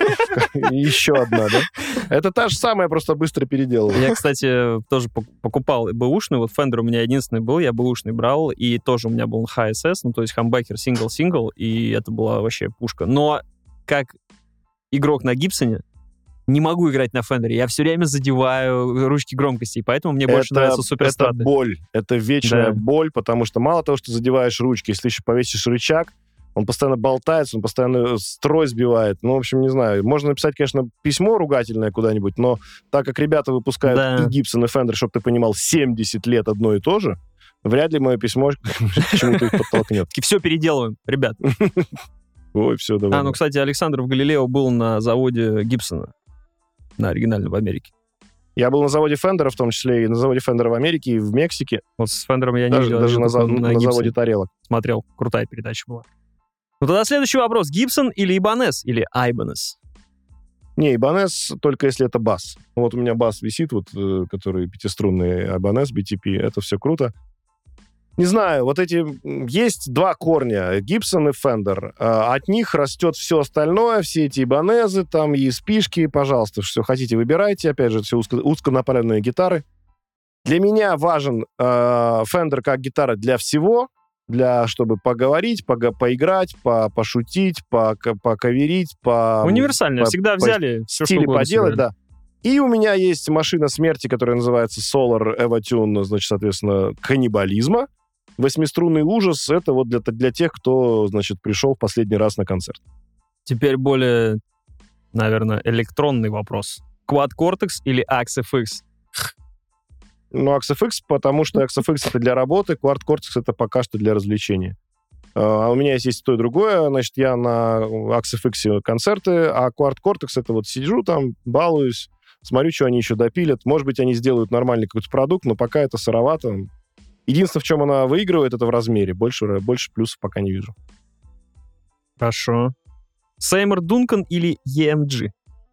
еще одна, да? Это та же самая, просто быстро переделываю. Я, кстати, тоже покупал бэушный. Вот Fender у меня единственный был, я бэушный брал, и тоже у меня был HSS, ну, то есть хамбакер сингл-сингл, и это была вообще пушка. Но как игрок на Гибсоне не могу играть на Фендере. Я все время задеваю ручки громкости, и поэтому мне больше нравятся суперстраты. Это боль. Это вечная боль, потому что мало того, что задеваешь ручки, если еще повесишь рычаг, он постоянно болтается, он постоянно строй сбивает. Ну, в общем, не знаю. Можно написать, конечно, письмо ругательное куда-нибудь, но так как ребята выпускают и Гибсон, и Фендер, чтобы ты понимал, 70 лет одно и то же, вряд ли мое письмо к чему-то их подтолкнет. Все переделываем, ребят. Ой, все, давай. Ну, кстати, Александр в Галилео был на заводе Гибсона, на оригинальном в Америке. Я был на заводе Фендера, в том числе и на заводе Фендера в Америке, и в Мексике. Вот с Фендером я не видел. Даже на Гибсоне заводе тарелок. смотрел. Крутая передача была. Ну, тогда следующий вопрос. Гибсон или Ибанез? Или Айбанез? Не, Ibanez только если это бас. Вот у меня бас висит, вот, который пятиструнный Ibanez, BTP. Это все круто. Не знаю, вот эти... Есть два корня, Гибсон и Фендер. От них растет все остальное, все эти Ибанезы, там, ESP-шки, пожалуйста, что хотите, выбирайте. Опять же, все узконаправленные гитары. Для меня важен Фендер как гитара для всего, чтобы поговорить, поиграть, пошутить, покаверить, Универсальная, всегда взяли все, стили что поделать, да. И у меня есть машина смерти, которая называется Solar Evatune, значит, соответственно, каннибализма. Восьмиструнный ужас — это вот для тех, кто, значит, пришел в последний раз на концерт. Теперь более, наверное, электронный вопрос. Quad Cortex или Axe FX? Ну, Axe FX, потому что Axe FX — это для работы, Quad Cortex — это пока что для развлечения. А у меня есть то и другое. Значит, я на Axe FX концерты, а Quad Cortex — это вот сижу там, балуюсь, смотрю, что они еще допилят. Может быть, они сделают нормальный какой-то продукт, но пока это сыровато. Единственное, в чем она выигрывает, это в размере. Больше плюсов пока не вижу. Хорошо. Сеймур Дункан или EMG?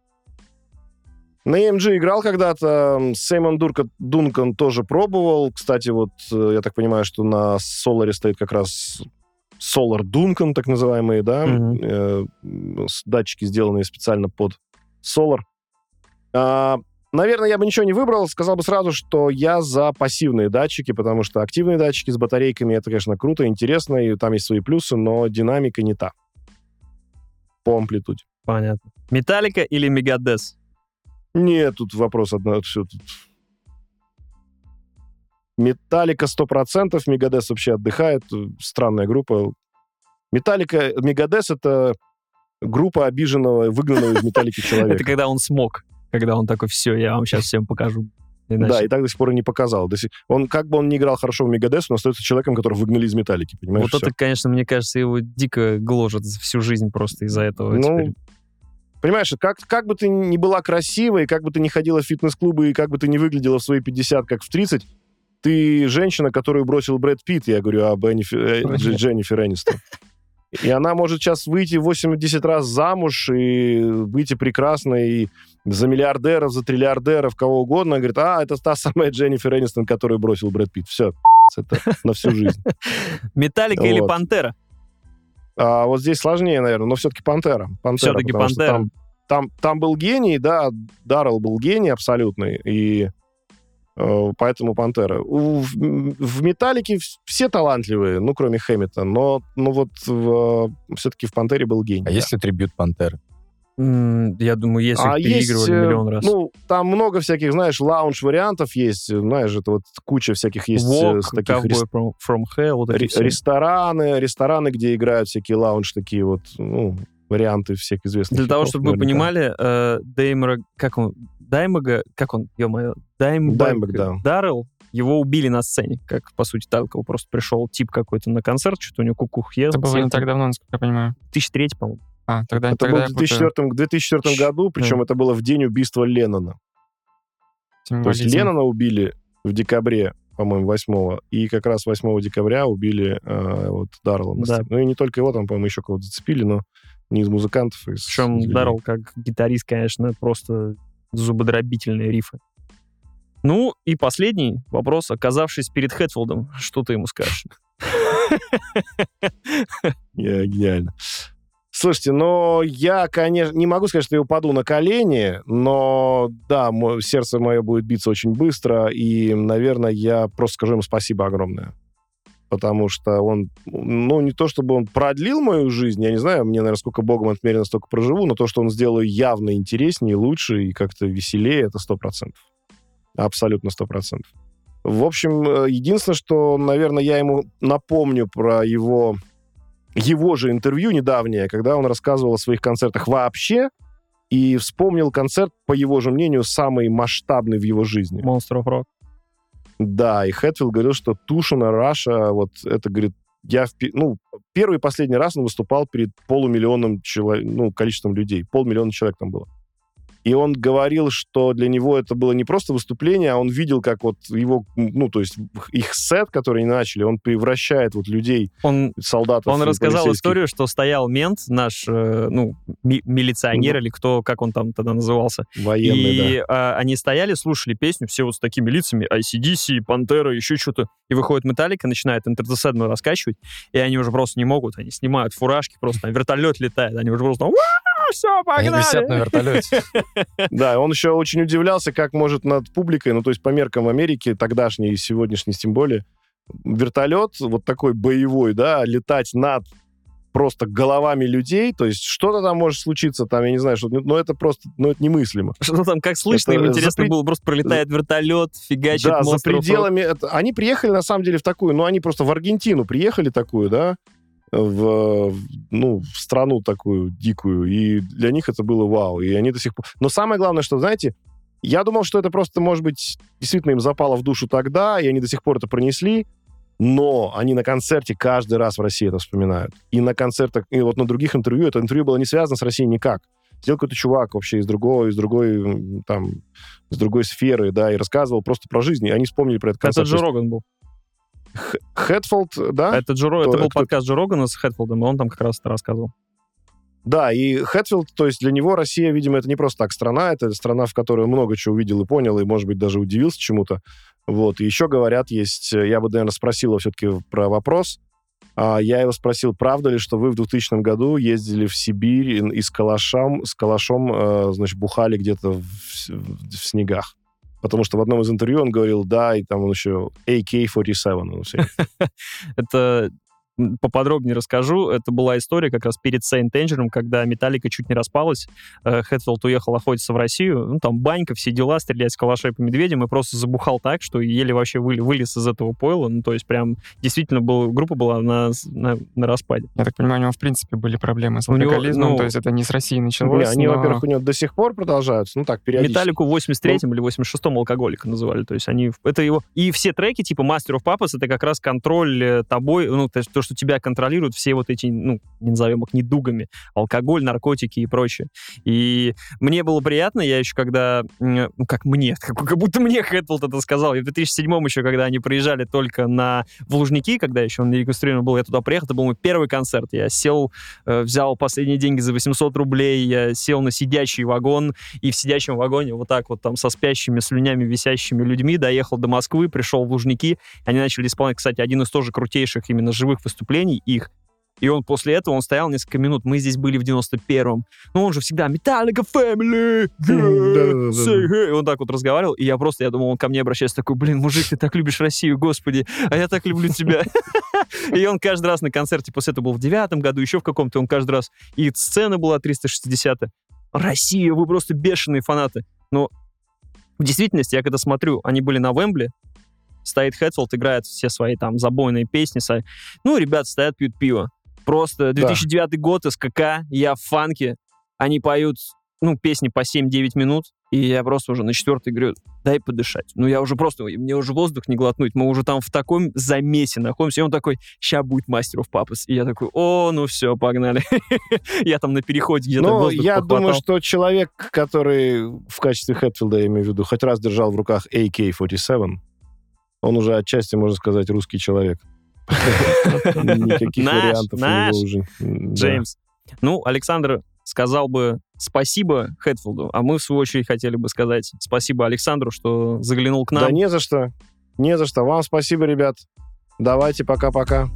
На EMG играл когда-то, Сеймон Дункан тоже пробовал. Кстати, вот я так понимаю, что на Solar стоит как раз Solar Duncan, так называемые, да, датчики, сделанные специально под Solar. Наверное, я бы ничего не выбрал, сказал бы сразу, что я за пассивные датчики, потому что активные датчики с батарейками, это, конечно, круто, интересно, и там есть свои плюсы, но динамика не та по амплитуде. Понятно. Металлика или Мегадес? Нет, тут вопрос одно, все тут. Металлика 100%, Мегадес вообще отдыхает, странная группа. Мегадес — это группа обиженного, выгнанного из Металлики человека. Это когда он смог. Когда он такой, все, я вам сейчас всем покажу. Иначе. Да, и так до сих пор и не показал. Он, как бы он ни играл хорошо в Мегадес, он остается человеком, которого выгнали из Металлики, понимаешь? Вот это, конечно, мне кажется, его дико гложет всю жизнь просто из-за этого. Ну, понимаешь, как бы ты ни была красивой, как бы ты ни ходила в фитнес-клубы, и как бы ты ни выглядела в свои 50, как в 30, ты женщина, которую бросил Брэд Питт, я говорю об Дженнифер Энистон. И она может сейчас выйти 80 раз замуж и выйти прекрасной и за миллиардеров, за триллиардеров, кого угодно. Говорит, это та самая Дженнифер Энистон, которую бросил Брэд Питт. Все, это на всю жизнь. Металлика или Пантера? Вот здесь сложнее, наверное, но все-таки Пантера. Все-таки Пантера. Там был гений, да, Даррелл был гений абсолютный, и поэтому Пантера. В Металлике все талантливые, ну, кроме Хэммета, но вот все-таки в Пантере был гений. А есть ли трибют Пантеры? Я думаю, если их переигрывали миллион раз. Ну, там много всяких, знаешь, лаунж-вариантов есть, знаешь, это вот куча всяких есть таких from Hell, вот рестораны, где играют всякие лаунж, такие вот, ну, варианты всех известных. Для того, чтобы вы понимали, Даймога, ё-моё, Даймбек, да. Даррелл, его убили на сцене, как, по сути, Талкова просто пришел тип какой-то на концерт, что-то у него кукух ел. Это было не так давно, насколько я понимаю. 2003, по-моему. Тогда Это было я в 2004 году, причем это было в день убийства Леннона. То есть Леннона убили в декабре, по-моему, 8-го, и как раз 8 декабря убили вот Даррелла. Да. Ну и не только его, там, по-моему, еще кого-то зацепили, но не из музыкантов. Причем Даррелл, как гитарист, конечно, просто зубодробительные рифы. Ну, и последний вопрос. Оказавшись перед Хэтфилдом, что ты ему скажешь? Гениально. Слушайте, я, конечно, не могу сказать, что я упаду на колени, но, да, сердце мое будет биться очень быстро, и, наверное, я просто скажу ему спасибо огромное. Потому что он, не то чтобы он продлил мою жизнь, я не знаю, мне, наверное, сколько Богом отмерено, столько проживу, но то, что он сделал явно интереснее, лучше и как-то веселее, это 100%. Абсолютно 100%. В общем, единственное, что, наверное, я ему напомню про его же интервью недавнее, когда он рассказывал о своих концертах вообще, и вспомнил концерт, по его же мнению, самый масштабный в его жизни. Monster of Rock. Да, и Хэтфилд говорил, что Тушина, Раша, вот это, говорит, первый и последний раз он выступал перед полумиллионным количеством людей. 500 000 человек там было. И он говорил, что для него это было не просто выступление, а он видел, как вот его, то есть их сет, который они начали, он превращает вот людей, солдатов. Он рассказал историю, что стоял мент, наш, милиционер, или кто, как он там тогда назывался. Военный, да. Они стояли, слушали песню, все вот с такими лицами, AC/DC, Пантера, еще что-то. И выходит Металлика, начинает Enter the Sandman раскачивать, и они уже просто не могут, они снимают фуражки просто, там вертолет летает, они уже просто... Все, погнали! Они висят на вертолете. Да, он еще очень удивлялся, как может над публикой, то есть по меркам Америки, тогдашней и сегодняшней, тем более, вертолет вот такой боевой, да, летать над просто головами людей, то есть что-то там может случиться, там, я не знаю, это просто, это немыслимо. Что там, как слышно, им интересно было, просто пролетает вертолет, фигачит монстров. Да, за пределами... Они приехали, на самом деле, в такую, они просто в Аргентину приехали такую, да, в страну такую дикую, и для них это было вау, и они до сих пор... Но самое главное, что, знаете, я думал, что это просто, может быть, действительно им запало в душу тогда, и они до сих пор это пронесли, но они на концерте каждый раз в России это вспоминают. И на концертах, и вот на других интервью, это интервью было не связано с Россией никак. Сделал какой-то чувак вообще из другой сферы, да, и рассказывал просто про жизнь, и они вспомнили про этот концерт. Это Джо Роган был. Хэтфилд, да? Это был подкаст Джо Рогана с Хэтфилдом, и он там как раз это рассказывал. Да, и Хэтфилд, то есть для него Россия, видимо, это не просто так страна, это страна, в которой он много чего увидел и понял, и, может быть, даже удивился чему-то. Вот, и еще говорят, я бы, наверное, спросил его все-таки про вопрос. Я его спросил, правда ли, что вы в 2000 году ездили в Сибирь и с калашом, значит, бухали где-то в снегах. Потому что в одном из интервью он говорил, да, и там он еще AK-47. Это поподробнее расскажу. Это была история как раз перед Saint Anger, когда Металлика чуть не распалась. Хэтфилд уехал охотиться в Россию. Там банька, все дела, стрелять с калашей по медведям, и просто забухал так, что еле вообще вылез из этого пойла. То есть прям действительно группа была на распаде. Я так понимаю, у него в принципе были проблемы с алкоголизмом, то есть это не с России началось. Они, во-первых, у него до сих пор продолжаются, периодически. Металлику в 83-м или 86-м алкоголика называли. То есть это его... И все треки типа Master of Puppets, это как раз контроль тобой, то, что тебя контролируют все вот эти, не назовем их недугами, алкоголь, наркотики и прочее. И мне было приятно, я еще когда, как будто мне Хэтфилд это сказал, я в 2007-м еще, когда они приезжали только в Лужники, когда еще он не регистрирован был, я туда приехал, это был мой первый концерт. Я сел, взял последние деньги за 800 рублей, я сел на сидячий вагон, и в сидячем вагоне вот так вот там со спящими слюнями висящими людьми доехал до Москвы, пришел в Лужники, они начали исполнять, кстати, один из тоже крутейших именно живых выступлений их. И он после этого, он стоял несколько минут. Мы здесь были в 91-м. Он же всегда Metallica Family! И он так вот разговаривал. И я думал, он ко мне обращается такой, мужик, ты так любишь Россию, господи, а я так люблю тебя. И он каждый раз на концерте, после этого был в 9-м году, еще в каком-то, он каждый раз... И сцена была 360-я. Россия, вы просто бешеные фанаты. Но в действительности, я когда смотрю, они были на Вембле, стоит Хэтфилд, играет все свои там забойные песни. Ребята стоят, пьют пиво. Просто 2009 год, СКК, я в фанке. Они поют, песни по 7-9 минут. И я просто уже на 4-й говорю, дай подышать. Ну, я уже просто, мне уже воздух не глотнуть, мы уже там в таком замесе находимся. И он такой, ща будет Master of Puppets. И я такой, ну все, погнали. Я там на переходе где-то воздух я похватал. думаю, что человек, который в качестве Хэтфилда, я имею в виду, хоть раз держал в руках AK-47, он уже отчасти, можно сказать, русский человек. Никаких вариантов у него уже. Джеймс. Ну, Александр сказал бы спасибо Хэтфилду, а мы, в свою очередь, хотели бы сказать спасибо Александру, что заглянул к нам. Да не за что. Не за что. Вам спасибо, ребят. Давайте, пока-пока.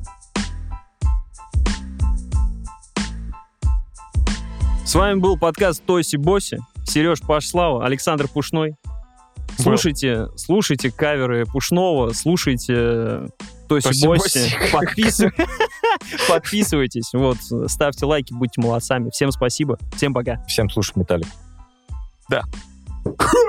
С вами был подкаст Тоси Боси. Сереж, Паш, Слава, Александр Пушной. Слушайте каверы Пушного, слушайте Тоси Боси. Подписывайтесь. Вот, ставьте лайки, будьте молодцами. Всем спасибо. Всем пока. Всем слушать Металлик. Да.